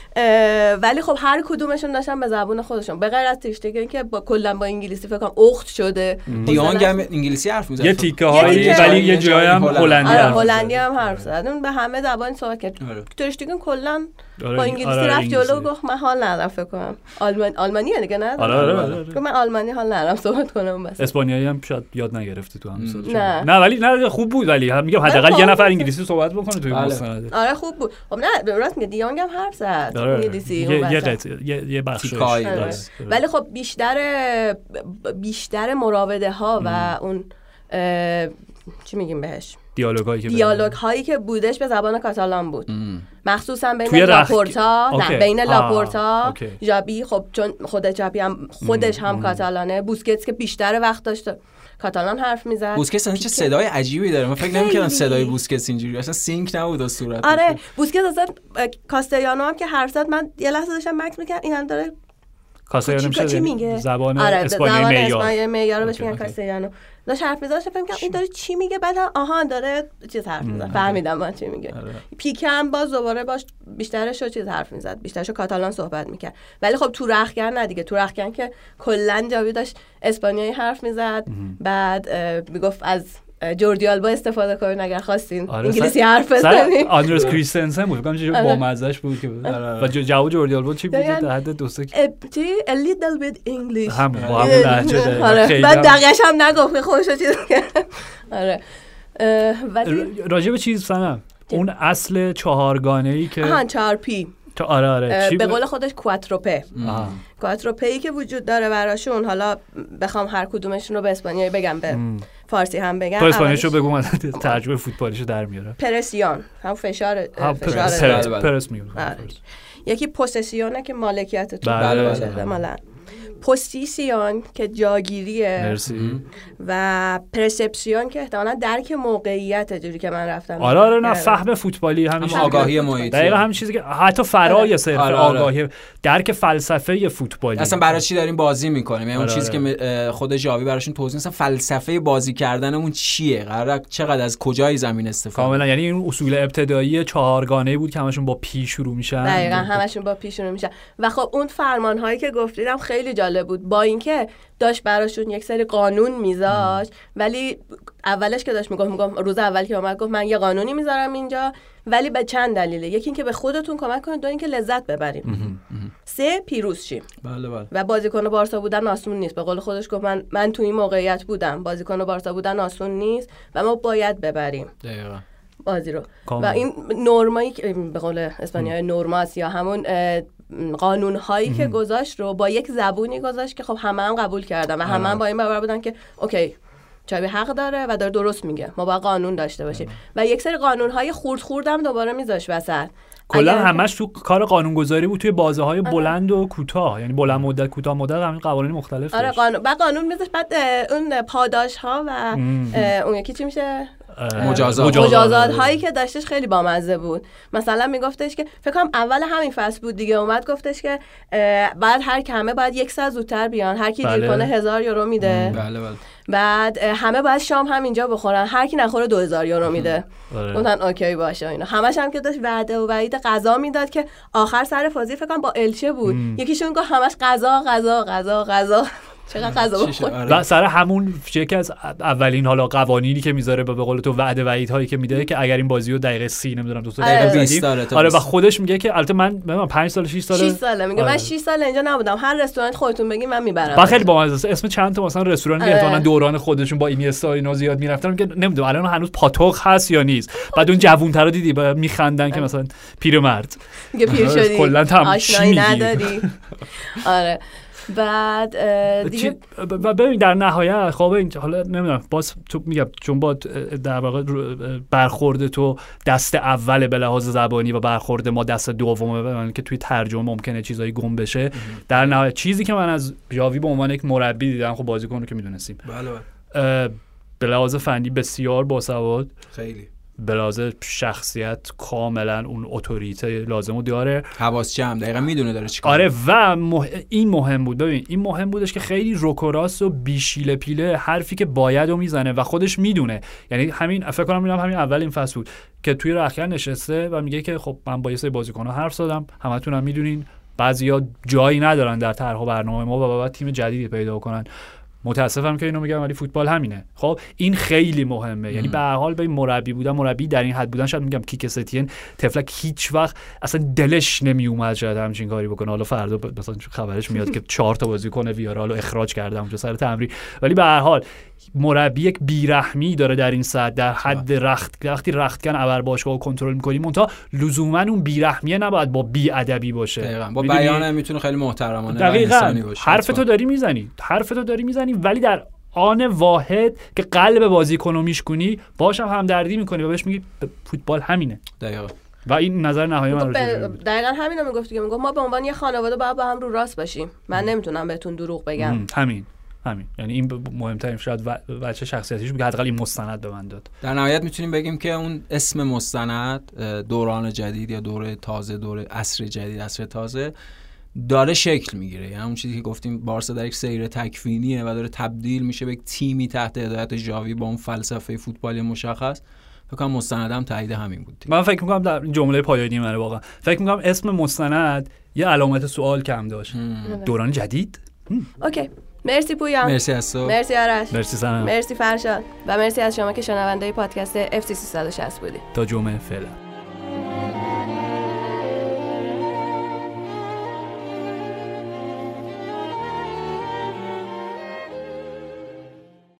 ولی خب هر کدومشون داشتن به زبان خودشون، به غیر از تیشتگن که با کلا با انگلیسی فکر کنم اخت شده. دیانگ هم انگلیسی حرف می‌زنه یه تیکه هایی، ولی یه جایی هم هلندی هم حرف زد. اون به همه زبان صحبت کرد. تیشتگن کلا با انگلیسی رفت جلو، گفت من حال ندارم فکر کنم آلمانیه دیگه نه. آره من آلمانی حال ندارم صحبت کنم بس. اسپانیایی هم شاید یاد نگرفتی تو همین سال. نه ولی نه خوب بود، ولی میگم حداقل یه نفر انگلیسی صحبت بکنه توی مستند. آره خوب بود. خب نه راست میگه دیانگ هم حرف زد انگلیسی یه بخش. ولی خب بیشتر مراوده ها و اون چی میگیم بهش دیالوگ هایی که بودش به زبان کاتالان بود، مخصوصا بین لاپورتا بین لاپورتا ژابی، خب چون خودش هم کاتالانه، بوسکتس که بیشتر وقت داشت کاتالان حرف میزد. بوسکتس چه صدای عجیبی داره، من فکر نمی‌کردم صدای بوسکتس اینجوری اصلا سینک نبود از صورت. آره بوسکتس اصلا کاستلیانو هم که حرف زد من یه لحظه داشتم مکس می‌کردم این هم داره کاستلیانو میشه زبان اسپانیایی معیار رو بهش میگن کاستلیانو. داشت حرف می‌زد فکر کنم این داره چی میگه، بعد داره چیز حرف می‌زد، فهمیدم من چی میگه. پیکه هم باز دوباره باش بیشترش رو چیز حرف می‌زد، بیشترش کاتالان صحبت می‌کرد. ولی خب تو رختکن نه دیگه، تو رختکن که کلاً جاوی داشت اسپانیایی حرف می‌زد، بعد میگفت از جوردی آلبا استفاده کنین اگر خواستین انگلیسی حرف بزنین. آندرس کریستنسن بود که با مزهش بود که و جواب جوردی آلبا چی بود در حد دوستا چی a little bit English هم با همون لهجه داره. بعد دقیقاً هم نگفت خودش چیز کرد. آره ولی راجع به چیز سنم اون اصل چهارگانه‌ای که 4P آره به قول خودش کواتروپه کواتروپه‌ای که وجود داره براشون، حالا بخوام هر کدومشون رو به اسپانیایی بگم به فارسی هم بگم، تو اسپانیاییشو بگو من ترجمه فوتبالیشو در میارم. پرسیون هم فشار پرس میگم. یکی پوسسیونه که مالکیت تو باشه احتمالاً، پوزیسیون که جاگیریه و پرسپسیون که احتمالاً درک موقعیت، جوری که من رفتم. آره نه فهم فوتبالی همین آگاهی محیطی، دقیقاً همین چیزی که حتی فرای صرف آگاهی، درک فلسفه فوتبالی. اصلا برای چی داریم بازی میکنیم، یعنی اون چیزی که خود ژاوی براشون توضیح، مثلا فلسفه بازی کردنمون چیه، قراره چقدر از کجای زمین استفاده. کاملا یعنی این اصول ابتدایی چهارگانه‌ای بود که همشون با پی شروع میشن. دقیقاً همشون با پی شروع میشن و خب اون فرمان‌هایی که گفتیدم خیلی جالب بود، با اینکه داشت براشون یک سری قانون میذاشت، ولی اولش که داشت میگفت روز اول که اومد گفت من یه قانونی میذارم اینجا، ولی به چند دلیله. یکی اینکه به خودتون کمک کنید، دو اینکه لذت ببرید، سه پیروز شیم. بله. و بازیکن بارسا بودن آسون نیست، به قول خودش گفت من تو این موقعیت بودم، بازیکن بارسا بودن آسون نیست و ما باید ببریم دقیقاً بازی رو. و این نورمایی که به قول اسپانیایی نورماس یا همون قانون هایی که گذاشت رو با یک زبونی گذاشت که خب همه هم قبول کردن و همه هم با این باور بودن که اوکی چابی حق داره و داره درست میگه، ما باید قانون داشته باشیم. و یک سری قانون های خورد هم دوباره میذاشت وسط. کلا همش تو کار قانونگذاری بود توی بازه‌های بلند و کوتاه، یعنی بلند مدت کوتاه مدت همین قوانین مختلف داشت. آره قانون میذاشت، بعد اون پاداش ها و اون یکی چی میشه مجازات هایی که داشتش خیلی بامزه بود. مثلا میگفتش که فکر کنم اول همین فصل بود دیگه، اومد گفتش که بعد همه باید یک ساعت زودتر بیان، هر کی دیر کنه 1000 یورو میده. بله. بعد همه باید شام هم اینجا بخورن، هر کی نخوره 2000 یورو میده. گفتن اوکی باشه اینا. همش هم که داشت وعده و وعید غذا میداد که آخر سر بازی فکر کنم با الچه بود، یکیشون گفت همش غذا چقدر غذا بخور. و سر همون یکی از اولین حالا قوانینی که میذاره به قول تو وعده وعید هایی که میده که اگر این بازی رو دقیقه 30 نمیدونم 2 دقیقه 20 آره و خودش میگه که البته من 5 سال 6 ساله میگه من 6 سال اینجا نبودم، هر رستوران خودتون بگین من میبرم. خیلی بامزه اسم چند تا مثلا رستوران احتمالاً دوران خودشون با اینیستا اینا زیاد میرفتن که نمیدونم الان هنوز پاتوق هست یا نیست. بعد اون جوون‌ترا دیدی میخندن که مثلا پیرمرد میگه پیر شدی کلا آشنایی نداری. آره بعد دیگه ببین در نهایت خب حالا نمیدونم باز تو میگم چون با در واقع برخورد تو دست اول به لحاظ زبانی و برخورد ما دست دومه که توی ترجمه ممکنه چیزایی گم بشه. در نهایت چیزی که من از ژاوی به عنوان یک مربی دیدم، خب بازیکن رو که میدونستیم به لحاظ فنی بسیار باسواد، خیلی به لحاظ شخصیت کاملا اون اتوریته لازمو داره، حواس جمع، دقیقاً میدونه داره چیکار. آره و این مهم بود. ببین این مهم بودش که خیلی روکوراس و بیشیله پیله حرفی که باید رو میزنه و خودش میدونه. یعنی همین فکر کنم همین اول این فصل بود که توی رختکن نشسته و میگه که خب من با یه سری بازیکن‌ها حرف زدم، همتونم میدونین بعضیا جایی ندارن در طرح و برنامه ما و باید تیم جدیدی پیدا کنن. متاسفم که اینو میگم ولی فوتبال همینه. خب این خیلی مهمه. یعنی به هر حال به مربی بودن، مربی در این حد بودن، شاید میگم کیک ستین تفلک هیچ وقت اصلا دلش نمیومد شاید همچین کاری بکنه. حالا فردا مثلا خبرش میاد که 4 تا بازیکن ویارال رو اخراج کرده اونجا سر تمرین، ولی به هر حال مربی یک بیرحمی داره در این سطح، در حد وقتی رختکن ابر باشگاه رو کنترل می‌کنی منتها لزوما اون بیرحمیه نباید با بی‌ادبی باشه. دقیقاً با بیان میتونه خیلی محترمانه و انسانی باشه. حرفتو داری میزنی ولی در آن واحد که قلب بازی کنو میشکنی باش هم دردی میکنی و بهش میگی فوتبال همینه. دقیقاً. و این نظر نهایی من دقیقاً همینا میگفت که میگفت ما به عنوان یه خانواده باید با هم رو راست باشیم. من نمیتونم بهتون دروغ بگم. همین یعنی این مهمترین شاید بچه شخصیتیش بود که حداقل این مستند به من داد. در نهایت میتونیم بگیم که اون اسم مستند دوران جدید یا دوره تازه، دوره عصر جدید، عصر تازه داره شکل میگیره. یعنی اون چیزی که گفتیم بارسا در یک سیر تکوینیه و داره تبدیل میشه به یک تیمی تحت هدایت ژاوی با اون فلسفه فوتبالی مشخص. فکر کنم مستندم تایید همین بود. من فکر میکنم در جمله پایانی منه واقعا فکر میکنم اسم مستند یه علامت سوال کم داشت. دوران جدید. اوکی. مرسی پویان. مرسی از تو. مرسی آرش. مرسی سنم. مرسی فرشاد و مرسی از شما که شنونده پادکست FC 360 بودید. تا جمعه فعلا.